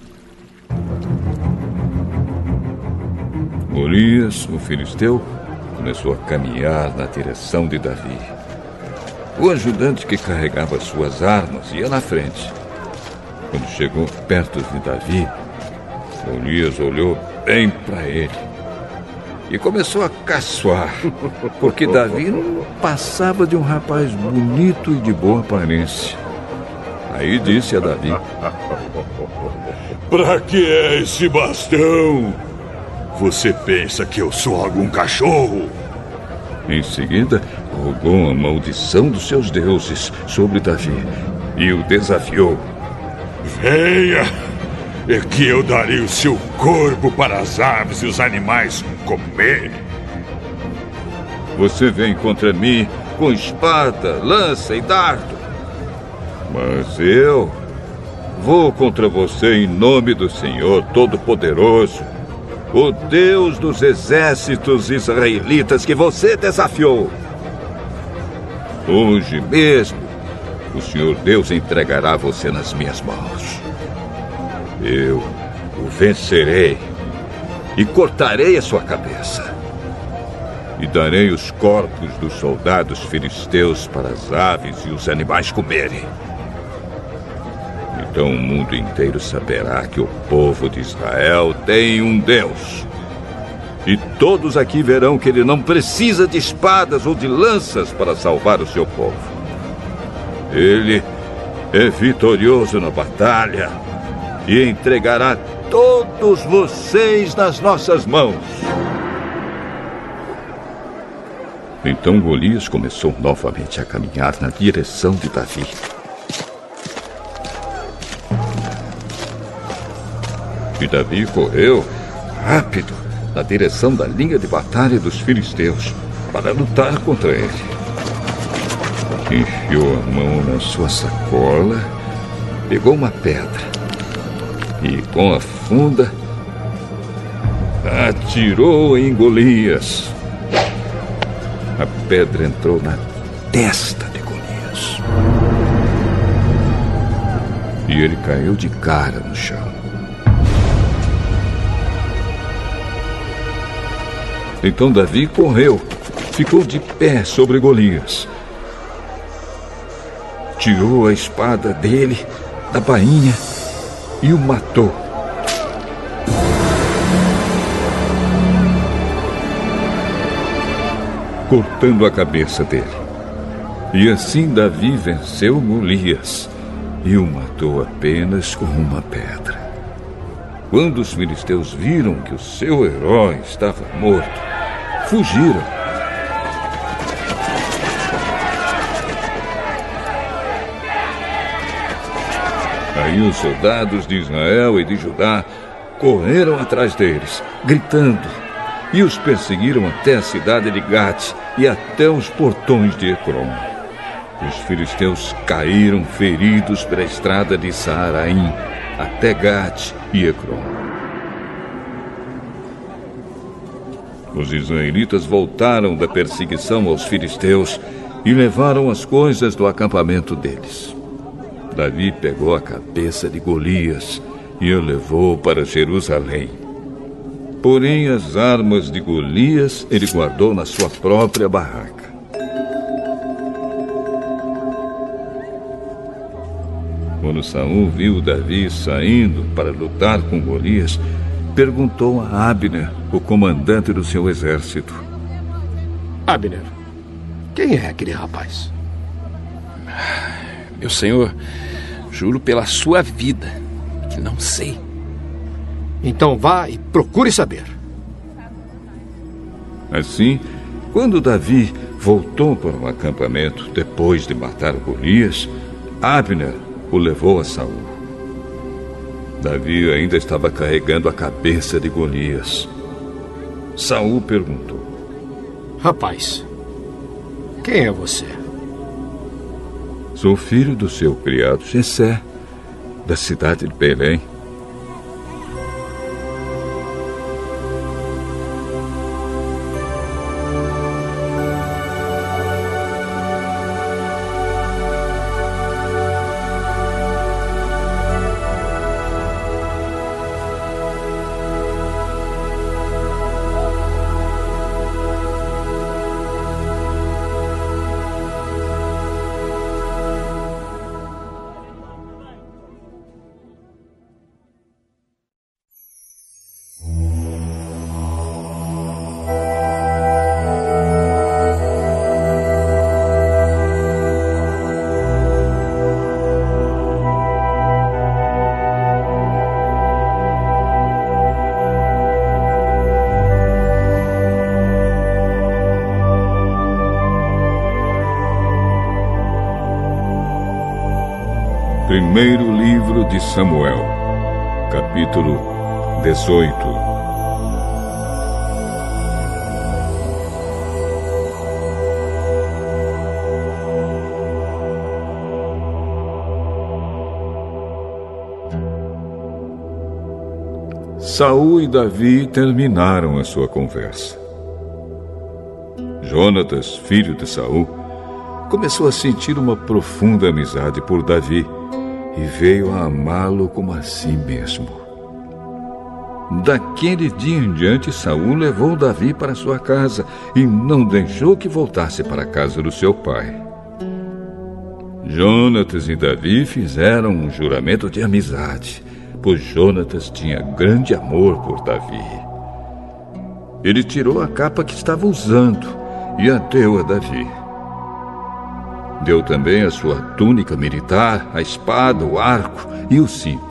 Golias, o filisteu, começou a caminhar na direção de Davi. O ajudante que carregava suas armas ia na frente. Quando chegou perto de Davi, Golias olhou bem para ele e começou a caçoar, porque Davi não passava de um rapaz bonito e de boa aparência. Aí disse a Davi: Pra que é esse bastão? Você pensa que eu sou algum cachorro? Em seguida, rogou a maldição dos seus deuses sobre Davi e o desafiou: Venha, é que eu darei o seu corpo para as aves e os animais comerem. Você vem contra mim com espada, lança e dardo. Mas eu vou contra você em nome do Senhor Todo-Poderoso, o Deus dos exércitos israelitas que você desafiou. Hoje mesmo, o Senhor Deus entregará você nas minhas mãos. Eu o vencerei e cortarei a sua cabeça. E darei os corpos dos soldados filisteus para as aves e os animais comerem. Então o mundo inteiro saberá que o povo de Israel tem um Deus. E todos aqui verão que ele não precisa de espadas ou de lanças para salvar o seu povo. Ele é vitorioso na batalha e entregará todos vocês nas nossas mãos. Então Golias começou novamente a caminhar na direção de Davi. E Davi correu rápido na direção da linha de batalha dos filisteus para lutar contra ele. Enfiou a mão na sua sacola, pegou uma pedra e, com a funda, atirou em Golias. A pedra entrou na testa de Golias e ele caiu de cara no chão. Então Davi correu, ficou de pé sobre Golias, tirou a espada dele da bainha e o matou. Cortando a cabeça dele. E assim Davi venceu Golias e o matou apenas com uma pedra. Quando os filisteus viram que o seu herói estava morto, fugiram Aí os soldados de Israel e de Judá correram atrás deles, gritando, e os perseguiram até a cidade de Gate e até os portões de Ecrom. Os filisteus caíram feridos pela estrada de Saaraim até Gate e Ecrom. Os israelitas voltaram da perseguição aos filisteus e levaram as coisas do acampamento deles. Davi pegou a cabeça de Golias e a levou para Jerusalém. Porém, as armas de Golias ele guardou na sua própria barraca. Quando Saul viu Davi saindo para lutar com Golias, perguntou a Abner, o comandante do seu exército: Abner, quem é aquele rapaz? Meu senhor, juro pela sua vida que não sei. Então vá e procure saber. Assim, quando Davi voltou para o acampamento depois de matar Golias, Abner o levou a Saul. Davi ainda estava carregando a cabeça de Golias. Saul perguntou: Rapaz, quem é você? Sou filho do seu criado Jessé, da cidade de Belém. Primeiro livro de Samuel, capítulo dezoito. Saul e Davi terminaram a sua conversa. Jonatas, filho de Saul, começou a sentir uma profunda amizade por Davi e veio a amá-lo como a si mesmo. Daquele dia em diante, Saul levou Davi para sua casa e não deixou que voltasse para a casa do seu pai. Jonatas e Davi fizeram um juramento de amizade, pois Jonatas tinha grande amor por Davi. Ele tirou a capa que estava usando e a deu a Davi. Deu também a sua túnica militar, a espada, o arco e o cinto.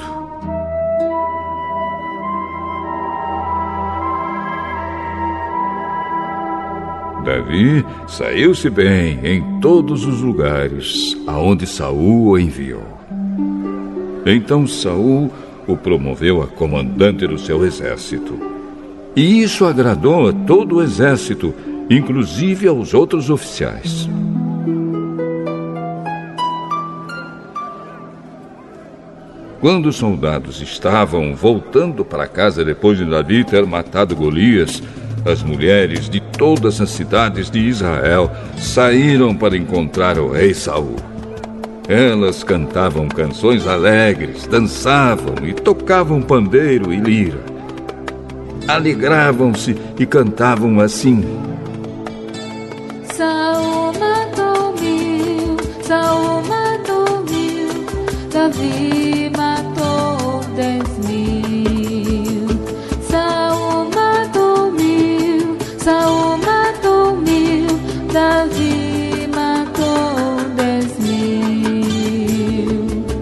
Davi saiu-se bem em todos os lugares aonde Saul o enviou. Então Saul o promoveu a comandante do seu exército. E isso agradou a todo o exército, inclusive aos outros oficiais. Quando os soldados estavam voltando para casa depois de Davi ter matado Golias, as mulheres de todas as cidades de Israel saíram para encontrar o rei Saul. Elas cantavam canções alegres, dançavam e tocavam pandeiro e lira. Alegravam-se e cantavam assim: Saul matou mil, Saul matou mil, Davi matou dez mil. Saul matou mil, Saul matou mil, Davi matou dez mil.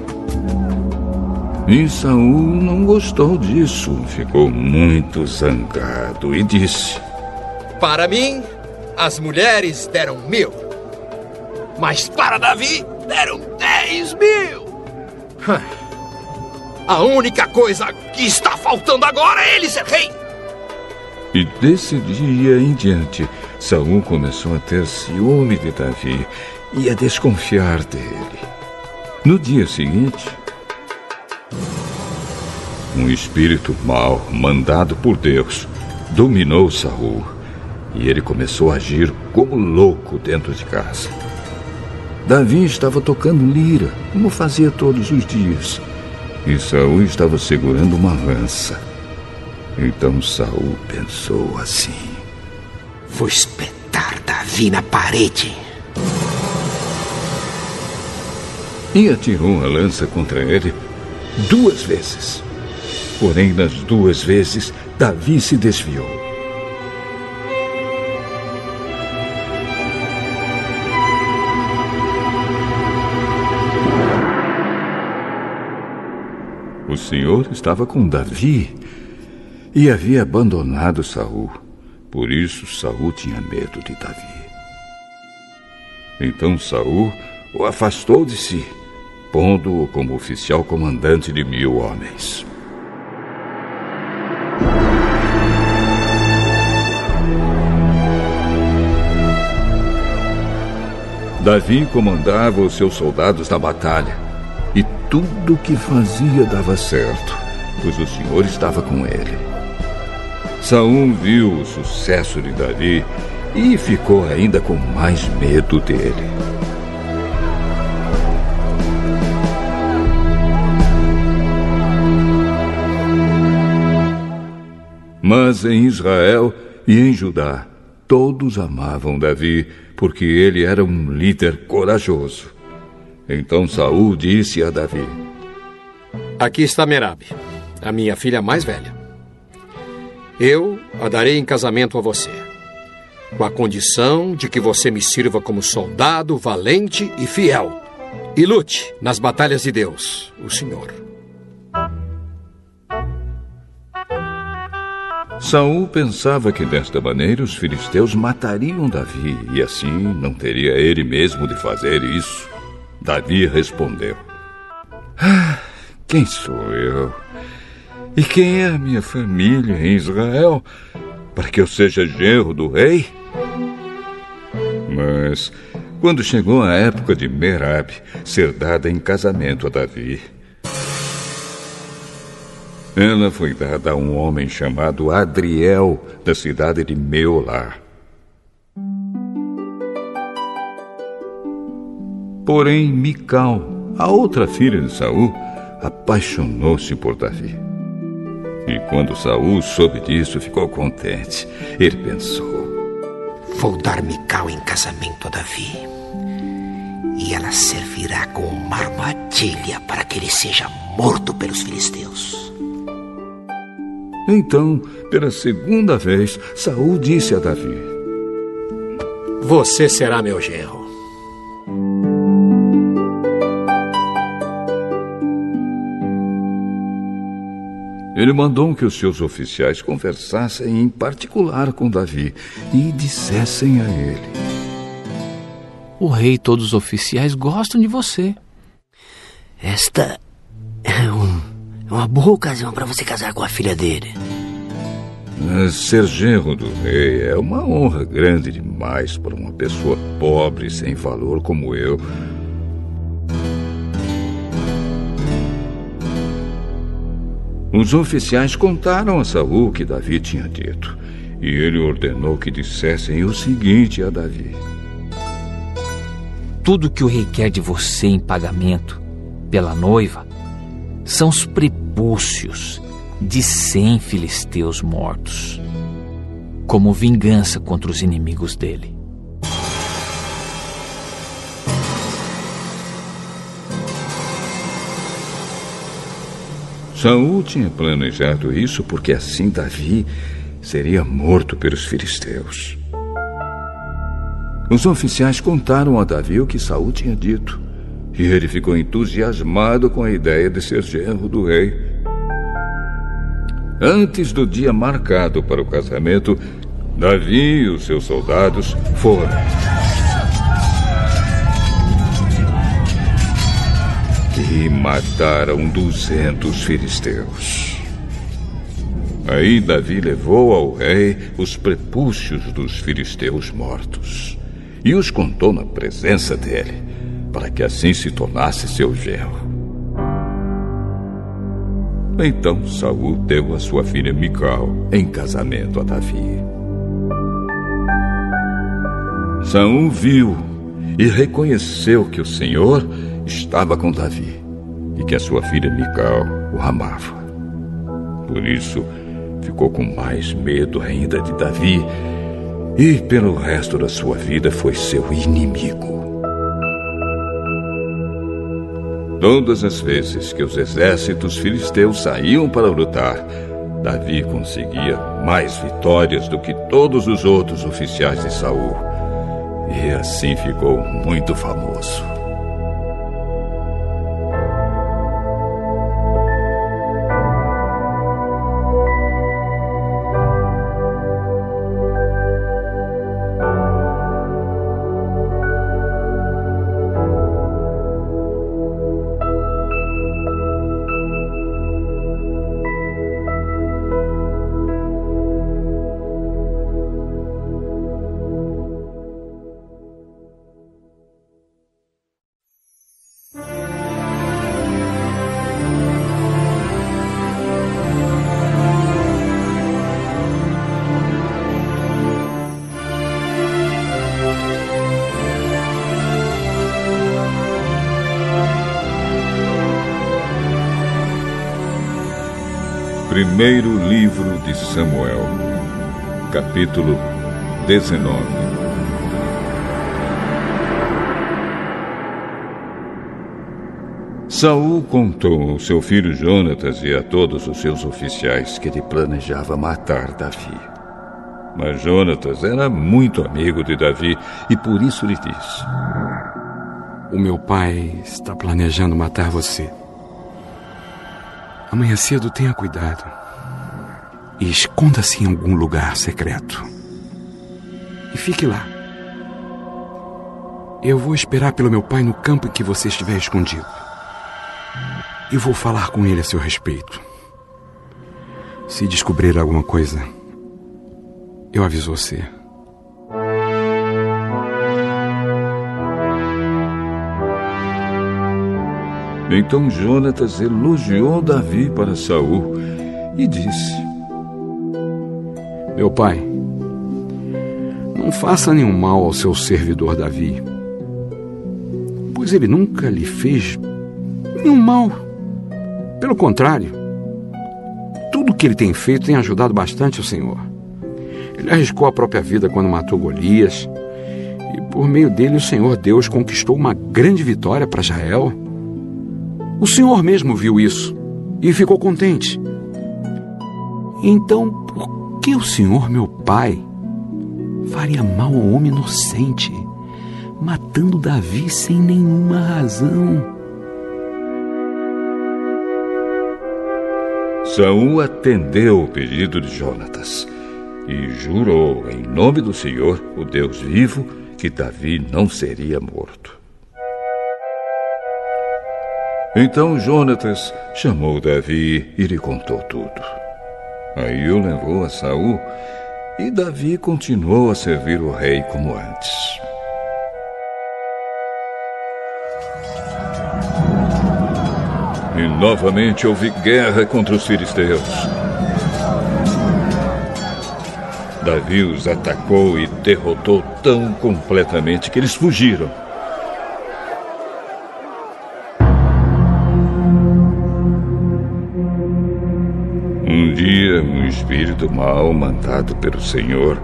E Saul não gostou disso, ficou muito zangado e disse: Para mim, as mulheres deram mil, mas para Davi deram dez mil. A única coisa que está faltando agora é ele ser rei. E desse dia em diante, Saul começou a ter ciúme de Davi e a desconfiar dele. No dia seguinte, um espírito mau, mandado por Deus, dominou Saul e ele começou a agir como louco dentro de casa. Davi estava tocando lira, como fazia todos os dias, e Saul estava segurando uma lança. Então Saul pensou assim: vou espetar Davi na parede. E atirou a lança contra ele duas vezes. Porém, nas duas vezes, Davi se desviou. O Senhor estava com Davi e havia abandonado Saul. Por isso, Saul tinha medo de Davi. Então Saul o afastou de si, pondo-o como oficial comandante de mil homens. Davi comandava os seus soldados na batalha, e tudo o que fazia dava certo, pois o Senhor estava com ele. Saul viu o sucesso de Davi e ficou ainda com mais medo dele. Mas em Israel e em Judá, todos amavam Davi, porque ele era um líder corajoso. Então Saul disse a Davi: aqui está Merabe, a minha filha mais velha. Eu a darei em casamento a você, com a condição de que você me sirva como soldado valente e fiel, e lute nas batalhas de Deus, o Senhor. Saul pensava que desta maneira os filisteus matariam Davi e assim não teria ele mesmo de fazer isso. Davi respondeu: ah, quem sou eu? E quem é a minha família em Israel para que eu seja genro do rei? Mas quando chegou a época de Merabe ser dada em casamento a Davi, ela foi dada a um homem chamado Adriel, da cidade de Meolá. Porém, Mical, a outra filha de Saul, apaixonou-se por Davi. E quando Saul soube disso, ficou contente. Ele pensou: vou dar Mical em casamento a Davi, e ela servirá como uma armadilha para que ele seja morto pelos filisteus. Então, pela segunda vez, Saul disse a Davi: você será meu genro. Ele mandou que os seus oficiais conversassem em particular com Davi e dissessem a ele: o rei e todos os oficiais gostam de você. Esta é um... É uma boa ocasião para você casar com a filha dele. Ser genro do rei é uma honra grande demais para uma pessoa pobre e sem valor como eu. Os oficiais contaram a Saul o que Davi tinha dito, e ele ordenou que dissessem o seguinte a Davi: tudo que o rei quer de você em pagamento pela noiva são os prepúcios de cem filisteus mortos, como vingança contra os inimigos dele. Saul tinha planejado isso porque assim Davi seria morto pelos filisteus. Os oficiais contaram a Davi o que Saul tinha dito, e ele ficou entusiasmado com a ideia de ser genro do rei. Antes do dia marcado para o casamento, Davi e os seus soldados foram. e mataram duzentos filisteus. Aí Davi levou ao rei os prepúcios dos filisteus mortos e os contou na presença dele, para que assim se tornasse seu genro. Então Saul deu a sua filha Mical em casamento a Davi. Saul viu e reconheceu que o Senhor estava com Davi e que a sua filha Mical o amava. Por isso, ficou com mais medo ainda de Davi e, pelo resto da sua vida, foi seu inimigo. Todas as vezes que os exércitos filisteus saíam para lutar, Davi conseguia mais vitórias do que todos os outros oficiais de Saul. E assim ficou muito famoso. Primeiro livro de Samuel, capítulo dezenove. Saul contou ao seu filho Jonatas e a todos os seus oficiais que ele planejava matar Davi. Mas Jonatas era muito amigo de Davi e por isso lhe disse: O meu pai está planejando matar você. Amanhã cedo tenha cuidado e esconda-se em algum lugar secreto. E fique lá. Eu vou esperar pelo meu pai no campo em que você estiver escondido. E vou falar com ele a seu respeito. Se descobrir alguma coisa, eu aviso você. Então Jonatas elogiou Davi para Saul e disse: Meu pai, não faça nenhum mal ao seu servidor Davi, pois ele nunca lhe fez nenhum mal. Pelo contrário, tudo que ele tem feito tem ajudado bastante o Senhor. Ele arriscou a própria vida quando matou Golias, e por meio dele o Senhor Deus conquistou uma grande vitória para Israel. O Senhor mesmo viu isso e ficou contente. Então, por que o Senhor, meu pai, faria mal ao homem inocente, matando Davi sem nenhuma razão? Saul atendeu o pedido de Jonatas e jurou em nome do Senhor, o Deus vivo, que Davi não seria morto. Então Jonatas chamou Davi e lhe contou tudo. Aí o levou a Saul e Davi continuou a servir o rei como antes. E novamente houve guerra contra os filisteus. Davi os atacou e derrotou tão completamente que eles fugiram. Um dia, um espírito mau mandado pelo Senhor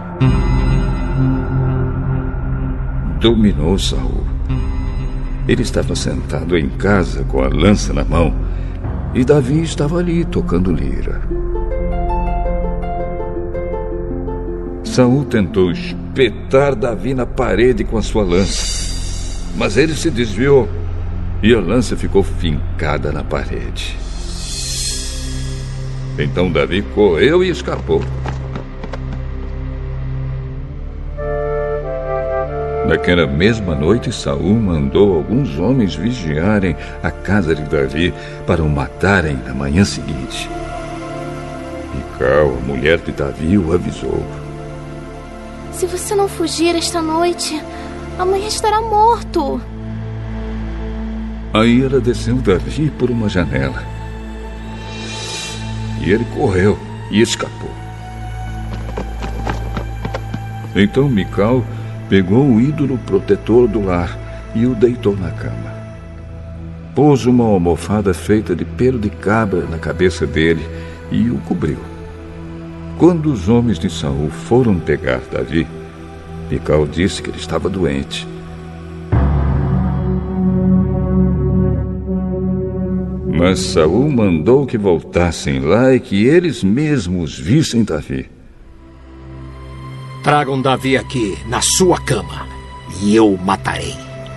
dominou Saul. Ele estava sentado em casa com a lança na mão e Davi estava ali tocando lira. Saul tentou espetar Davi na parede com a sua lança, mas ele se desviou e a lança ficou fincada na parede. Então Davi correu e escapou. Naquela mesma noite, Saul mandou alguns homens vigiarem a casa de Davi para o matarem na manhã seguinte. Mical, a mulher de Davi, o avisou. Se você não fugir esta noite, amanhã estará morto. Aí ela desceu Davi por uma janela. E ele correu e escapou. Então Mical pegou o ídolo protetor do lar e o deitou na cama. Pôs uma almofada feita de pelo de cabra na cabeça dele e o cobriu. Quando os homens de Saul foram pegar Davi, Mical disse que ele estava doente. Mas Saul mandou que voltassem lá e que eles mesmos vissem Davi. Tragam Davi aqui, na sua cama, e eu o matarei.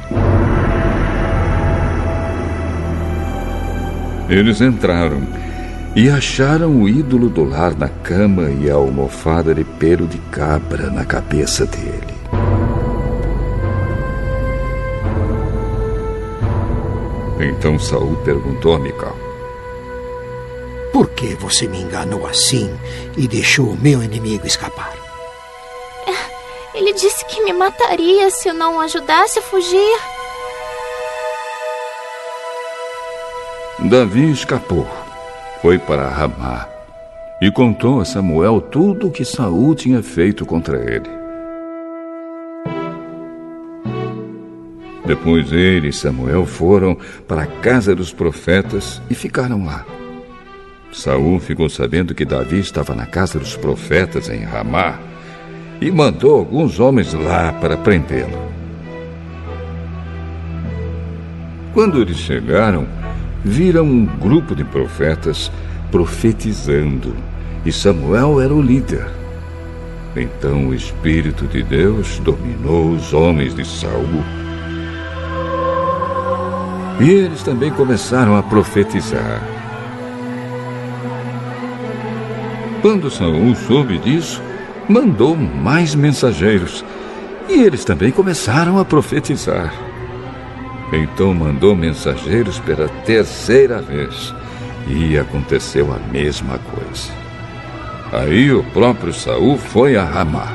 Eles entraram e acharam o ídolo do lar na cama e a almofada de pelo de cabra na cabeça dele. Então Saul perguntou a Mical: Por que você me enganou assim e deixou o meu inimigo escapar? Ele disse que me mataria se eu não o ajudasse a fugir. Davi escapou, foi para Ramá e contou a Samuel tudo o que Saul tinha feito contra ele. Depois ele e Samuel foram para a casa dos profetas e ficaram lá. Saul ficou sabendo que Davi estava na casa dos profetas em Ramá e mandou alguns homens lá para prendê-lo. Quando eles chegaram, viram um grupo de profetas profetizando, e Samuel era o líder. Então o Espírito de Deus dominou os homens de Saul. E eles também começaram a profetizar. Quando Saul soube disso, mandou mais mensageiros, e eles também começaram a profetizar. Então mandou mensageiros pela terceira vez, e aconteceu a mesma coisa. Aí o próprio Saul foi a Ramá.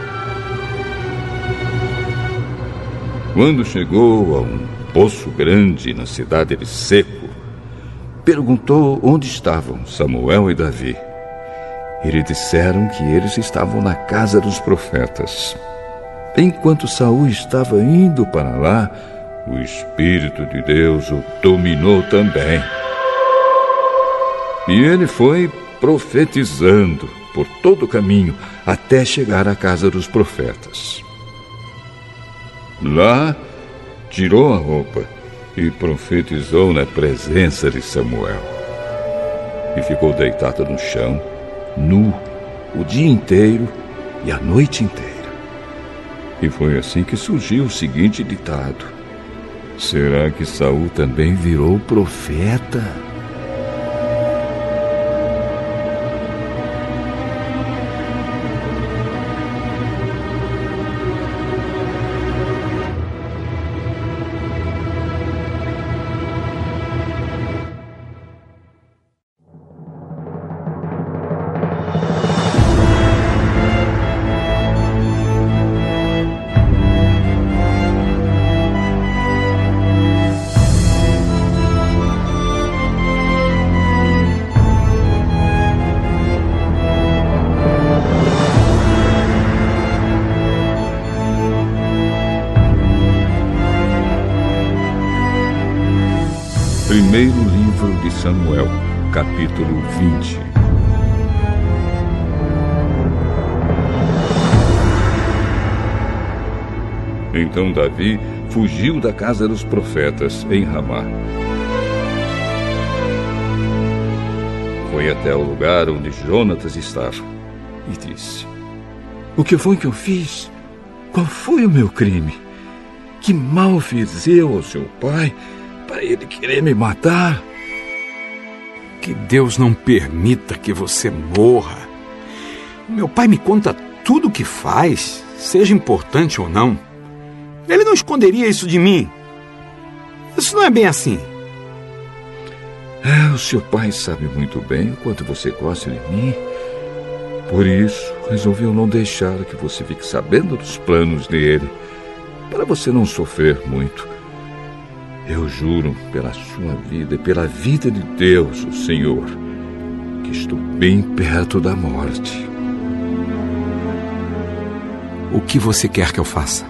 Quando chegou a um poço grande na cidade de Seco, perguntou onde estavam Samuel e Davi. E lhe disseram que eles estavam na casa dos profetas. Enquanto Saul estava indo para lá, o Espírito de Deus o dominou também. E ele foi profetizando por todo o caminho até chegar à casa dos profetas. Lá, tirou a roupa e profetizou na presença de Samuel. E ficou deitado no chão, nu, o dia inteiro e a noite inteira. E foi assim que surgiu o seguinte ditado: será que Saul também virou profeta? Primeiro livro de Samuel, capítulo vinte. Então Davi fugiu da casa dos profetas em Ramá. Foi até o lugar onde Jonatas estava e disse: O que foi que eu fiz? Qual foi o meu crime? Que mal fiz eu ao seu pai para ele querer me matar? Que Deus não permita que você morra. Meu pai me conta tudo o que faz, seja importante ou não. Ele não esconderia isso de mim. Isso não é bem assim. É, o seu pai sabe muito bem o quanto você gosta de mim. Por isso, resolveu não deixar que você fique sabendo dos planos dele, para você não sofrer muito. Eu juro pela sua vida e pela vida de Deus, o Senhor, que estou bem perto da morte. O que você quer que eu faça?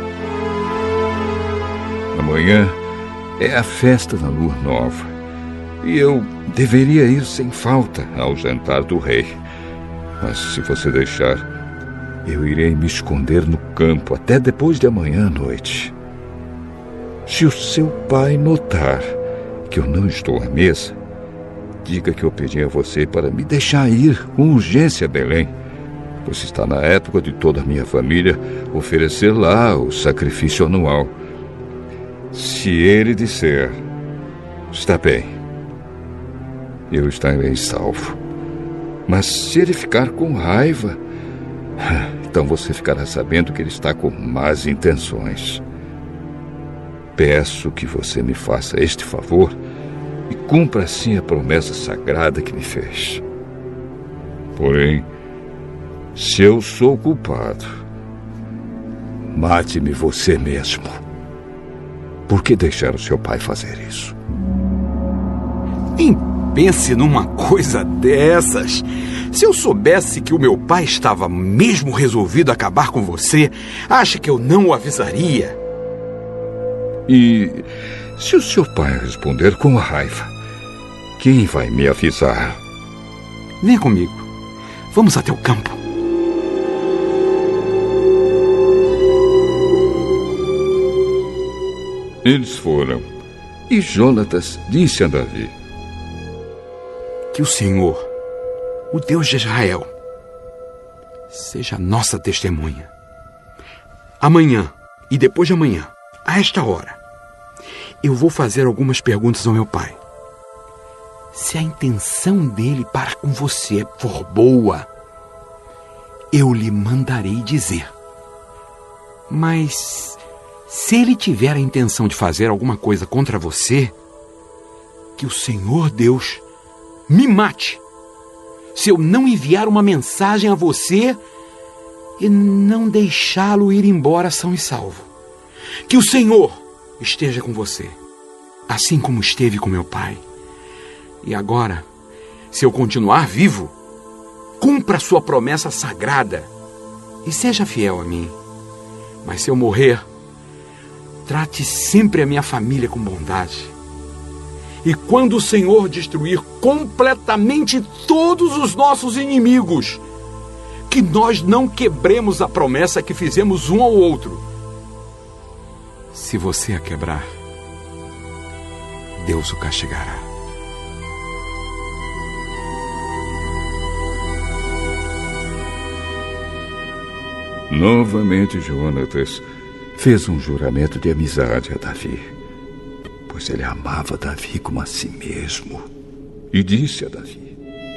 Amanhã é a festa da lua nova e eu deveria ir sem falta ao jantar do rei. Mas se você deixar, eu irei me esconder no campo até depois de amanhã à noite. Se o seu pai notar que eu não estou à mesa, diga que eu pedi a você para me deixar ir com urgência a Belém, pois está na época de toda a minha família oferecer lá o sacrifício anual. Se ele disser, está bem, eu estarei salvo. Mas se ele ficar com raiva, então você ficará sabendo que ele está com más intenções. Peço que você me faça este favor e cumpra assim a promessa sagrada que me fez. Porém, se eu sou culpado, mate-me você mesmo. Por que deixar o seu pai fazer isso? Nem pense numa coisa dessas. Se eu soubesse que o meu pai estava mesmo resolvido a acabar com você, acha que eu não o avisaria? E se o seu pai responder com raiva, quem vai me avisar? Vem comigo. Vamos até o campo. Eles foram, e Jonatas disse a Davi: que o Senhor, o Deus de Israel, seja nossa testemunha. Amanhã e depois de amanhã, a esta hora, eu vou fazer algumas perguntas ao meu pai. Se a intenção dele para com você for boa, eu lhe mandarei dizer. Mas se ele tiver a intenção de fazer alguma coisa contra você, que o Senhor Deus me mate, se eu não enviar uma mensagem a você e não deixá-lo ir embora são e salvo. Que o Senhor esteja com você, assim como esteve com meu pai. E agora, se eu continuar vivo, cumpra a sua promessa sagrada e seja fiel a mim. Mas se eu morrer, trate sempre a minha família com bondade. E quando o Senhor destruir completamente todos os nossos inimigos, que nós não quebremos a promessa que fizemos um ao outro. Se você a quebrar, Deus o castigará. Novamente, Jonatas fez um juramento de amizade a Davi, pois ele amava Davi como a si mesmo, e disse a Davi: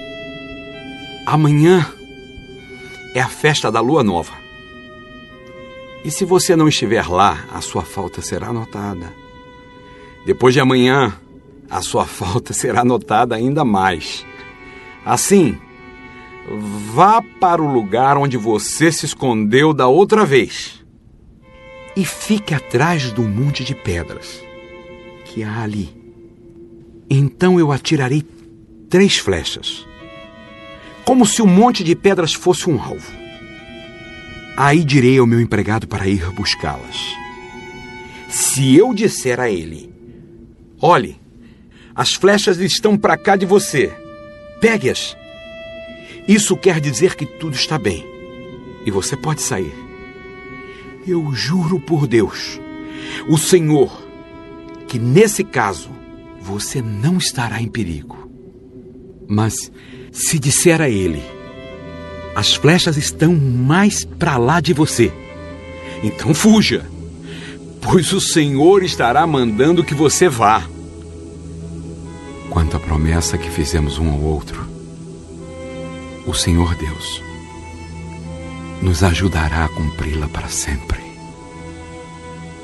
amanhã é a festa da lua nova. E se você não estiver lá, a sua falta será notada. Depois de amanhã, a sua falta será notada ainda mais. Assim, vá para o lugar onde você se escondeu da outra vez e fique atrás do monte de pedras que há ali. Então eu atirarei três flechas, como se o monte de pedras fosse um alvo. Aí direi ao meu empregado para ir buscá-las. Se eu disser a ele: olhe, as flechas estão para cá de você, pegue-as. Isso quer dizer que tudo está bem e você pode sair. Eu juro por Deus, o Senhor, que nesse caso você não estará em perigo. Mas se disser a ele: as flechas estão mais para lá de você, então fuja, pois o Senhor estará mandando que você vá. Quanto à promessa que fizemos um ao outro, o Senhor Deus nos ajudará a cumpri-la para sempre.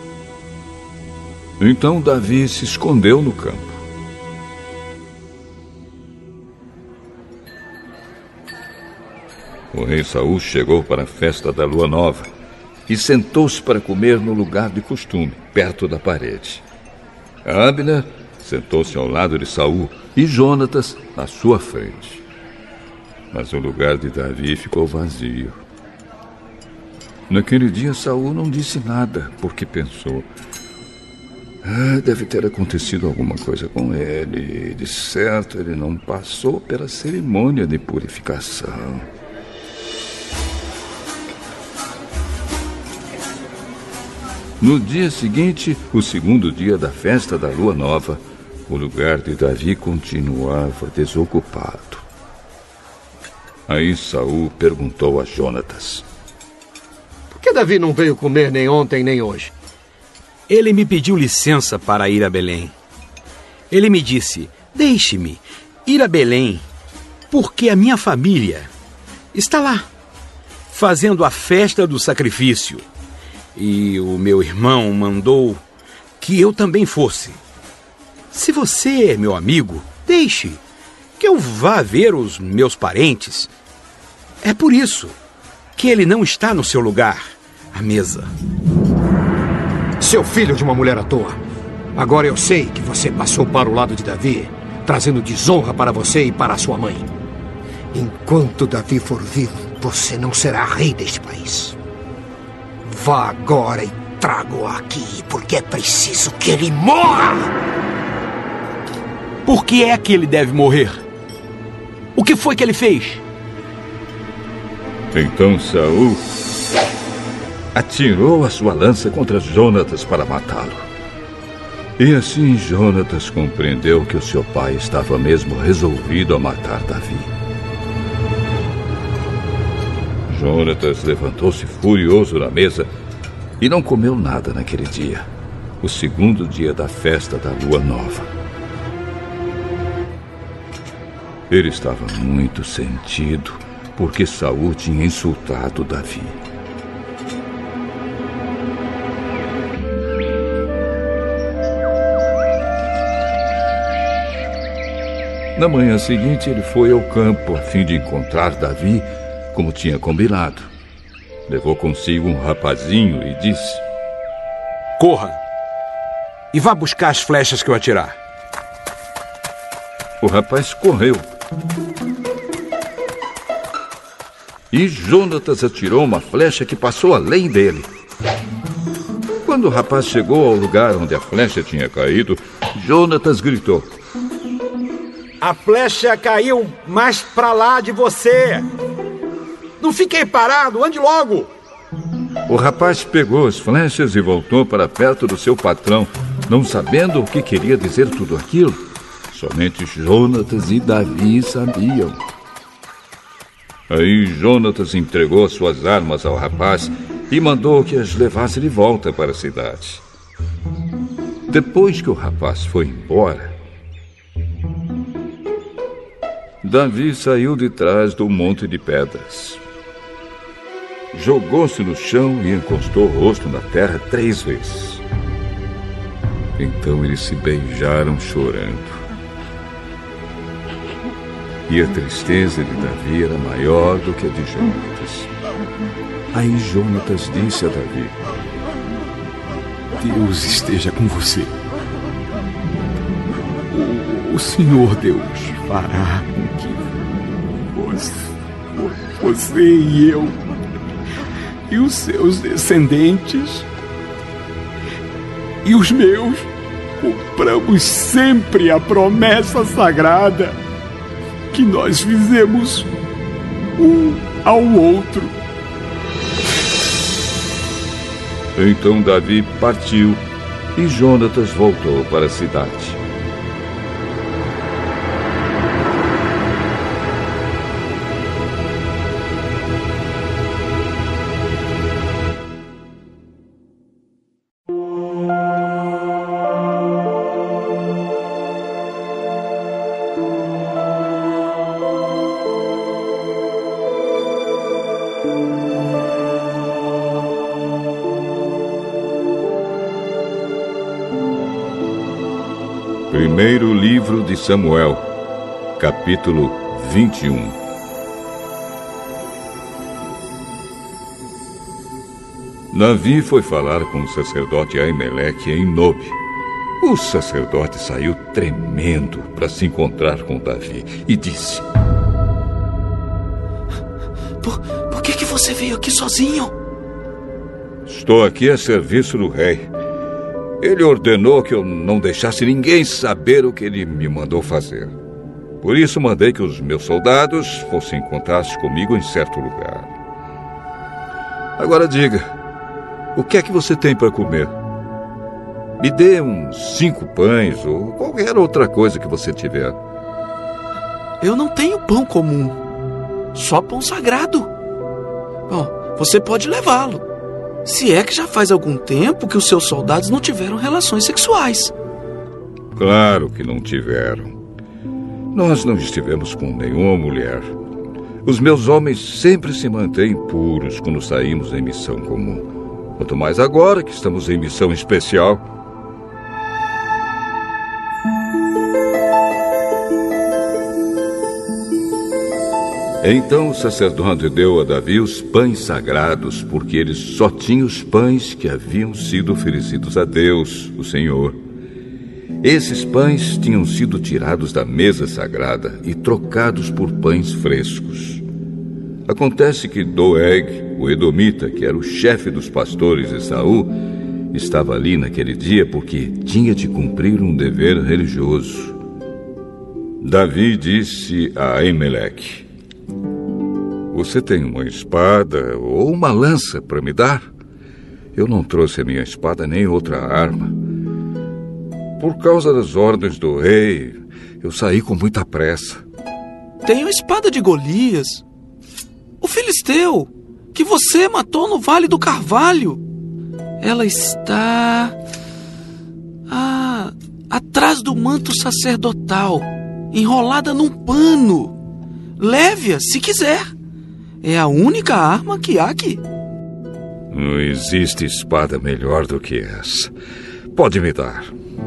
Então Davi se escondeu no campo. O rei Saul chegou para a festa da lua nova e sentou-se para comer no lugar de costume, perto da parede. Abner sentou-se ao lado de Saul e Jonatas à sua frente. Mas o lugar de Davi ficou vazio. Naquele dia Saul não disse nada, porque pensou: ah, deve ter acontecido alguma coisa com ele. De certo, ele não passou pela cerimônia de purificação. No dia seguinte, o segundo dia da festa da lua nova, o lugar de Davi continuava desocupado. Aí Saul perguntou a Jonatas: por que Davi não veio comer nem ontem nem hoje? Ele me pediu licença para ir a Belém. Ele me disse: deixe-me ir a Belém, porque a minha família está lá, fazendo a festa do sacrifício. E o meu irmão mandou que eu também fosse. Se você é meu amigo, deixe que eu vá ver os meus parentes. É por isso que ele não está no seu lugar, à mesa. Seu filho de uma mulher à toa. Agora eu sei que você passou para o lado de Davi, trazendo desonra para você e para a sua mãe. Enquanto Davi for vivo, você não será rei deste país. Vá agora e traga-o aqui, porque é preciso que ele morra! Por que é que ele deve morrer? O que foi que ele fez? Então Saul atirou a sua lança contra Jonatas para matá-lo. E assim Jonatas compreendeu que o seu pai estava mesmo resolvido a matar Davi. Jonatas levantou-se furioso na mesa e não comeu nada naquele dia, o segundo dia da festa da lua nova. Ele estava muito sentido porque Saul tinha insultado Davi. Na manhã seguinte, ele foi ao campo a fim de encontrar Davi, como tinha combinado. Levou consigo um rapazinho e disse: corra e vá buscar as flechas que eu atirar. O rapaz correu. E Jonatas atirou uma flecha que passou além dele. Quando o rapaz chegou ao lugar onde a flecha tinha caído, Jonatas gritou: a flecha caiu mais pra lá de você. Não fiquei parado, ande logo. O rapaz pegou as flechas e voltou para perto do seu patrão, não sabendo o que queria dizer tudo aquilo. Somente Jonatas e Davi sabiam. Aí Jonatas entregou suas armas ao rapaz e mandou que as levasse de volta para a cidade. Depois que o rapaz foi embora, Davi saiu de trás do monte de pedras. Jogou-se no chão e encostou o rosto na terra três vezes. Então eles se beijaram chorando. E a tristeza de Davi era maior do que a de Jonatas. Aí Jonatas disse a Davi: Deus esteja com você. O, o Senhor Deus fará com que você, você e eu e os seus descendentes e os meus cumpramos sempre a promessa sagrada que nós fizemos um ao outro. Então Davi partiu e Jonatas voltou para a cidade. Primeiro livro de Samuel, capítulo vinte e um. Davi foi falar com o sacerdote Aimeleque em Nobe. O sacerdote saiu tremendo para se encontrar com Davi e disse: Por, por que, que você veio aqui sozinho? Estou aqui a serviço do rei. Ele ordenou que eu não deixasse ninguém saber o que ele me mandou fazer. Por isso mandei que os meus soldados fossem encontrar-se comigo em certo lugar. Agora diga, o que é que você tem para comer? Me dê uns cinco pães ou qualquer outra coisa que você tiver. Eu não tenho pão comum, só pão sagrado. Bom, você pode levá-lo. Se é que já faz algum tempo que os seus soldados não tiveram relações sexuais. Claro que não tiveram. Nós não estivemos com nenhuma mulher. Os meus homens sempre se mantêm puros quando saímos em missão comum. Quanto mais agora que estamos em missão especial. Então o sacerdote deu a Davi os pães sagrados, porque ele só tinha os pães que haviam sido oferecidos a Deus, o Senhor. Esses pães tinham sido tirados da mesa sagrada e trocados por pães frescos. Acontece que Doeg, o edomita, que era o chefe dos pastores de Saul, estava ali naquele dia porque tinha de cumprir um dever religioso. Davi disse a Aimeleque: Você tem uma espada ou uma lança para me dar? Eu não trouxe a minha espada nem outra arma. Por causa das ordens do rei, eu saí com muita pressa. Tenho a espada de Golias, o filisteu, que você matou no Vale do Carvalho. Ela está... Ah, atrás do manto sacerdotal, enrolada num pano. Leve-a se quiser. É a única arma que há aqui. Não existe espada melhor do que essa. Pode me dar.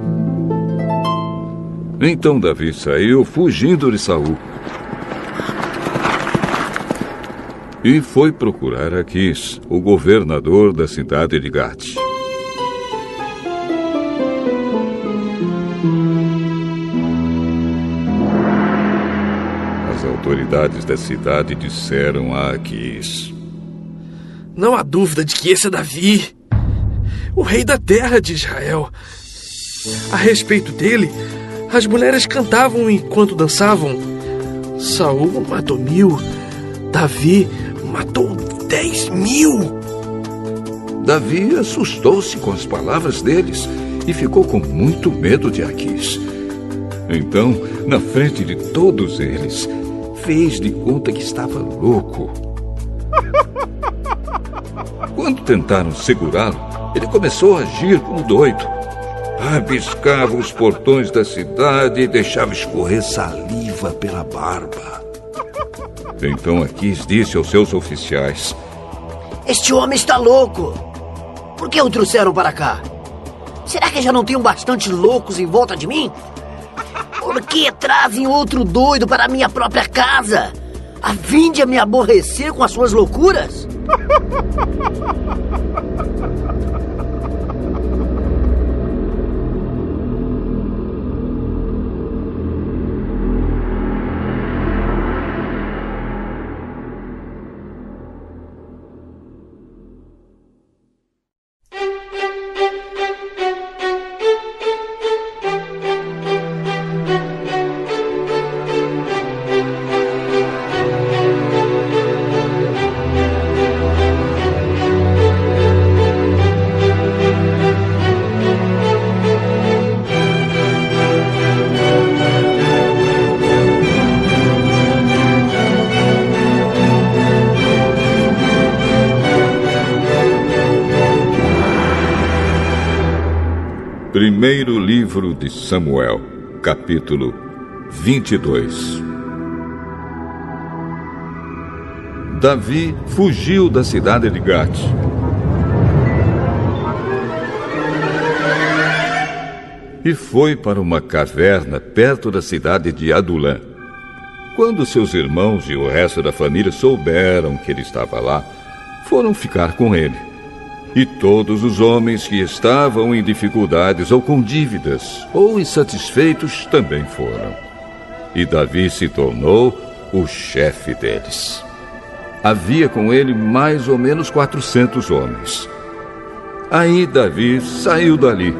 Então Davi saiu fugindo de Saul e foi procurar Aquis, o governador da cidade de Gate. As autoridades da cidade disseram a Aquis: Não há dúvida de que esse é Davi, o rei da terra de Israel. A respeito dele, as mulheres cantavam enquanto dançavam. Saul matou mil, Davi matou dez mil. Davi assustou-se com as palavras deles e ficou com muito medo de Aquis. Então, na frente de todos eles, fez de conta que estava louco. Quando tentaram segurá-lo, ele começou a agir como doido. Rabiscava os portões da cidade e deixava escorrer saliva pela barba. Então Aquis disse aos seus oficiais: Este homem está louco. Por que o trouxeram para cá? Será que já não tem bastante loucos em volta de mim? Por que trazem outro doido para a minha própria casa, a fim de me aborrecer com as suas loucuras? Primeiro livro de Samuel, capítulo vinte e dois. Davi fugiu da cidade de Gate. e foi para uma caverna perto da cidade de Adulã. Quando seus irmãos e o resto da família souberam que ele estava lá, foram ficar com ele. E todos os homens que estavam em dificuldades ou com dívidas ou insatisfeitos também foram. E Davi se tornou o chefe deles. Havia com ele mais ou menos quatrocentos homens. Aí Davi saiu dali.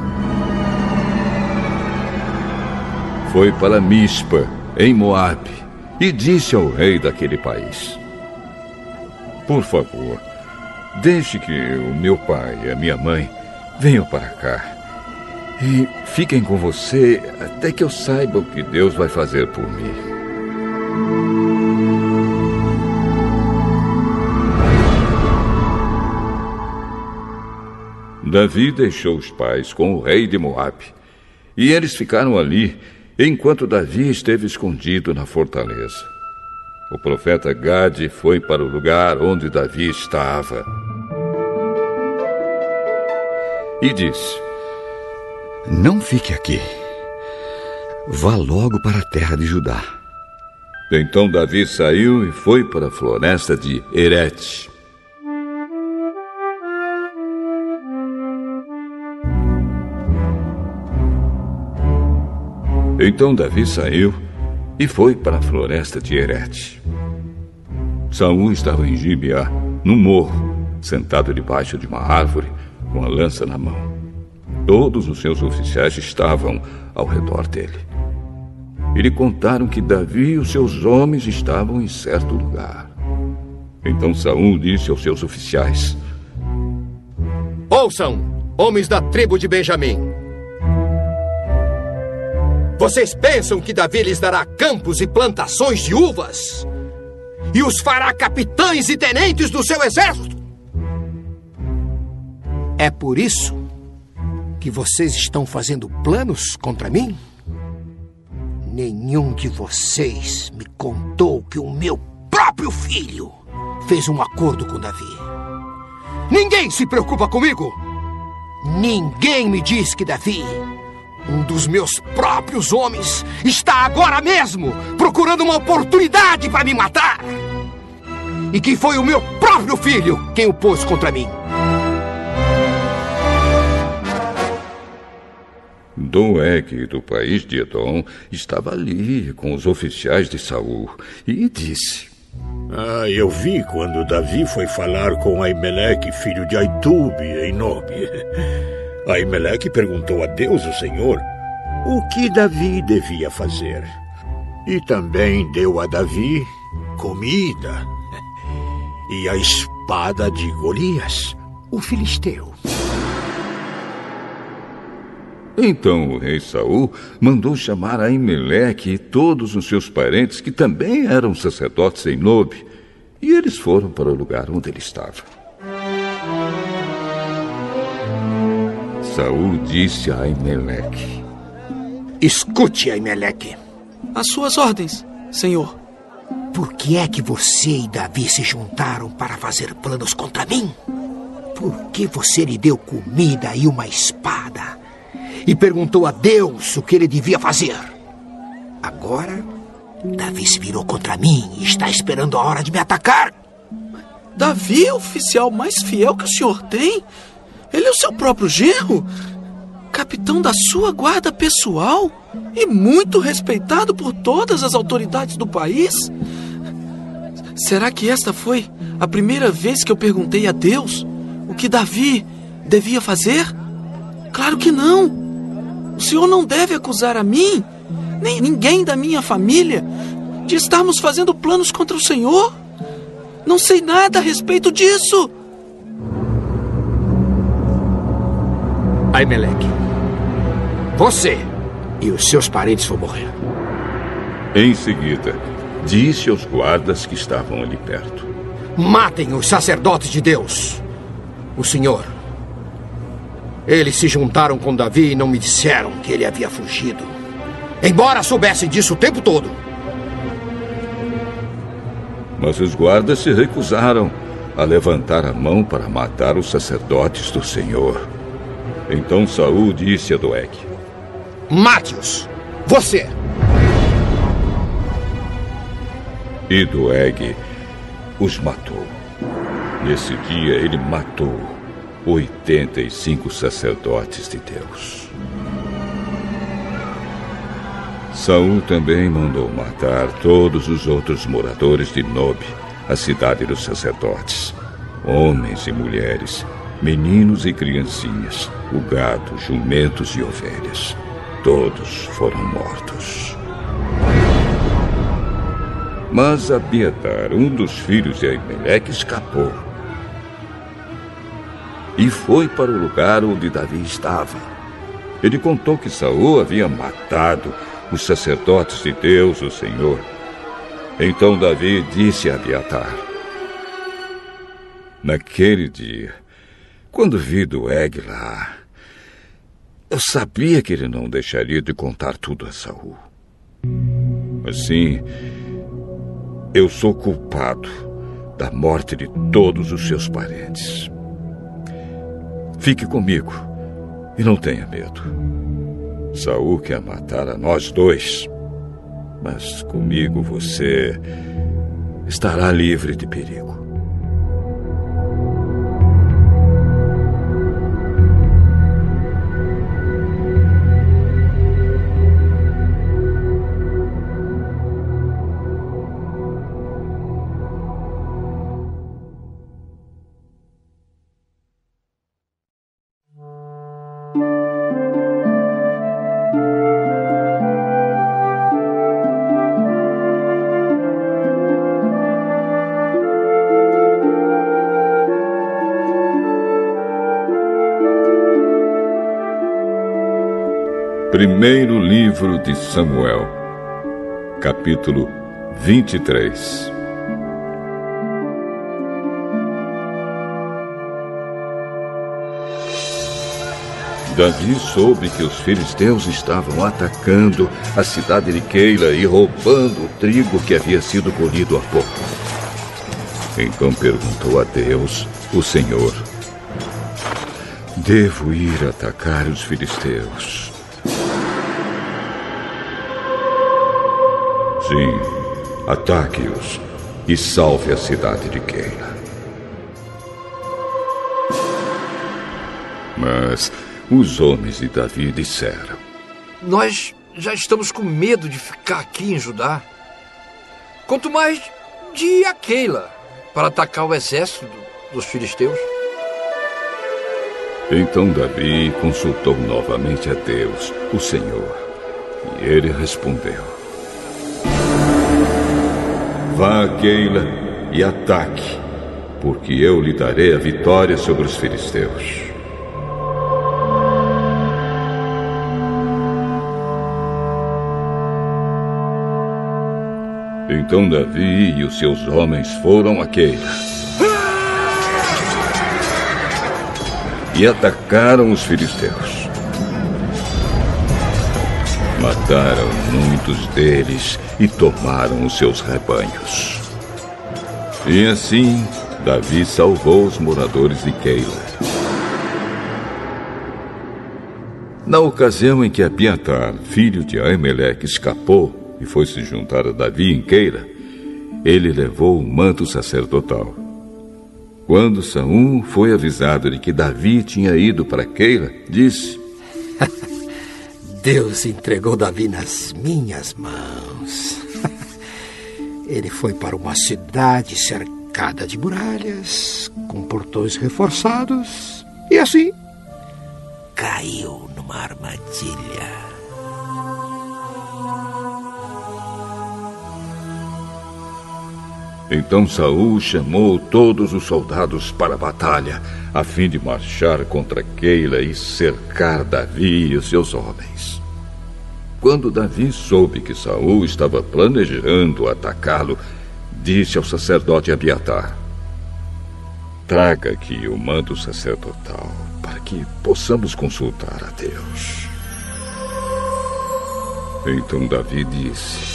Foi para Mispa, em Moabe, e disse ao rei daquele país: por favor, deixe que o meu pai e a minha mãe venham para cá e fiquem com você até que eu saiba o que Deus vai fazer por mim. Davi deixou os pais com o rei de Moabe, e eles ficaram ali enquanto Davi esteve escondido na fortaleza. O profeta Gade foi para o lugar onde Davi estava e disse: não fique aqui. Vá logo para a terra de Judá. Então Davi saiu e foi para a floresta de Herete. Então Davi saiu e foi para a floresta de Herete. Saul estava em Gibeá, no morro, sentado debaixo de uma árvore, com a lança na mão. Todos os seus oficiais estavam ao redor dele. E lhe contaram que Davi e os seus homens estavam em certo lugar. Então Saul disse aos seus oficiais: ouçam, homens da tribo de Benjamim. Vocês pensam que Davi lhes dará campos e plantações de uvas? E os fará capitães e tenentes do seu exército? É por isso que vocês estão fazendo planos contra mim? Nenhum de vocês me contou que o meu próprio filho fez um acordo com Davi. Ninguém se preocupa comigo. Ninguém me diz que Davi, um dos meus próprios homens, está agora mesmo procurando uma oportunidade para me matar. E que foi o meu próprio filho quem o pôs contra mim. Doeg, do país de Edom, estava ali com os oficiais de Saul e disse: Ah, eu vi quando Davi foi falar com Aimeleque, filho de Aitube, em Nobe. Aimeleque perguntou a Deus, o Senhor, o que Davi devia fazer. E também deu a Davi comida e a espada de Golias, o filisteu. Então o rei Saul mandou chamar Aimeleque e todos os seus parentes, que também eram sacerdotes em Nobe, e eles foram para o lugar onde ele estava. Saul disse a Aimeleque: escute, Aimeleque. As suas ordens, senhor. Por que é que você e Davi se juntaram para fazer planos contra mim? Por que você lhe deu comida e uma espada e perguntou a Deus o que ele devia fazer? Agora, Davi se virou contra mim e está esperando a hora de me atacar. Davi é o oficial mais fiel que o senhor tem? Ele é o seu próprio genro, capitão da sua guarda pessoal e muito respeitado por todas as autoridades do país. Será que esta foi a primeira vez que eu perguntei a Deus o que Davi devia fazer? Claro que não. O senhor não deve acusar a mim, nem ninguém da minha família, de estarmos fazendo planos contra o senhor. Não sei nada a respeito disso. Aimeleque, você e os seus parentes vão morrer. Em seguida, disse aos guardas que estavam ali perto: matem os sacerdotes de Deus, o Senhor. Eles se juntaram com Davi e não me disseram que ele havia fugido, embora soubessem disso o tempo todo. Mas os guardas se recusaram a levantar a mão para matar os sacerdotes do Senhor. Então Saul disse a Doeg: Mate-os! Você! E Doeg os matou. Nesse dia ele matou oitenta e cinco sacerdotes de Deus. Saul também mandou matar todos os outros moradores de Nob, a cidade dos sacerdotes, homens e mulheres, meninos e criancinhas, o gado, jumentos e ovelhas. Todos foram mortos. Mas Abiatar, um dos filhos de Aimeleque, escapou e foi para o lugar onde Davi estava. Ele contou que Saul havia matado os sacerdotes de Deus, o Senhor. Então Davi disse a Abiatar: naquele dia, quando vi Doeg lá, eu sabia que ele não deixaria de contar tudo a Saul. Assim, eu sou culpado da morte de todos os seus parentes. Fique comigo e não tenha medo. Saul quer matar a nós dois, mas comigo você estará livre de perigo. Primeiro livro de Samuel, capítulo vinte e três. Davi soube que os filisteus estavam atacando a cidade de Keila e roubando o trigo que havia sido colhido há pouco. Então perguntou a Deus, o Senhor: devo ir atacar os filisteus? Sim, ataque-os e salve a cidade de Keila. Mas os homens de Davi disseram: nós já estamos com medo de ficar aqui em Judá. Quanto mais de ir a Keila para atacar o exército dos filisteus. Então Davi consultou novamente a Deus, o Senhor, e ele respondeu: vá a Keila e ataque, porque eu lhe darei a vitória sobre os filisteus. Então Davi e os seus homens foram a Keila e atacaram os filisteus. Mataram muitos deles e tomaram os seus rebanhos. E assim, Davi salvou os moradores de Keila. Na ocasião em que Abiatar, filho de Aimeleque, escapou e foi se juntar a Davi em Keila, ele levou o manto sacerdotal. Quando Saul foi avisado de que Davi tinha ido para Keila, disse: Deus entregou Davi nas minhas mãos. Ele foi para uma cidade cercada de muralhas, com portões reforçados, e assim caiu numa armadilha. Então Saul chamou todos os soldados para a batalha, a fim de marchar contra Keila e cercar Davi e os seus homens. Quando Davi soube que Saul estava planejando atacá-lo, disse ao sacerdote Abiatar: traga aqui o manto sacerdotal, para que possamos consultar a Deus. Então Davi disse: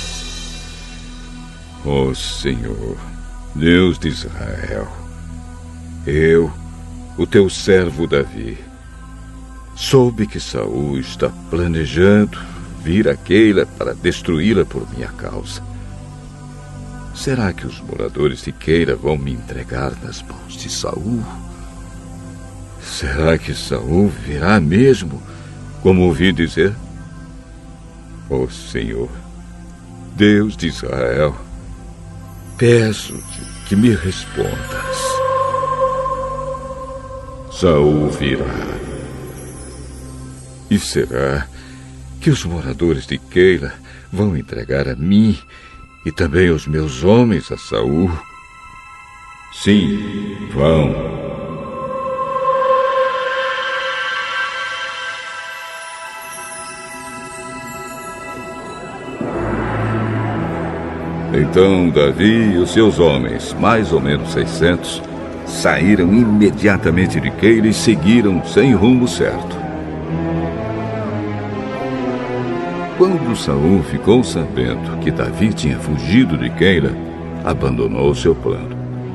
ó Senhor, Deus de Israel, eu, o teu servo Davi, soube que Saul está planejando vir a Keila para destruí-la por minha causa. Será que os moradores de Keila vão me entregar nas mãos de Saul? Será que Saul virá mesmo, como ouvi dizer? Ó Senhor, Deus de Israel, peço-te que me respondas. Saul virá. E será que os moradores de Keila vão entregar a mim e também os meus homens a Saul? Sim, vão. Então Davi e os seus homens, mais ou menos seiscentos, saíram imediatamente de Keila e seguiram sem rumo certo. Quando Saul ficou sabendo que Davi tinha fugido de Keila, abandonou seu plano.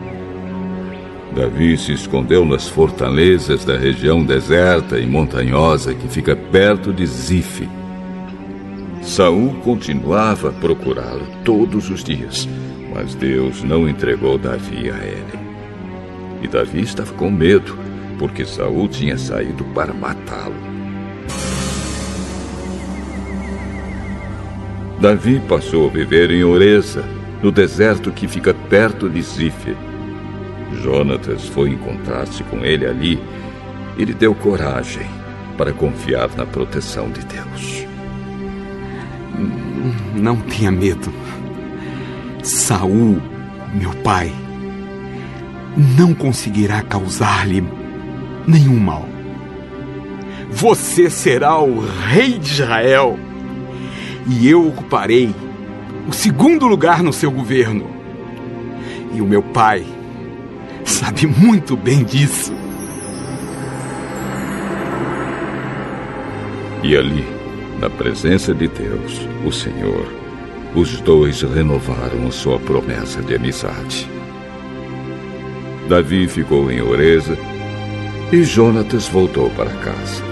Davi se escondeu nas fortalezas da região deserta e montanhosa que fica perto de Zife. Saul continuava a procurá-lo todos os dias, mas Deus não entregou Davi a ele. E Davi estava com medo, porque Saul tinha saído para matá-lo. Davi passou a viver em Oreza, no deserto que fica perto de Zife. Jonatas foi encontrar-se com ele ali e lhe deu coragem para confiar na proteção de Deus. Não tenha medo. Saul, meu pai, não conseguirá causar-lhe nenhum mal. Você será o rei de Israel e eu ocuparei o segundo lugar no seu governo. E o meu pai sabe muito bem disso. E ali, na presença de Deus, o Senhor, os dois renovaram a sua promessa de amizade. Davi ficou em Oreza e Jonatas voltou para casa.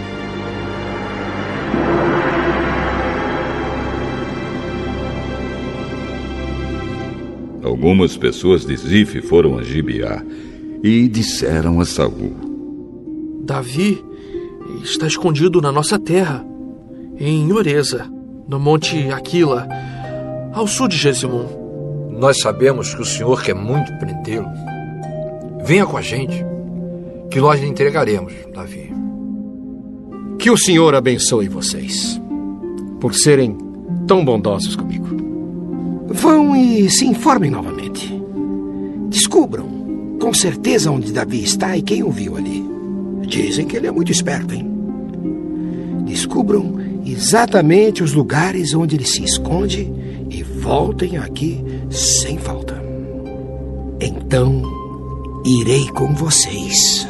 Algumas pessoas de Zife foram a Gibeá e disseram a Saul: Davi está escondido na nossa terra, em Oreza, no monte Aquila, ao sul de Jesimon. Nós sabemos que o Senhor quer muito prendê-lo. Venha com a gente, que nós lhe entregaremos, Davi. Que o Senhor abençoe vocês, por serem tão bondosos comigo. Vão e se informem novamente. Descubram com certeza onde Davi está e quem o viu ali. Dizem que ele é muito esperto, hein? Descubram exatamente os lugares onde ele se esconde e voltem aqui sem falta. Então, irei com vocês.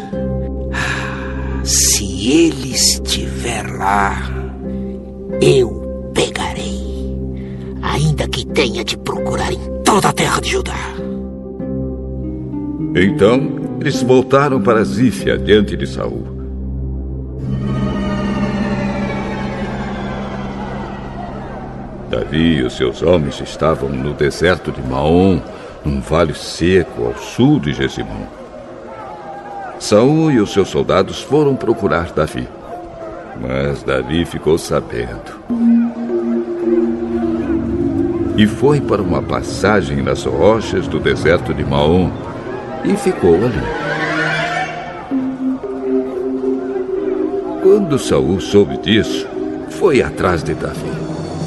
Se ele estiver lá, eu pegarei, ainda que tenha de procurar em toda a terra de Judá. Então, eles voltaram para Zife, adiante de Saul. Davi e os seus homens estavam no deserto de Maom, num vale seco ao sul de Jesimon. Saul e os seus soldados foram procurar Davi, mas Davi ficou sabendo e foi para uma passagem nas rochas do deserto de Maom e ficou ali. Quando Saul soube disso, foi atrás de Davi.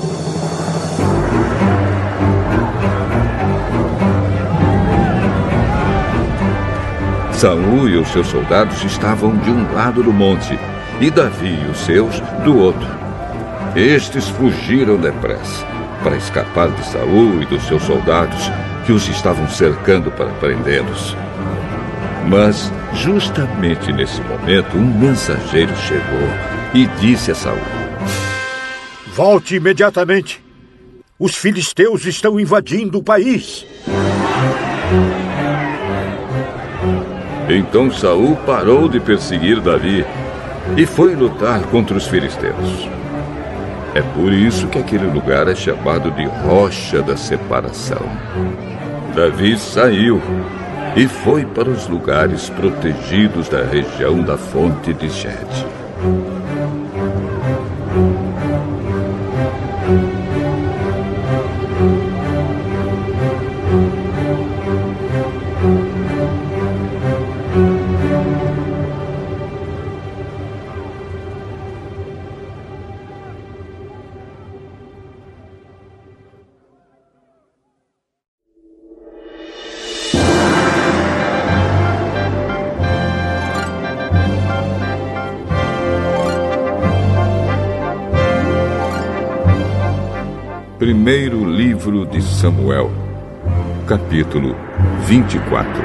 Saul e os seus soldados estavam de um lado do monte e Davi e os seus do outro. Estes fugiram depressa para escapar de Saul e dos seus soldados que os estavam cercando para prendê-los. Mas, justamente nesse momento, um mensageiro chegou e disse a Saul: Volte imediatamente. Os filisteus estão invadindo o país. Então Saul parou de perseguir Davi e foi lutar contra os filisteus. É por isso que aquele lugar é chamado de Rocha da Separação. Davi saiu e foi para os lugares protegidos da região da fonte de Gede. Primeiro livro de Samuel, capítulo vinte e quatro.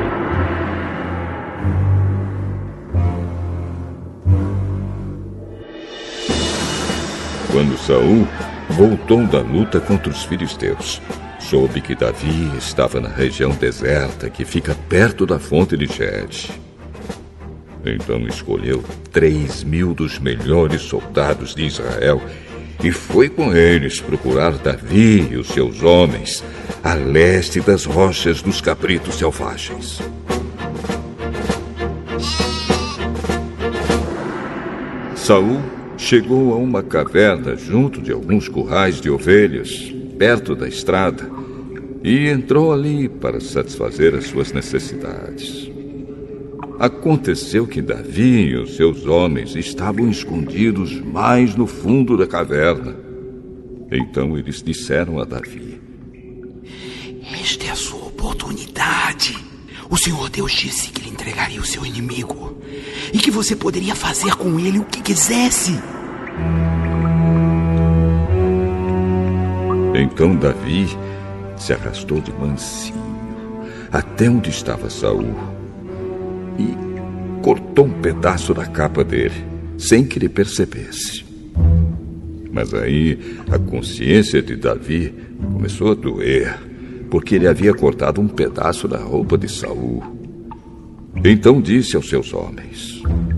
Quando Saul voltou da luta contra os filisteus, soube que Davi estava na região deserta que fica perto da fonte de Gede. Então escolheu três mil dos melhores soldados de Israel e foi com eles procurar Davi e os seus homens a leste das rochas dos cabritos selvagens. Saul chegou a uma caverna junto de alguns currais de ovelhas, perto da estrada, e entrou ali para satisfazer as suas necessidades. Aconteceu que Davi e os seus homens estavam escondidos mais no fundo da caverna. Então eles disseram a Davi: Esta é a sua oportunidade. O Senhor Deus disse que lhe entregaria o seu inimigo e que você poderia fazer com ele o que quisesse. Então Davi se arrastou de mansinho até onde estava Saul e cortou um pedaço da capa dele, sem que ele percebesse. Mas aí a consciência de Davi começou a doer, porque ele havia cortado um pedaço da roupa de Saul. Então disse aos seus homens: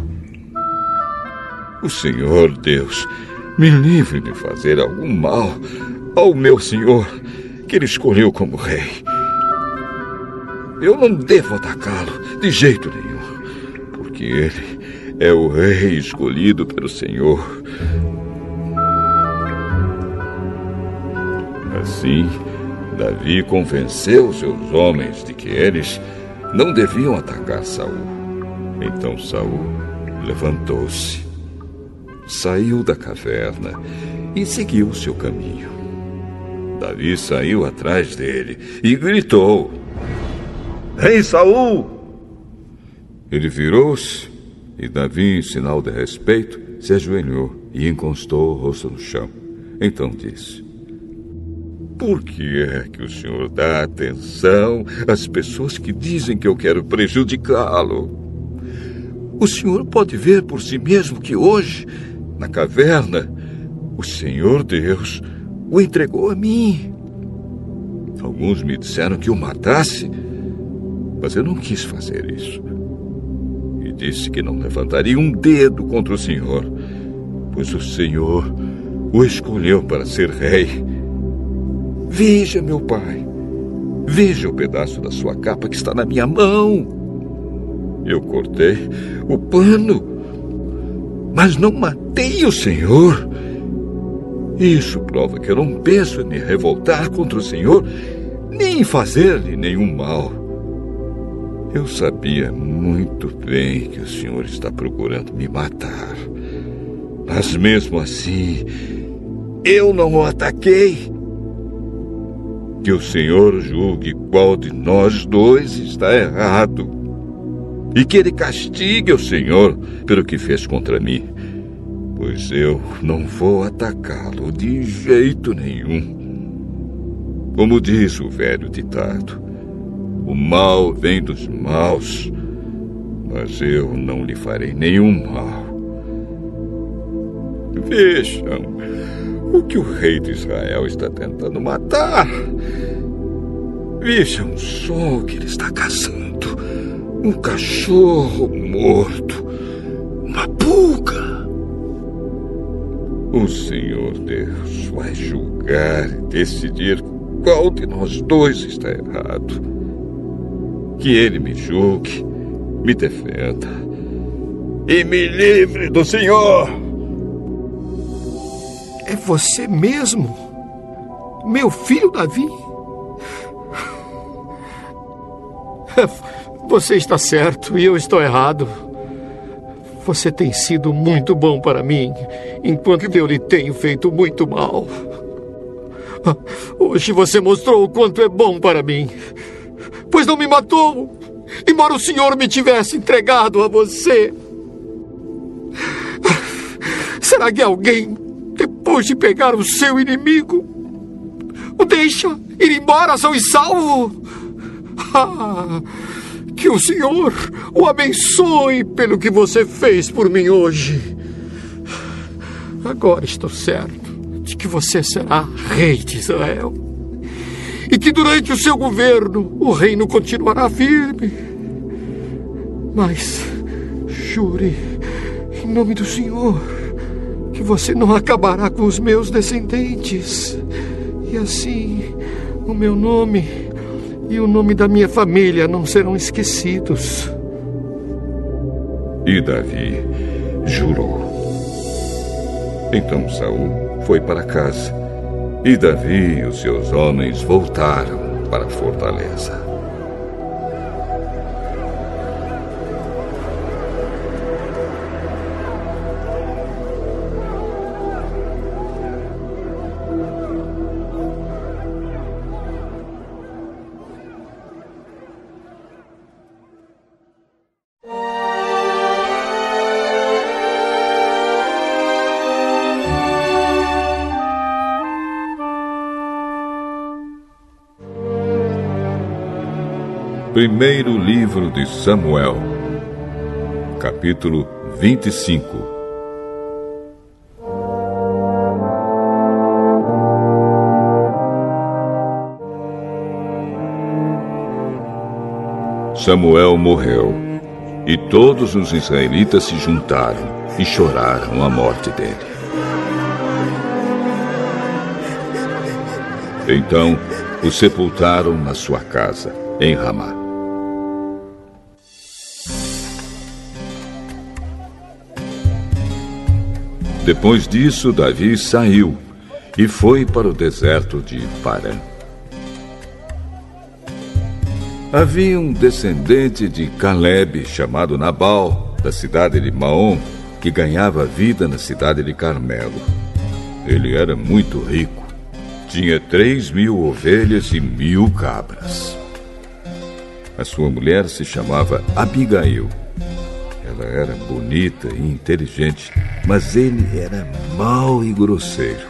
O Senhor Deus me livre de fazer algum mal ao meu senhor, que ele escolheu como rei. Eu não devo atacá-lo de jeito nenhum, porque ele é o rei escolhido pelo Senhor. Assim, Davi convenceu seus homens de que eles não deviam atacar Saul. Então Saul levantou-se, saiu da caverna e seguiu seu caminho. Davi saiu atrás dele e gritou: Rei Saul! Ele virou-se e Davi, em sinal de respeito, se ajoelhou e encostou o rosto no chão. Então disse: Por que é que o senhor dá atenção às pessoas que dizem que eu quero prejudicá-lo? O senhor pode ver por si mesmo que hoje, na caverna, o Senhor Deus o entregou a mim. Alguns me disseram que o matasse, mas eu não quis fazer isso. E disse que não levantaria um dedo contra o Senhor, pois o Senhor o escolheu para ser rei. Veja, meu pai, veja o pedaço da sua capa que está na minha mão. Eu cortei o pano, mas não matei o Senhor. Isso prova que eu não penso em me revoltar contra o Senhor, nem em fazer-lhe nenhum mal. Eu sabia muito bem que o Senhor está procurando me matar, mas mesmo assim, eu não o ataquei. Que o Senhor julgue qual de nós dois está errado, e que Ele castigue o Senhor pelo que fez contra mim, pois eu não vou atacá-lo de jeito nenhum. Como diz o velho ditado, o mal vem dos maus, mas eu não lhe farei nenhum mal. Vejam o que o rei de Israel está tentando matar. Vejam só o que ele está caçando: um cachorro morto, uma pulga. O Senhor Deus vai julgar e decidir qual de nós dois está errado. Que Ele me julgue, me defenda e me livre do Senhor. É você mesmo? Meu filho Davi? Você está certo e eu estou errado. Você tem sido muito bom para mim, enquanto eu lhe tenho feito muito mal. Hoje você mostrou o quanto é bom para mim, pois não me matou, embora o Senhor me tivesse entregado a você. Será que alguém, depois de pegar o seu inimigo, o deixa ir embora são e salvo? Ah, que o Senhor o abençoe pelo que você fez por mim hoje. Agora estou certo de que você será rei de Israel e que durante o seu governo o reino continuará firme. Mas jure, em nome do Senhor, que você não acabará com os meus descendentes. E assim, o meu nome e o nome da minha família não serão esquecidos. E Davi jurou. Então Saul foi para casa, e Davi e os seus homens voltaram para a fortaleza. Primeiro livro de Samuel, capítulo vinte e cinco. Samuel morreu, e todos os israelitas se juntaram e choraram a morte dele. Então o sepultaram na sua casa, em Ramá. Depois disso, Davi saiu e foi para o deserto de Parã. Havia um descendente de Calebe, chamado Nabal, da cidade de Maom, que ganhava vida na cidade de Carmelo. Ele era muito rico. Tinha três mil ovelhas e mil cabras. A sua mulher se chamava Abigail. Ela era bonita e inteligente, mas ele era mau e grosseiro.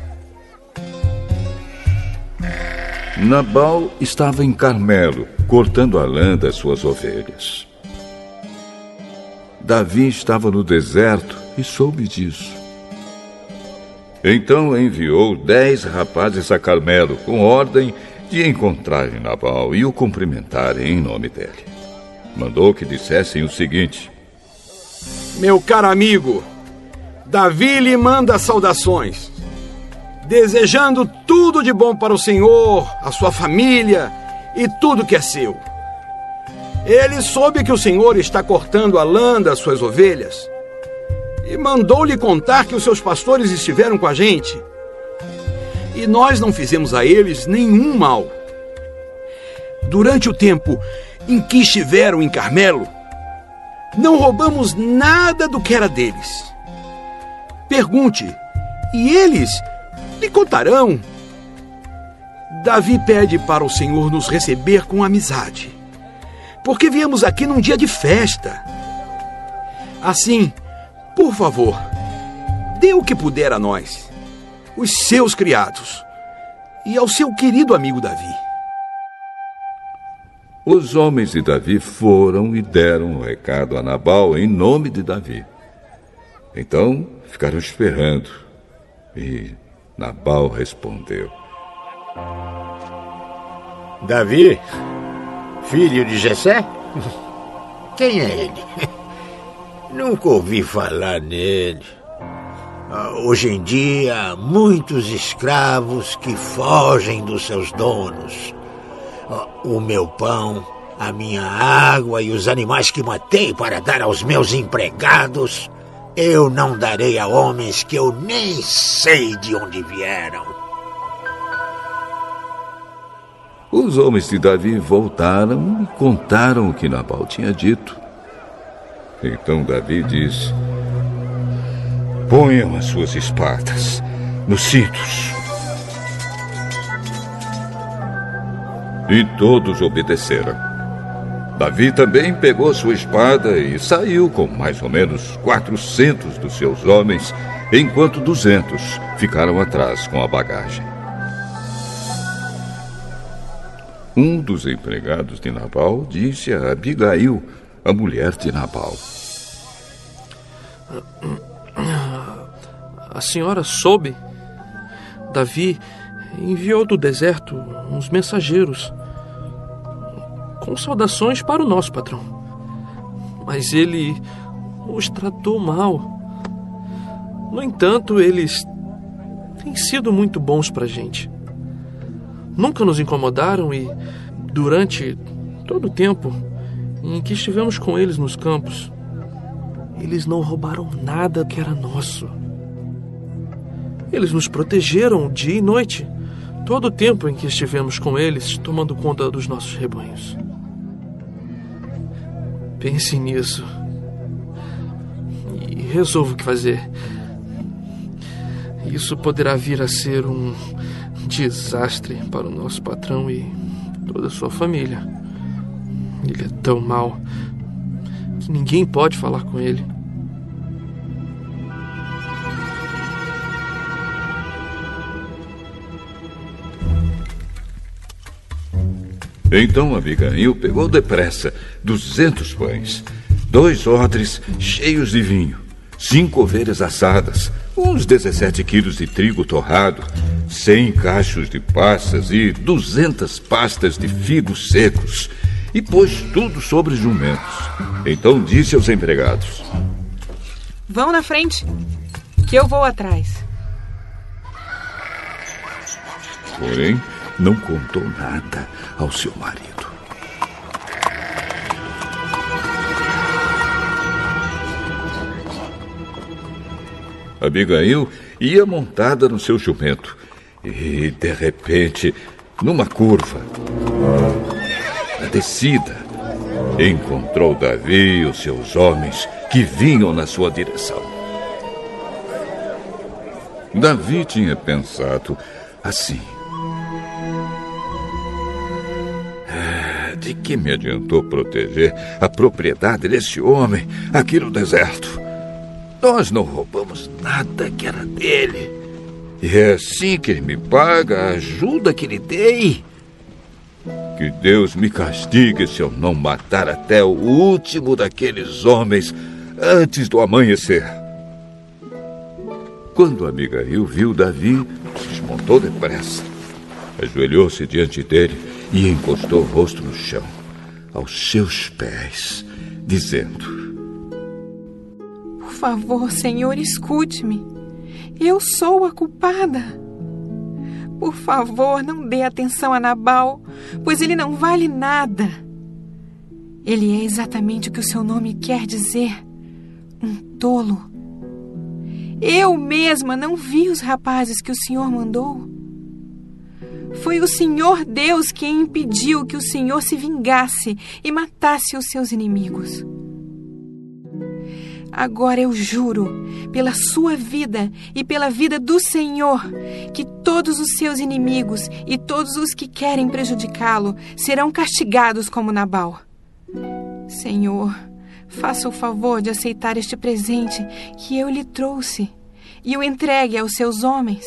Nabal estava em Carmelo, cortando a lã das suas ovelhas. Davi estava no deserto e soube disso. Então enviou dez rapazes a Carmelo, com ordem de encontrarem Nabal e o cumprimentarem em nome dele. Mandou que dissessem o seguinte: Meu caro amigo, Davi lhe manda saudações, desejando tudo de bom para o Senhor, a sua família e tudo que é seu. Ele soube que o Senhor está cortando a lã das suas ovelhas e mandou-lhe contar que os seus pastores estiveram com a gente e nós não fizemos a eles nenhum mal. Durante o tempo em que estiveram em Carmelo, não roubamos nada do que era deles. Pergunte, e eles lhe contarão. Davi pede para o Senhor nos receber com amizade, porque viemos aqui num dia de festa. Assim, por favor, dê o que puder a nós, os seus criados, e ao seu querido amigo Davi. Os homens de Davi foram e deram o recado a Nabal em nome de Davi. Então ficaram esperando, e Nabal respondeu: Davi, filho de Jessé? Quem é ele? Nunca ouvi falar nele. Hoje em dia, muitos escravos que fogem dos seus donos. O meu pão, a minha água e os animais que matei para dar aos meus empregados, eu não darei a homens que eu nem sei de onde vieram. Os homens de Davi voltaram e contaram o que Nabal tinha dito. Então Davi disse: ponham as suas espadas nos cintos. E todos obedeceram. Davi também pegou sua espada e saiu com mais ou menos quatrocentos dos seus homens, enquanto duzentos ficaram atrás com a bagagem. Um dos empregados de Nabal disse a Abigail, a mulher de Nabal: a senhora soube? Davi enviou do deserto uns mensageiros com saudações para o nosso patrão. Mas ele os tratou mal. No entanto, eles têm sido muito bons para a gente. Nunca nos incomodaram e, durante todo o tempo em que estivemos com eles nos campos, eles não roubaram nada que era nosso. Eles nos protegeram dia e noite, todo o tempo em que estivemos com eles, tomando conta dos nossos rebanhos. Pense nisso e resolva o que fazer. Isso poderá vir a ser um desastre para o nosso patrão e toda a sua família. Ele é tão mau que ninguém pode falar com ele. Então Abigail pegou depressa duzentos pães, dois odres cheios de vinho, cinco ovelhas assadas, uns dezessete quilos de trigo torrado, cem cachos de passas e duzentas pastas de figos secos, e pôs tudo sobre jumentos. Então disse aos empregados: vão na frente, que eu vou atrás. Porém, não contou nada ao seu marido. Abigail ia montada no seu jumento e, de repente, numa curva, na descida, encontrou Davi e os seus homens que vinham na sua direção. Davi tinha pensado assim: de que me adiantou proteger a propriedade desse homem aqui no deserto? Nós não roubamos nada que era dele. E é assim que ele me paga a ajuda que lhe dei. Que Deus me castigue se eu não matar até o último daqueles homens antes do amanhecer. Quando Abigail viu Davi, desmontou depressa, ajoelhou-se diante dele e encostou o rosto no chão, aos seus pés, dizendo: por favor, Senhor, escute-me. Eu sou a culpada. Por favor, não dê atenção a Nabal, pois ele não vale nada. Ele é exatamente o que o seu nome quer dizer: um tolo. Eu mesma não vi os rapazes que o Senhor mandou. Foi o Senhor Deus quem impediu que o Senhor se vingasse e matasse os seus inimigos. Agora eu juro, pela sua vida e pela vida do Senhor, que todos os seus inimigos e todos os que querem prejudicá-lo serão castigados como Nabal. Senhor, faça o favor de aceitar este presente que eu lhe trouxe e o entregue aos seus homens.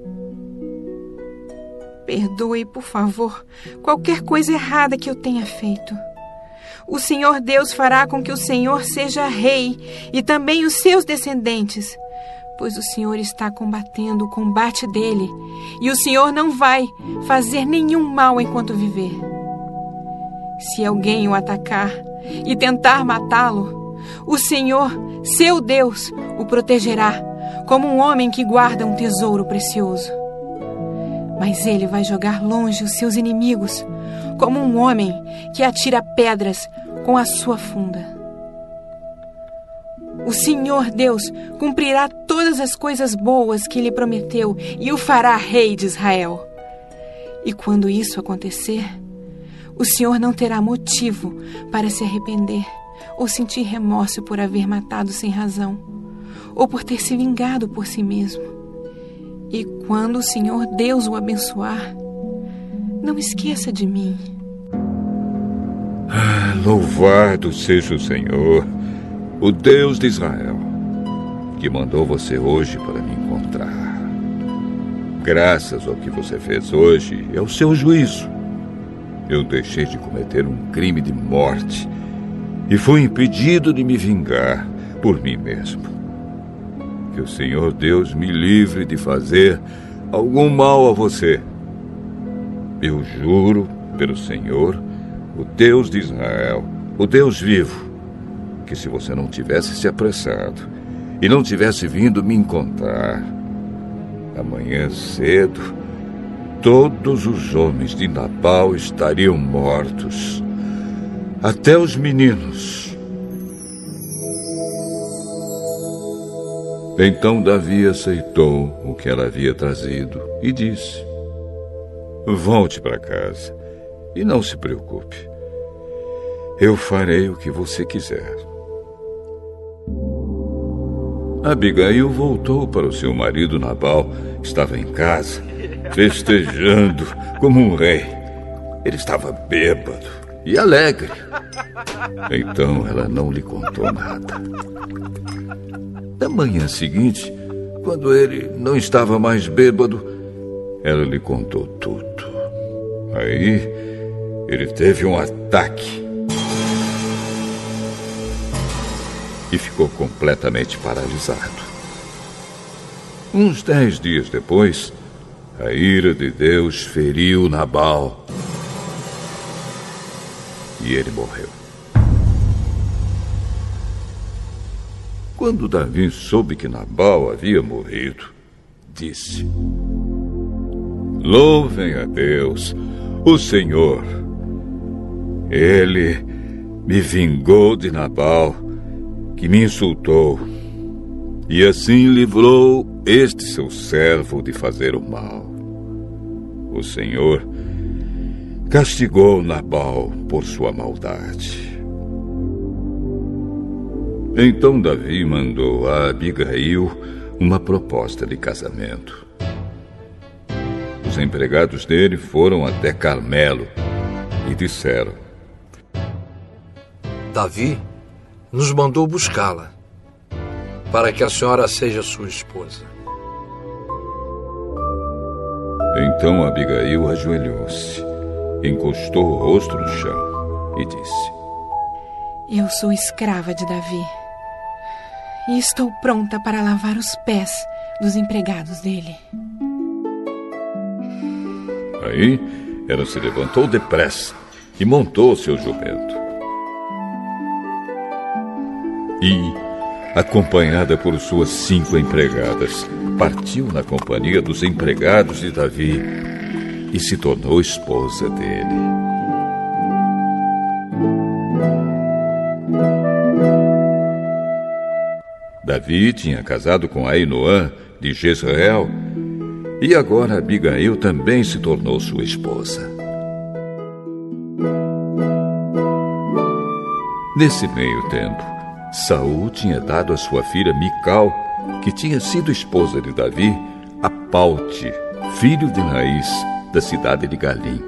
Perdoe, por favor, qualquer coisa errada que eu tenha feito. O Senhor Deus fará com que o Senhor seja rei e também os seus descendentes, pois o Senhor está combatendo o combate dele e o Senhor não vai fazer nenhum mal enquanto viver. Se alguém o atacar e tentar matá-lo, o Senhor, seu Deus, o protegerá como um homem que guarda um tesouro precioso. Mas ele vai jogar longe os seus inimigos, como um homem que atira pedras com a sua funda. O Senhor Deus cumprirá todas as coisas boas que lhe prometeu e o fará rei de Israel. E quando isso acontecer, o Senhor não terá motivo para se arrepender ou sentir remorso por haver matado sem razão, ou por ter se vingado por si mesmo. E quando o Senhor Deus o abençoar, não esqueça de mim. Ah, louvado seja o Senhor, o Deus de Israel, que mandou você hoje para me encontrar. Graças ao que você fez hoje e ao seu juízo, eu deixei de cometer um crime de morte e fui impedido de me vingar por mim mesmo. Que o Senhor Deus me livre de fazer algum mal a você. Eu juro pelo Senhor, o Deus de Israel, o Deus vivo, que se você não tivesse se apressado e não tivesse vindo me encontrar, amanhã cedo, todos os homens de Nabal estariam mortos, até os meninos. Então Davi aceitou o que ela havia trazido e disse: volte para casa e não se preocupe. Eu farei o que você quiser. Abigail voltou para o seu marido Nabal. Estava em casa, festejando como um rei. Ele estava bêbado e alegre. Então ela não lhe contou nada. Na manhã seguinte, quando ele não estava mais bêbado, ela lhe contou tudo. Aí, ele teve um ataque e ficou completamente paralisado. Uns dez dias depois, a ira de Deus feriu Nabal e ele morreu. Quando Davi soube que Nabal havia morrido, disse: louvem a Deus, o Senhor. Ele me vingou de Nabal, que me insultou, e assim livrou este seu servo de fazer o mal. O Senhor castigou Nabal por sua maldade. Então Davi mandou a Abigail uma proposta de casamento. Os empregados dele foram até Carmelo e disseram: Davi nos mandou buscá-la, para que a senhora seja sua esposa. Então Abigail ajoelhou-se, encostou o rosto no chão e disse: eu sou escrava de Davi e estou pronta para lavar os pés dos empregados dele. Aí ela se levantou depressa e montou seu jumento. E, acompanhada por suas cinco empregadas, partiu na companhia dos empregados de Davi e se tornou esposa dele. Davi tinha casado com Ainoã de Jezreel e agora Abigail também se tornou sua esposa. Nesse meio tempo, Saul tinha dado a sua filha Mical, que tinha sido esposa de Davi, a Paute, filho de Naís, da cidade de Galim.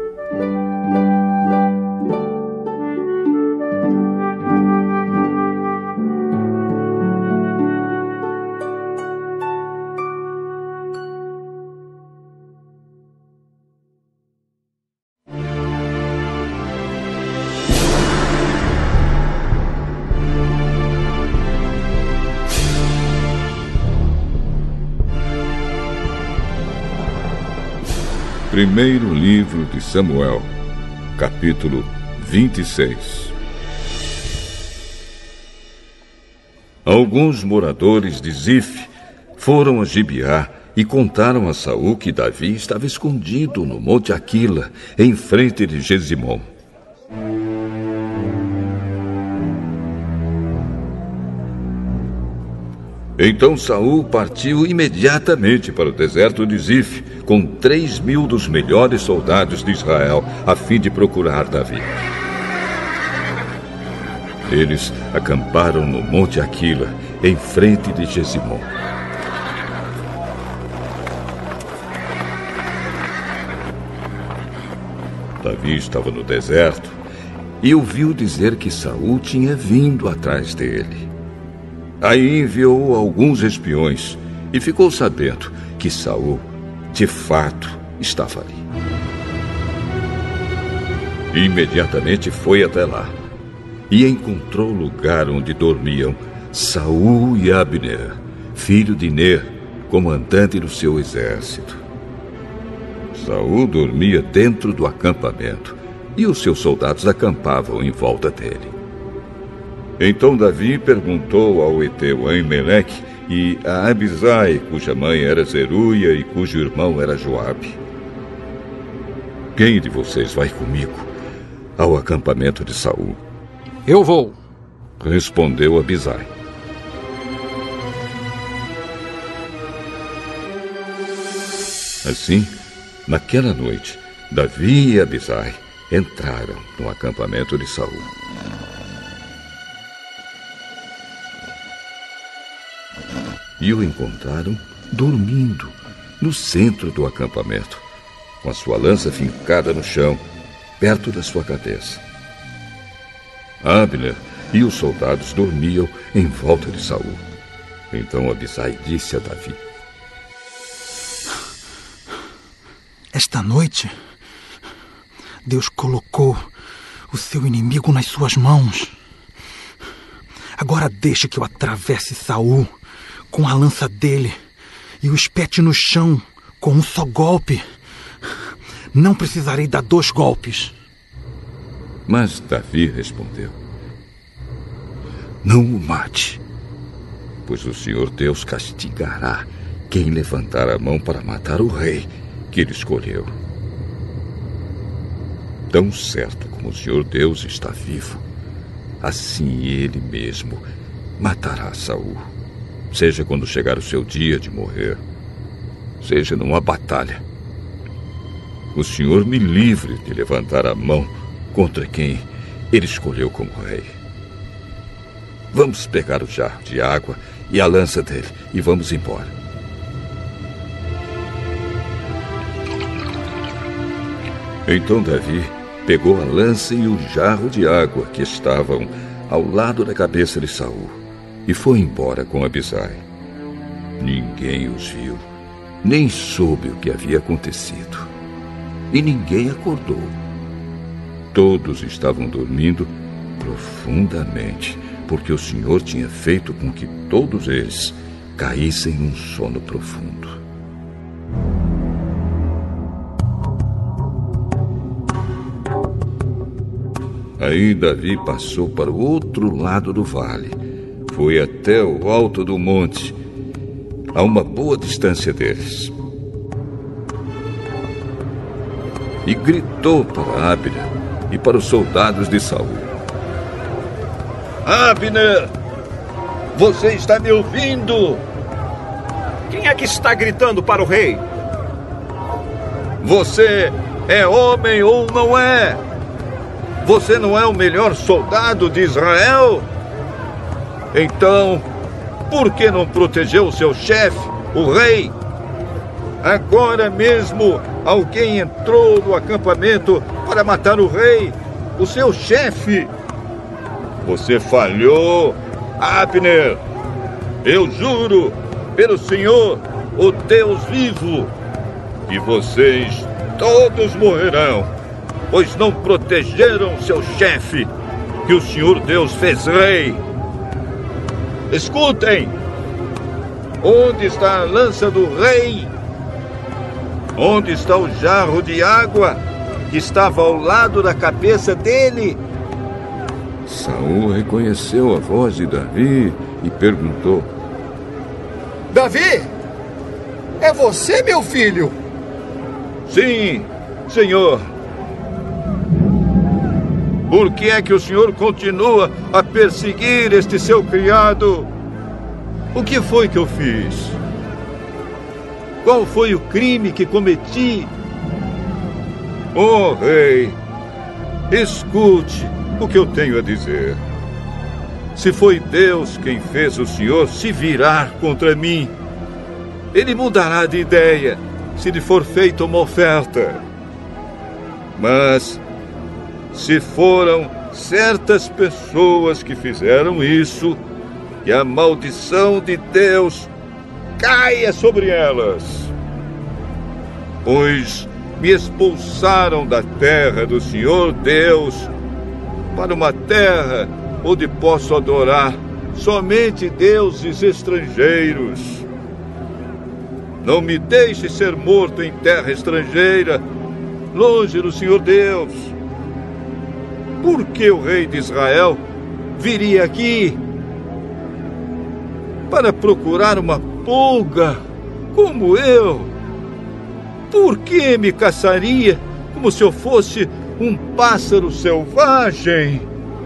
Primeiro livro de Samuel, capítulo vinte e seis. Alguns moradores de Zif foram a Gibeá e contaram a Saul que Davi estava escondido no monte Aquila, em frente de Gesimom. Então Saul partiu imediatamente para o deserto de Zif, com três mil dos melhores soldados de Israel, a fim de procurar Davi. Eles acamparam no monte Aquila, em frente de Gesimom. Davi estava no deserto e ouviu dizer que Saul tinha vindo atrás dele. Aí enviou alguns espiões e ficou sabendo que Saul, de fato, estava ali. Imediatamente foi até lá e encontrou o lugar onde dormiam Saul e Abner, filho de Ner, comandante do seu exército. Saul dormia dentro do acampamento e os seus soldados acampavam em volta dele. Então Davi perguntou ao heteu Aimeleque e a Abisai, cuja mãe era Zeruia e cujo irmão era Joabe: quem de vocês vai comigo ao acampamento de Saul? Eu vou, respondeu Abisai. Assim, naquela noite, Davi e Abisai entraram no acampamento de Saul. E o encontraram dormindo no centro do acampamento, com a sua lança fincada no chão, perto da sua cabeça. Abner e os soldados dormiam em volta de Saul. Então Abisai disse a Davi: esta noite, Deus colocou o seu inimigo nas suas mãos. Agora deixe que eu atravesse Saul com a lança dele e o espete no chão com um só golpe. Não precisarei dar dois golpes. Mas Davi respondeu: não o mate, pois o Senhor Deus castigará quem levantar a mão para matar o rei que ele escolheu. Tão certo como o Senhor Deus está vivo, assim ele mesmo matará Saul, seja quando chegar o seu dia de morrer, seja numa batalha. O Senhor me livre de levantar a mão contra quem ele escolheu como rei. Vamos pegar o jarro de água e a lança dele e vamos embora. Então Davi pegou a lança e o jarro de água que estavam ao lado da cabeça de Saul e foi embora com Abisai. Ninguém os viu, nem soube o que havia acontecido. E ninguém acordou. Todos estavam dormindo profundamente, porque o Senhor tinha feito com que todos eles caíssem num sono profundo. Aí Davi passou para o outro lado do vale. Foi até o alto do monte, a uma boa distância deles. E gritou para Abner e para os soldados de Saul: Abner, você está me ouvindo? Quem é que está gritando para o rei? Você é homem ou não é? Você não é o melhor soldado de Israel? Então, por que não protegeu o seu chefe, o rei? Agora mesmo, alguém entrou no acampamento para matar o rei, o seu chefe. Você falhou, Abner. Eu juro, pelo Senhor, o Deus vivo, que vocês todos morrerão, pois não protegeram seu chefe, que o Senhor Deus fez rei. Escutem! Onde está a lança do rei? Onde está o jarro de água que estava ao lado da cabeça dele? Saul reconheceu a voz de Davi e perguntou: Davi, você, meu filho? Sim, senhor. Por que é que o senhor continua a perseguir este seu criado? O que foi que eu fiz? Qual foi o crime que cometi? Oh, rei, escute o que eu tenho a dizer. Se foi Deus quem fez o senhor se virar contra mim, ele mudará de ideia se lhe for feita uma oferta. Mas, se foram certas pessoas que fizeram isso, que a maldição de Deus caia sobre elas. Pois me expulsaram da terra do Senhor Deus para uma terra onde posso adorar somente deuses estrangeiros. Não me deixe ser morto em terra estrangeira, longe do Senhor Deus. Por que o rei de Israel viria aqui para procurar uma pulga como eu? Por que me caçaria como se eu fosse um pássaro selvagem?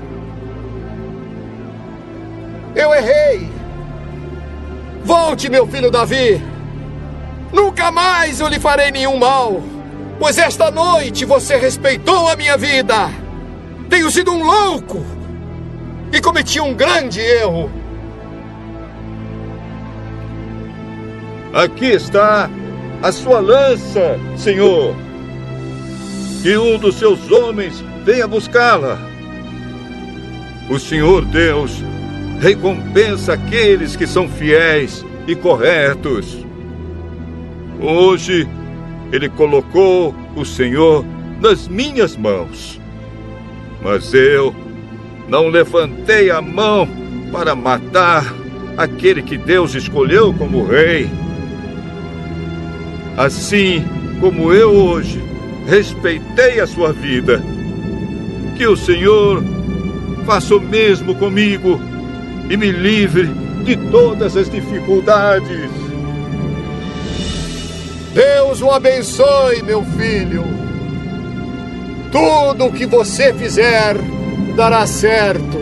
Eu errei! Volte, meu filho Davi! Nunca mais eu lhe farei nenhum mal, pois esta noite você respeitou a minha vida. Tenho sido um louco e cometi um grande erro. Aqui está a sua lança, senhor. Que um dos seus homens venha buscá-la. O Senhor Deus recompensa aqueles que são fiéis e corretos. Hoje, ele colocou o Senhor nas minhas mãos. Mas eu não levantei a mão para matar aquele que Deus escolheu como rei. Assim como eu hoje respeitei a sua vida, que o Senhor faça o mesmo comigo e me livre de todas as dificuldades. Deus o abençoe, meu filho. Tudo o que você fizer dará certo.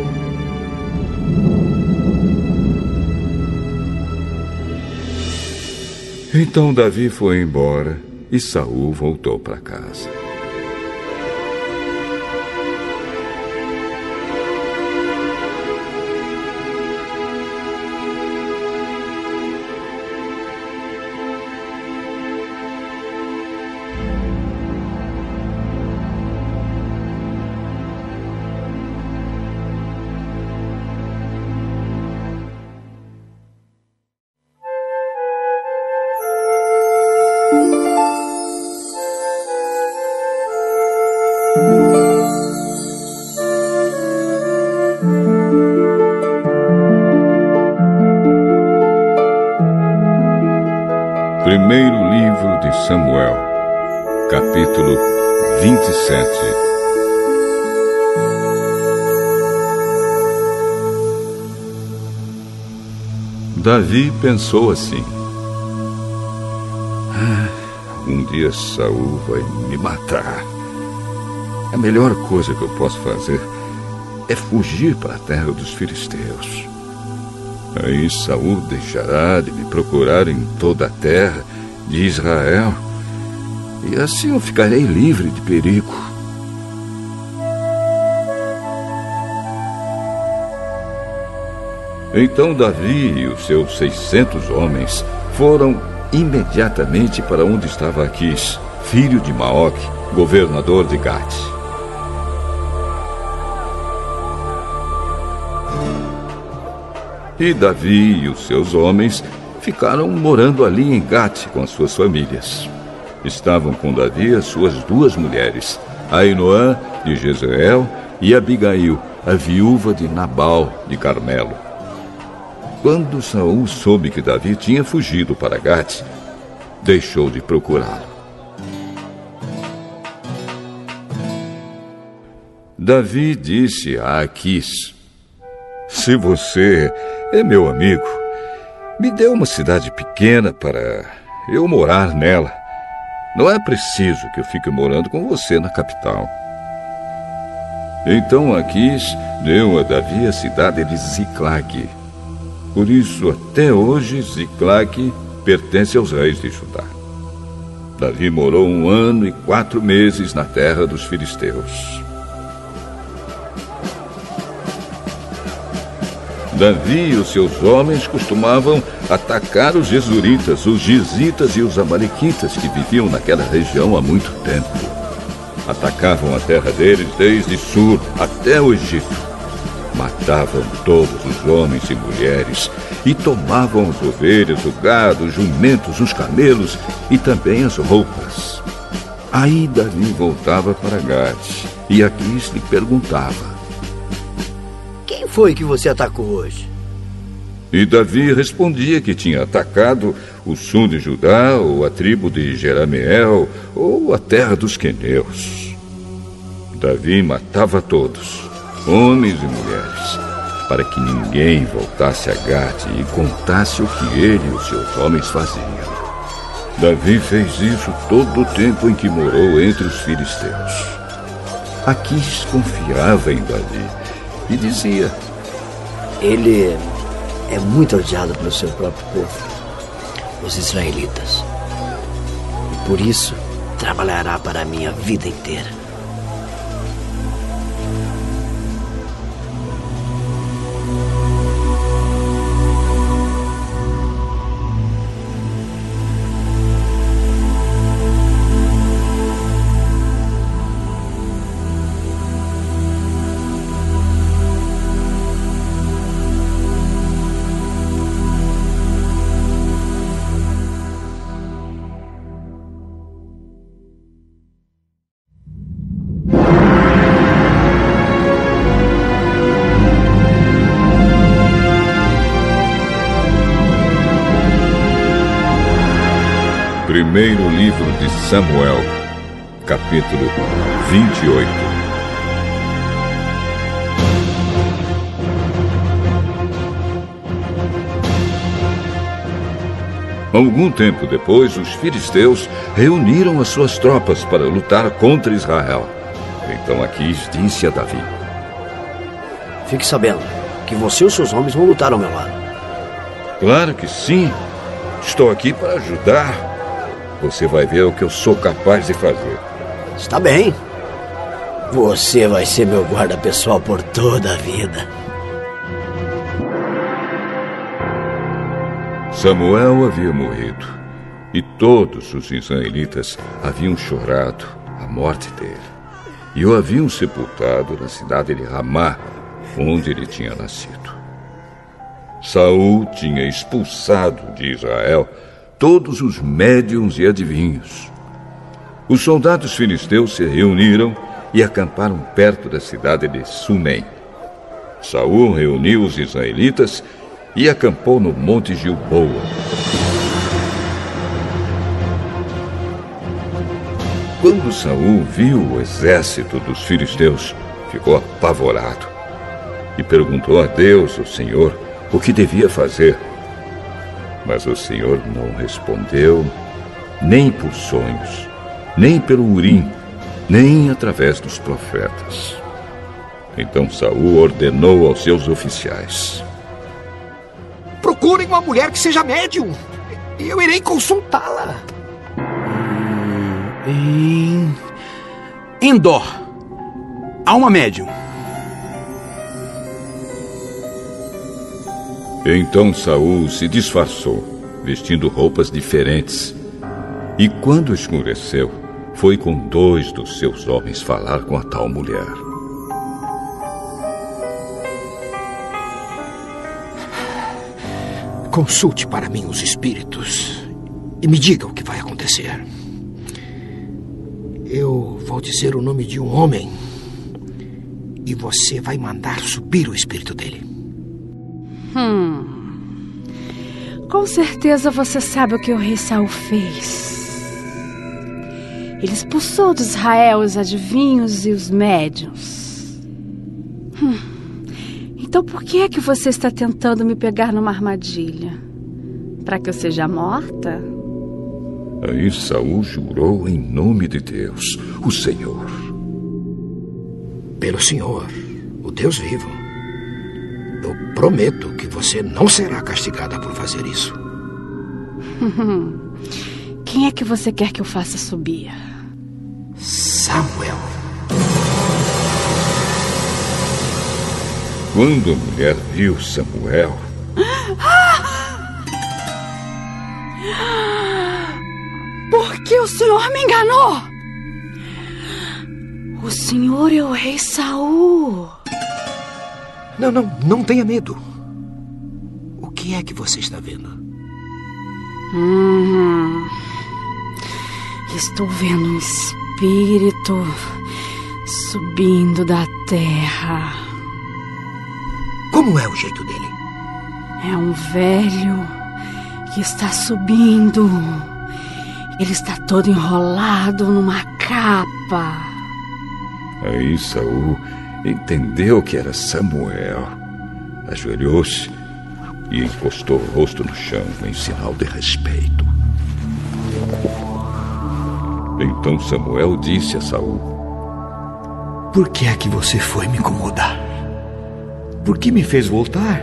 Então Davi foi embora e Saul voltou para casa. Primeiro livro de Samuel, capítulo vinte e sete. Davi pensou assim: ah, um dia Saul vai me matar. A melhor coisa que eu posso fazer é fugir para a terra dos filisteus. Aí Saul deixará de me procurar em toda a terra de Israel, e assim eu ficarei livre de perigo. Então Davi e os seus seiscentos homens foram imediatamente para onde estava Aquis, filho de Maoque, governador de Gate. E Davi e os seus homens ficaram morando ali em Gate com as suas famílias. Estavam com Davi as suas duas mulheres, Ainoã de Jezreel e Abigail, a viúva de Nabal de Carmelo. Quando Saul soube que Davi tinha fugido para Gate, deixou de procurá-lo. Davi disse a Aquis: se você é meu amigo, me dê uma cidade pequena para eu morar nela. Não é preciso que eu fique morando com você na capital. Então Aquis deu a Davi a cidade de Ziclague. Por isso, até hoje, Ziclague pertence aos reis de Judá. Davi morou um ano e quatro meses na terra dos filisteus. Davi e os seus homens costumavam atacar os Gesuritas, os Gizitas e os Amalequitas que viviam naquela região há muito tempo. Atacavam a terra deles desde Sur até o Egito. Matavam todos os homens e mulheres e tomavam as ovelhas, o gado, os jumentos, os camelos e também as roupas. Aí Davi voltava para Gade e Aquis lhe perguntava: quem foi que você atacou hoje? E Davi respondia que tinha atacado o sul de Judá, ou a tribo de Jerameel, ou a terra dos queneus. Davi matava todos, homens e mulheres, para que ninguém voltasse a Gade e contasse o que ele e os seus homens faziam. Davi fez isso todo o tempo em que morou entre os filisteus. Aquis confiava em Davi e dizia: ele é muito odiado pelo seu próprio povo, os israelitas. E por isso trabalhará para a minha vida inteira. Primeiro livro de Samuel, capítulo vinte e oito. Algum tempo depois, os filisteus reuniram as suas tropas para lutar contra Israel. Então Aquis disse a Davi: fique sabendo que você e os seus homens vão lutar ao meu lado. Claro que sim. Estou aqui para ajudar. Você vai ver o que eu sou capaz de fazer. Está bem. Você vai ser meu guarda pessoal por toda a vida. Samuel havia morrido e todos os israelitas haviam chorado a morte dele e o haviam sepultado na cidade de Ramá, onde ele tinha nascido. Saul tinha expulsado de Israel todos os médiuns e adivinhos. Os soldados filisteus se reuniram e acamparam perto da cidade de Sunem. Saul reuniu os israelitas e acampou no Monte Gilboa. Quando Saul viu o exército dos filisteus, ficou apavorado e perguntou a Deus, o Senhor, o que devia fazer. Mas o Senhor não respondeu, nem por sonhos, nem pelo Urim, nem através dos profetas. Então Saul ordenou aos seus oficiais: procurem uma mulher que seja médium, e eu irei consultá-la. Em Endor há uma médium. Então Saul se disfarçou, vestindo roupas diferentes. E quando escureceu, foi com dois dos seus homens falar com a tal mulher. Consulte para mim os espíritos e me diga o que vai acontecer. Eu vou dizer o nome de um homem e você vai mandar subir o espírito dele. Hum. Com certeza você sabe o que o rei Saul fez. Ele expulsou de Israel os adivinhos e os médiuns. Hum. Então por que é que você está tentando me pegar numa armadilha? Para que eu seja morta? Aí Saul jurou em nome de Deus, o Senhor. Pelo Senhor, o Deus vivo, eu prometo que você não será castigada por fazer isso. Quem é que você quer que eu faça subir? Samuel. Quando a mulher viu Samuel... Por que o senhor me enganou? O senhor é o rei Saul. Não, não, não tenha medo. O que é que você está vendo? Hum, estou vendo um espírito subindo da terra. Como é o jeito dele? É um velho que está subindo. Ele está todo enrolado numa capa. Aí Saul entendeu que era Samuel. Ajoelhou-se e encostou o rosto no chão em sinal de respeito. Então Samuel disse a Saul: Por que é que você foi me incomodar? Por que me fez voltar?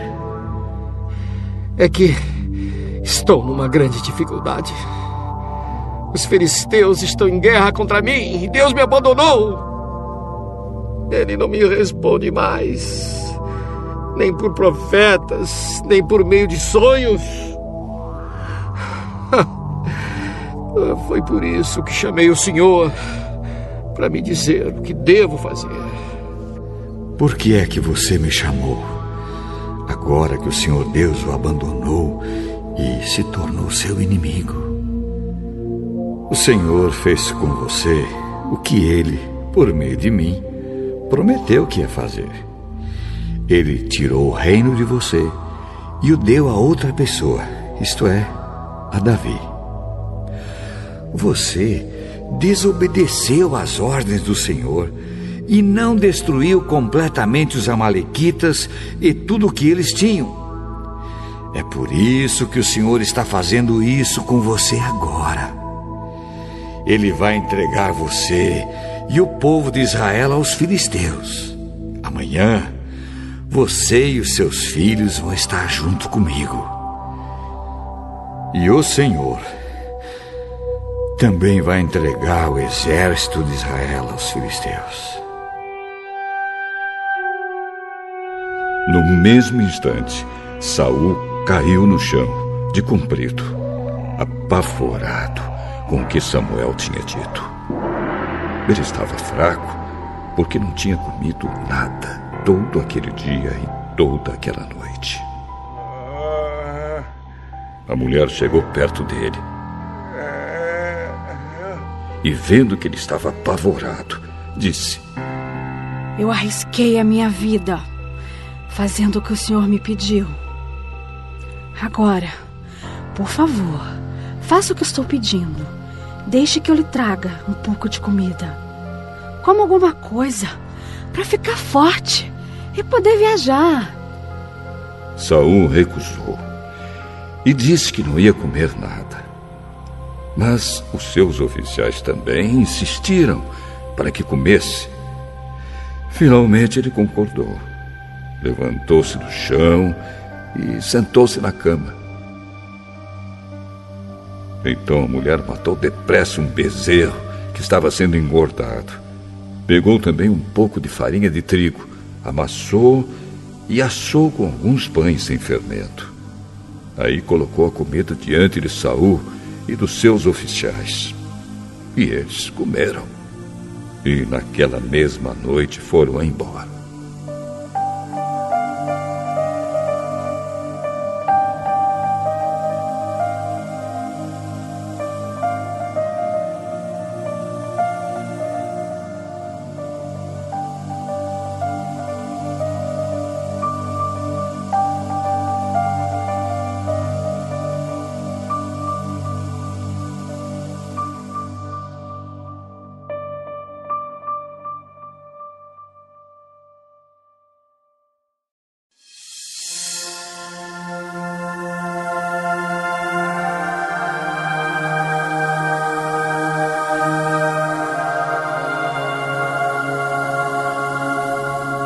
É que estou numa grande dificuldade. Os filisteus estão em guerra contra mim e Deus me abandonou. Ele não me responde mais, nem por profetas, nem por meio de sonhos. Foi por isso que chamei o Senhor, para me dizer o que devo fazer. Por que é que você me chamou? Agora que o Senhor Deus o abandonou e se tornou seu inimigo. O Senhor fez com você o que Ele, por meio de mim, prometeu que ia fazer. Ele tirou o reino de você e o deu a outra pessoa, isto é, a Davi. Você desobedeceu às ordens do Senhor e não destruiu completamente os amalequitas e tudo o que eles tinham. É por isso que o Senhor está fazendo isso com você agora. Ele vai entregar você e o povo de Israel aos filisteus. Amanhã, você e os seus filhos vão estar junto comigo. E o Senhor também vai entregar o exército de Israel aos filisteus. No mesmo instante, Saul caiu no chão, de comprido, apavorado com o que Samuel tinha dito. Ele estava fraco porque não tinha comido nada todo aquele dia e toda aquela noite. A mulher chegou perto dele e, vendo que ele estava apavorado, disse: Eu arrisquei a minha vida fazendo o que o Senhor me pediu. Agora, por favor, faça o que estou pedindo. Deixe que eu lhe traga um pouco de comida. Coma alguma coisa para ficar forte e poder viajar. Saul recusou e disse que não ia comer nada. Mas os seus oficiais também insistiram para que comesse. Finalmente ele concordou. Levantou-se do chão e sentou-se na cama. Então a mulher matou depressa um bezerro que estava sendo engordado. Pegou também um pouco de farinha de trigo, amassou e assou com alguns pães sem fermento. Aí colocou a comida diante de Saul e dos seus oficiais. E eles comeram. E naquela mesma noite foram embora.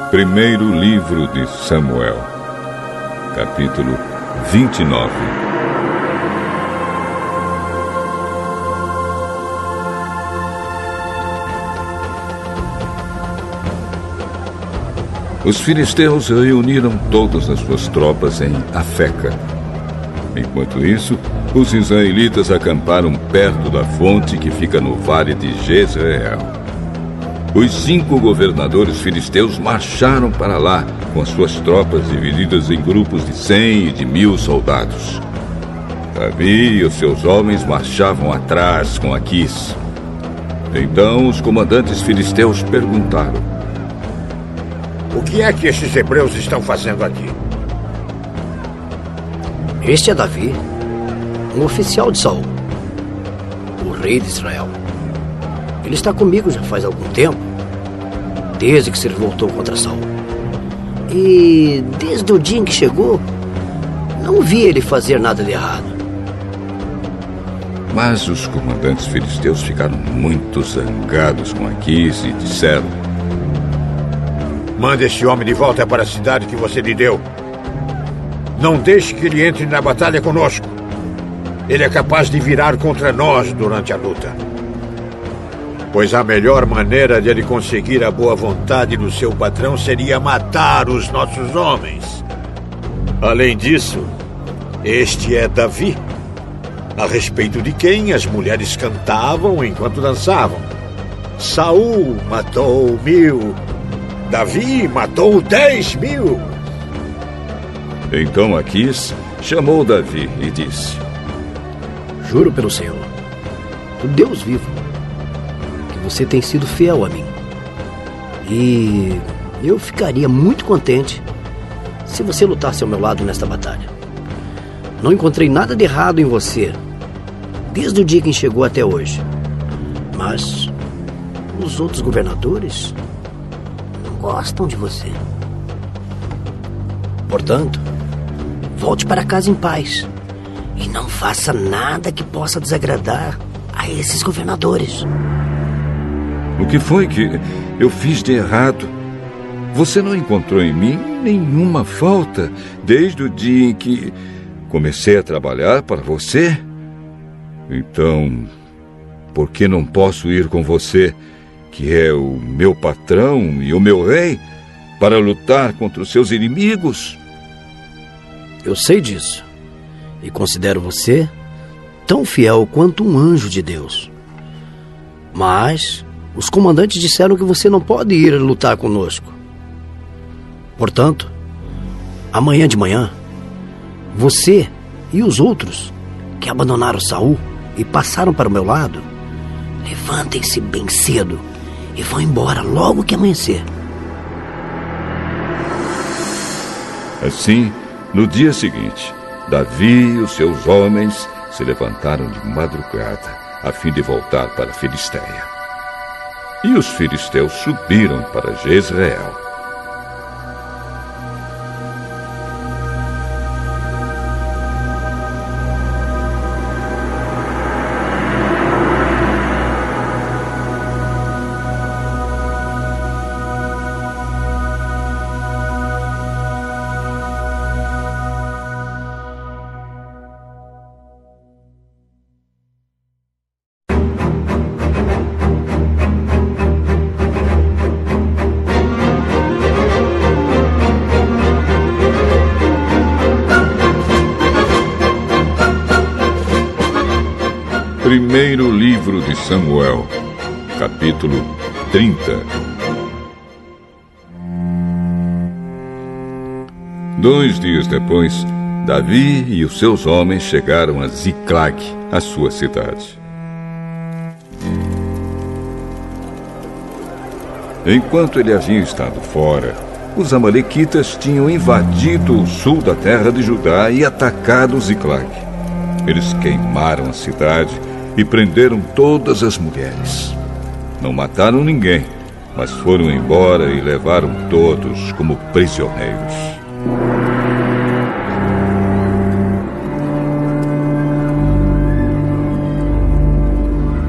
Primeiro livro de Samuel, capítulo vinte e nove. Os filisteus reuniram todas as suas tropas em Afeca. Enquanto isso, os israelitas acamparam perto da fonte que fica no vale de Jezreel. Os cinco governadores filisteus marcharam para lá com as suas tropas divididas em grupos de cem e de mil soldados. Davi e os seus homens marchavam atrás com Aquis. Então os comandantes filisteus perguntaram: o que é que estes hebreus estão fazendo aqui? Este é Davi, um oficial de Saul, o rei de Israel. Ele está comigo já faz algum tempo, desde que se revoltou contra Saul. E desde o dia em que chegou, não vi ele fazer nada de errado. Mas os comandantes filisteus ficaram muito zangados com Aquis e disseram: mande este homem de volta para a cidade que você lhe deu. Não deixe que ele entre na batalha conosco. Ele é capaz de virar contra nós durante a luta. Pois a melhor maneira de ele conseguir a boa vontade do seu patrão seria matar os nossos homens. Além disso, este é Davi, a respeito de quem as mulheres cantavam enquanto dançavam. Saul matou mil, Davi matou dez mil. Então Aquis chamou Davi e disse: juro pelo Senhor, o Deus vivo, que você tem sido fiel a mim. E eu ficaria muito contente se você lutasse ao meu lado nesta batalha. Não encontrei nada de errado em você, desde o dia que chegou até hoje. Mas os outros governadores não gostam de você. Portanto, volte para casa em paz e não faça nada que possa desagradar a esses governadores. O que foi que eu fiz de errado? Você não encontrou em mim nenhuma falta desde o dia em que comecei a trabalhar para você? Então, por que não posso ir com você, que é o meu patrão e o meu rei, para lutar contra os seus inimigos? Eu sei disso e considero você tão fiel quanto um anjo de Deus. Mas os comandantes disseram que você não pode ir lutar conosco. Portanto, amanhã de manhã, você e os outros que abandonaram Saul e passaram para o meu lado, levantem-se bem cedo e vão embora logo que amanhecer. Assim, no dia seguinte, Davi e os seus homens se levantaram de madrugada, a fim de voltar para a Filisteia. E os filisteus subiram para Jezreel. Primeiro livro de Samuel, capítulo trinta. Dois dias depois, Davi e os seus homens chegaram a Ziclag, a sua cidade. Enquanto ele havia estado fora, os amalequitas tinham invadido o sul da terra de Judá e atacado Ziclag. Eles queimaram a cidade e prenderam todas as mulheres. Não mataram ninguém, mas foram embora e levaram todos como prisioneiros.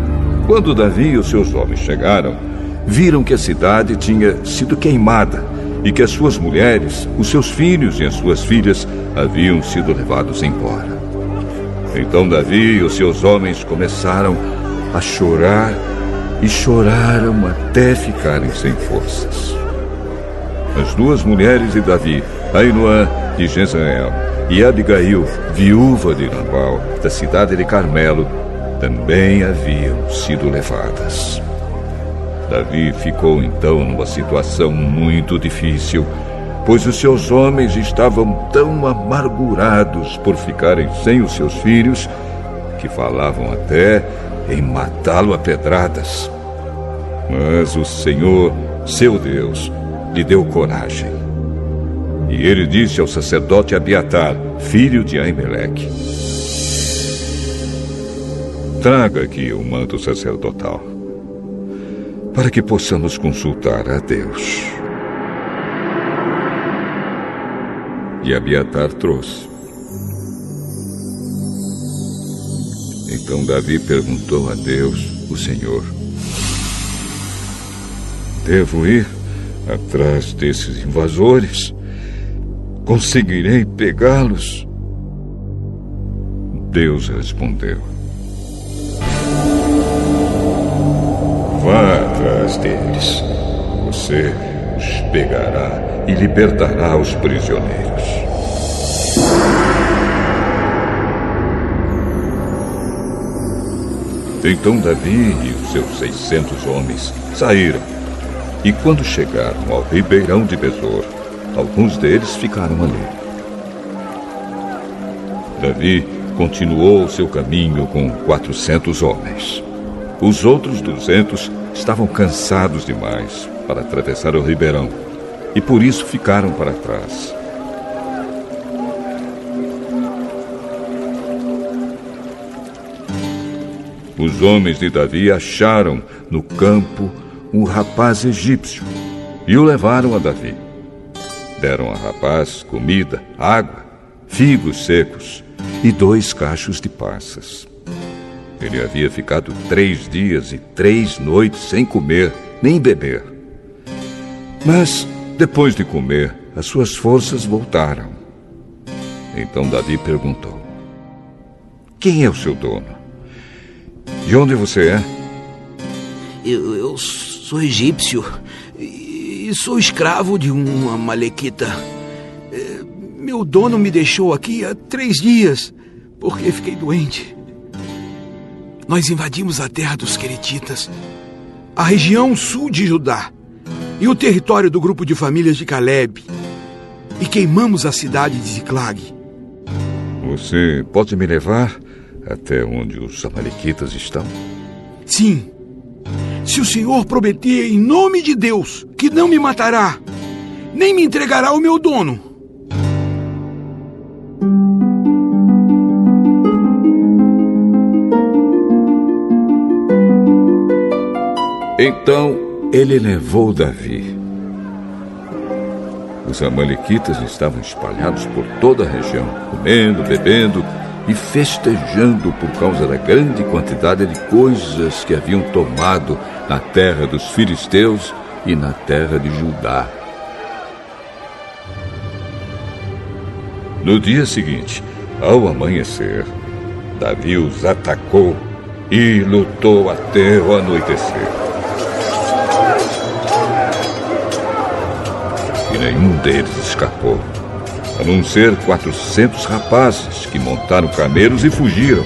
Quando Davi e os seus homens chegaram, viram que a cidade tinha sido queimada e que as suas mulheres, os seus filhos e as suas filhas haviam sido levados embora. Então Davi e os seus homens começaram a chorar e choraram até ficarem sem forças. As duas mulheres de Davi, Ainoã de Jezreel e Abigail, viúva de Nabal, da cidade de Carmelo, também haviam sido levadas. Davi ficou então numa situação muito difícil, pois os seus homens estavam tão amargurados por ficarem sem os seus filhos, que falavam até em matá-lo a pedradas. Mas o Senhor, seu Deus, lhe deu coragem. E ele disse ao sacerdote Abiatar, filho de Aimeleque: traga aqui o manto sacerdotal, para que possamos consultar a Deus. E Abiatar trouxe. Então Davi perguntou a Deus, o Senhor: devo ir atrás desses invasores? Conseguirei pegá-los? Deus respondeu: vá atrás deles. Você os pegará e libertará os prisioneiros. Então Davi e os seus seiscentos homens saíram. E quando chegaram ao ribeirão de Besor, alguns deles ficaram ali. Davi continuou seu caminho com quatrocentos homens. Os outros duzentos estavam cansados demais para atravessar o ribeirão e por isso ficaram para trás. Os homens de Davi acharam no campo um rapaz egípcio e o levaram a Davi. Deram ao rapaz comida, água, figos secos e dois cachos de passas. Ele havia ficado três dias e três noites sem comer nem beber. Mas, depois de comer, as suas forças voltaram. Então Davi perguntou: quem é o seu dono? De onde você é? Eu, eu sou egípcio e sou escravo de uma amalequita. Meu dono me deixou aqui há três dias porque fiquei doente. Nós invadimos a terra dos queretitas, a região sul de Judá e o território do grupo de famílias de Caleb, e queimamos a cidade de Ziclag. Você pode me levar até onde os amalequitas estão? Sim. Se o Senhor prometer em nome de Deus que não me matará, nem me entregará ao meu dono. Então ele levou Davi. Os amalequitas estavam espalhados por toda a região, comendo, bebendo e festejando por causa da grande quantidade de coisas que haviam tomado na terra dos filisteus e na terra de Judá. No dia seguinte, ao amanhecer, Davi os atacou e lutou até o anoitecer. E nenhum deles escapou, a não ser quatrocentos rapazes que montaram camelos e fugiram.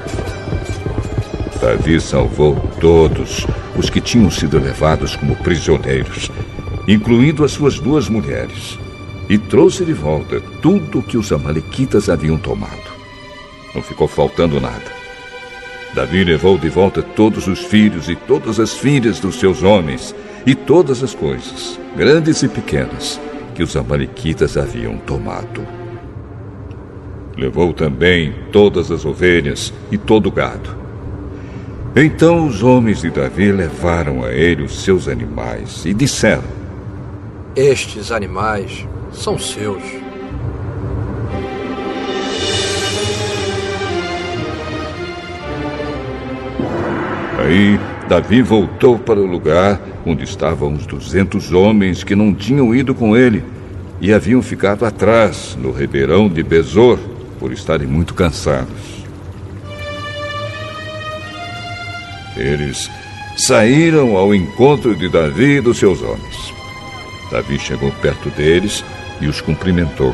Davi salvou todos os que tinham sido levados como prisioneiros, incluindo as suas duas mulheres, e trouxe de volta tudo o que os amalequitas haviam tomado. Não ficou faltando nada. Davi levou de volta todos os filhos e todas as filhas dos seus homens, e todas as coisas, grandes e pequenas, que os amalequitas haviam tomado. Levou também todas as ovelhas e todo o gado. Então os homens de Davi levaram a ele os seus animais e disseram: estes animais são seus. Aí Davi voltou para o lugar onde estavam os duzentos homens que não tinham ido com ele e haviam ficado atrás, no ribeirão de Besor, por estarem muito cansados. Eles saíram ao encontro de Davi e dos seus homens. Davi chegou perto deles e os cumprimentou.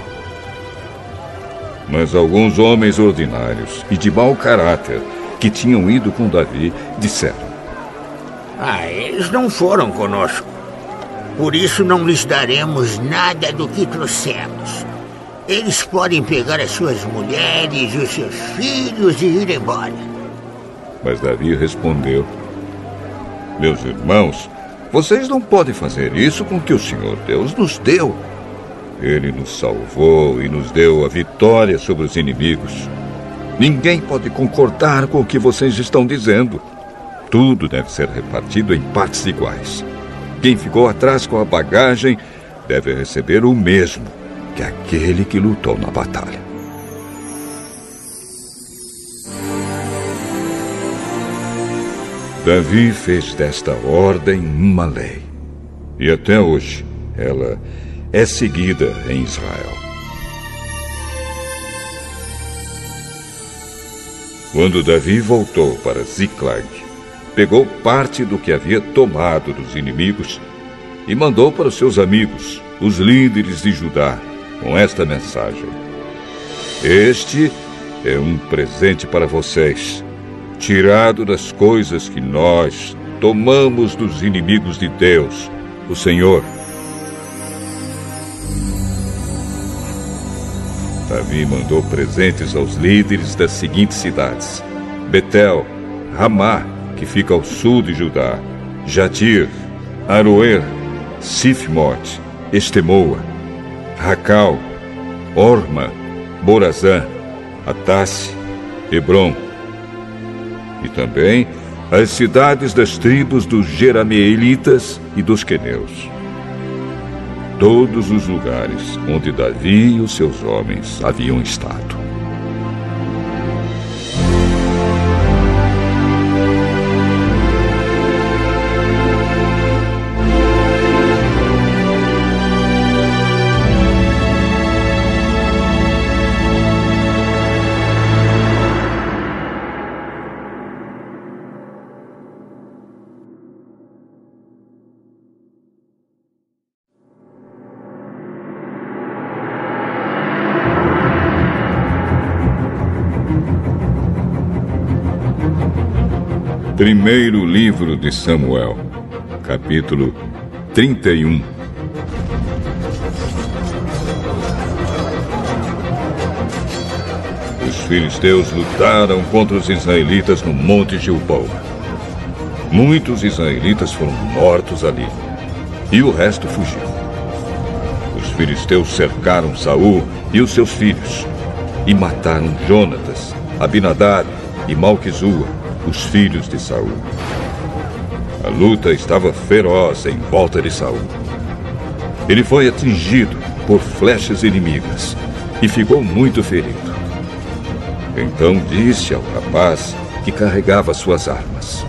Mas alguns homens ordinários e de mau caráter que tinham ido com Davi disseram: Ah, eles não foram conosco. Por isso não lhes daremos nada do que trouxemos. Eles podem pegar as suas mulheres e os seus filhos e ir embora. Mas Davi respondeu: Meus irmãos, vocês não podem fazer isso com o que o Senhor Deus nos deu. Ele nos salvou e nos deu a vitória sobre os inimigos. Ninguém pode concordar com o que vocês estão dizendo. Tudo deve ser repartido em partes iguais. Quem ficou atrás com a bagagem deve receber o mesmo que aquele que lutou na batalha. Davi fez desta ordem uma lei, e até hoje ela é seguida em Israel. Quando Davi voltou para Ziclag, pegou parte do que havia tomado dos inimigos e mandou para os seus amigos, os líderes de Judá, com esta mensagem: Este é um presente para vocês, tirado das coisas que nós tomamos dos inimigos de Deus, o Senhor. Davi mandou presentes aos líderes das seguintes cidades: Betel, Ramá, que fica ao sul de Judá, Jatir, Aroer, Sifmote, Estemoa, Racal, Orma, Borazã, Atasse, Hebron, e também as cidades das tribos dos Jerameelitas e dos Queneus. Todos os lugares onde Davi e os seus homens haviam estado. Primeiro livro de Samuel, capítulo trinta e um. Os filisteus lutaram contra os israelitas no Monte Gilboa. Muitos israelitas foram mortos ali, e o resto fugiu. Os filisteus cercaram Saul e os seus filhos, e mataram Jonatas, Abinadab e Malquizua, os filhos de Saul. A luta estava feroz em volta de Saul. Ele foi atingido por flechas inimigas e ficou muito ferido. Então disse ao rapaz que carregava suas armas: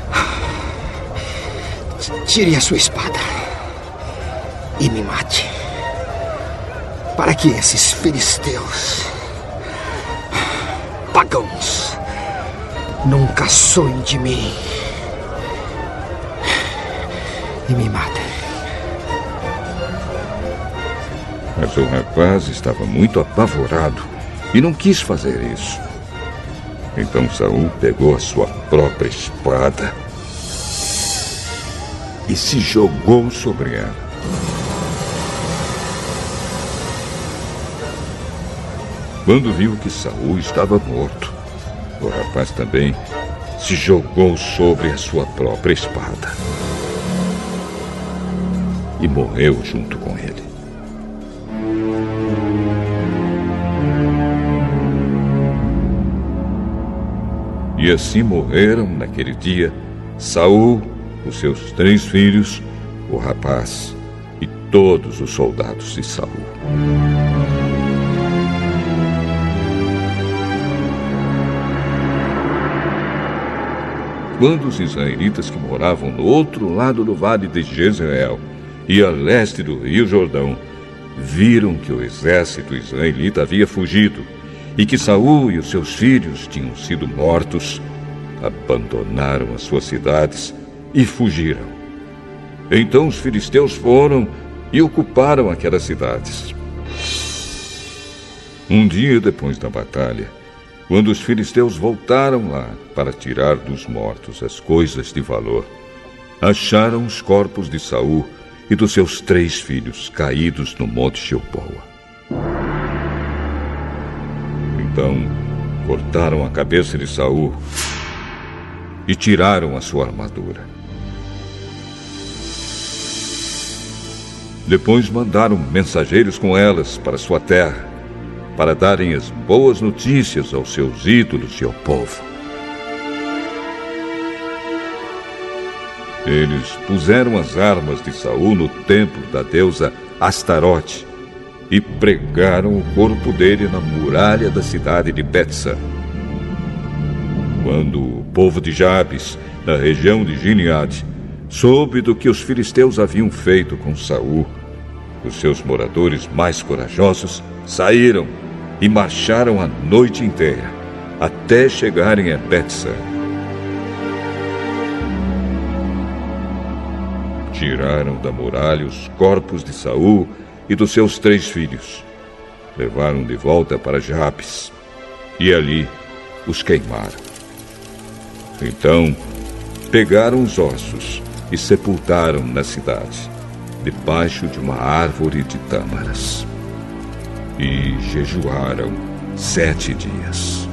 Tire a sua espada e me mate, para que esses filisteus pagãos nunca sonhem de mim e me matem. Mas o rapaz estava muito apavorado e não quis fazer isso. Então Saul pegou a sua própria espada e se jogou sobre ela. Quando viu que Saul estava morto, o rapaz também se jogou sobre a sua própria espada e morreu junto com ele. E assim morreram naquele dia Saul, os seus três filhos, o rapaz e todos os soldados de Saul. quando os israelitas que moravam no outro lado do vale de Jezreel e a leste do rio Jordão viram que o exército israelita havia fugido e que Saul e os seus filhos tinham sido mortos, abandonaram as suas cidades e fugiram. Então os filisteus foram e ocuparam aquelas cidades. Um dia depois da batalha, quando os filisteus voltaram lá para tirar dos mortos as coisas de valor, acharam os corpos de Saul e dos seus três filhos caídos no monte Gilboa. Então cortaram a cabeça de Saul e tiraram a sua armadura. Depois mandaram mensageiros com elas para sua terra, para darem as boas notícias aos seus ídolos e ao povo. Eles puseram as armas de Saul no templo da deusa Astarote e pregaram o corpo dele na muralha da cidade de Betsa. Quando o povo de Jabes, na região de Gileade, soube do que os filisteus haviam feito com Saul, os seus moradores mais corajosos saíram e marcharam a noite inteira, até chegarem a Betsa. Tiraram da muralha os corpos de Saul e dos seus três filhos. Levaram de volta para Jabes e ali os queimaram. Então, pegaram os ossos e sepultaram na cidade, debaixo de uma árvore de tâmaras. E jejuaram sete dias.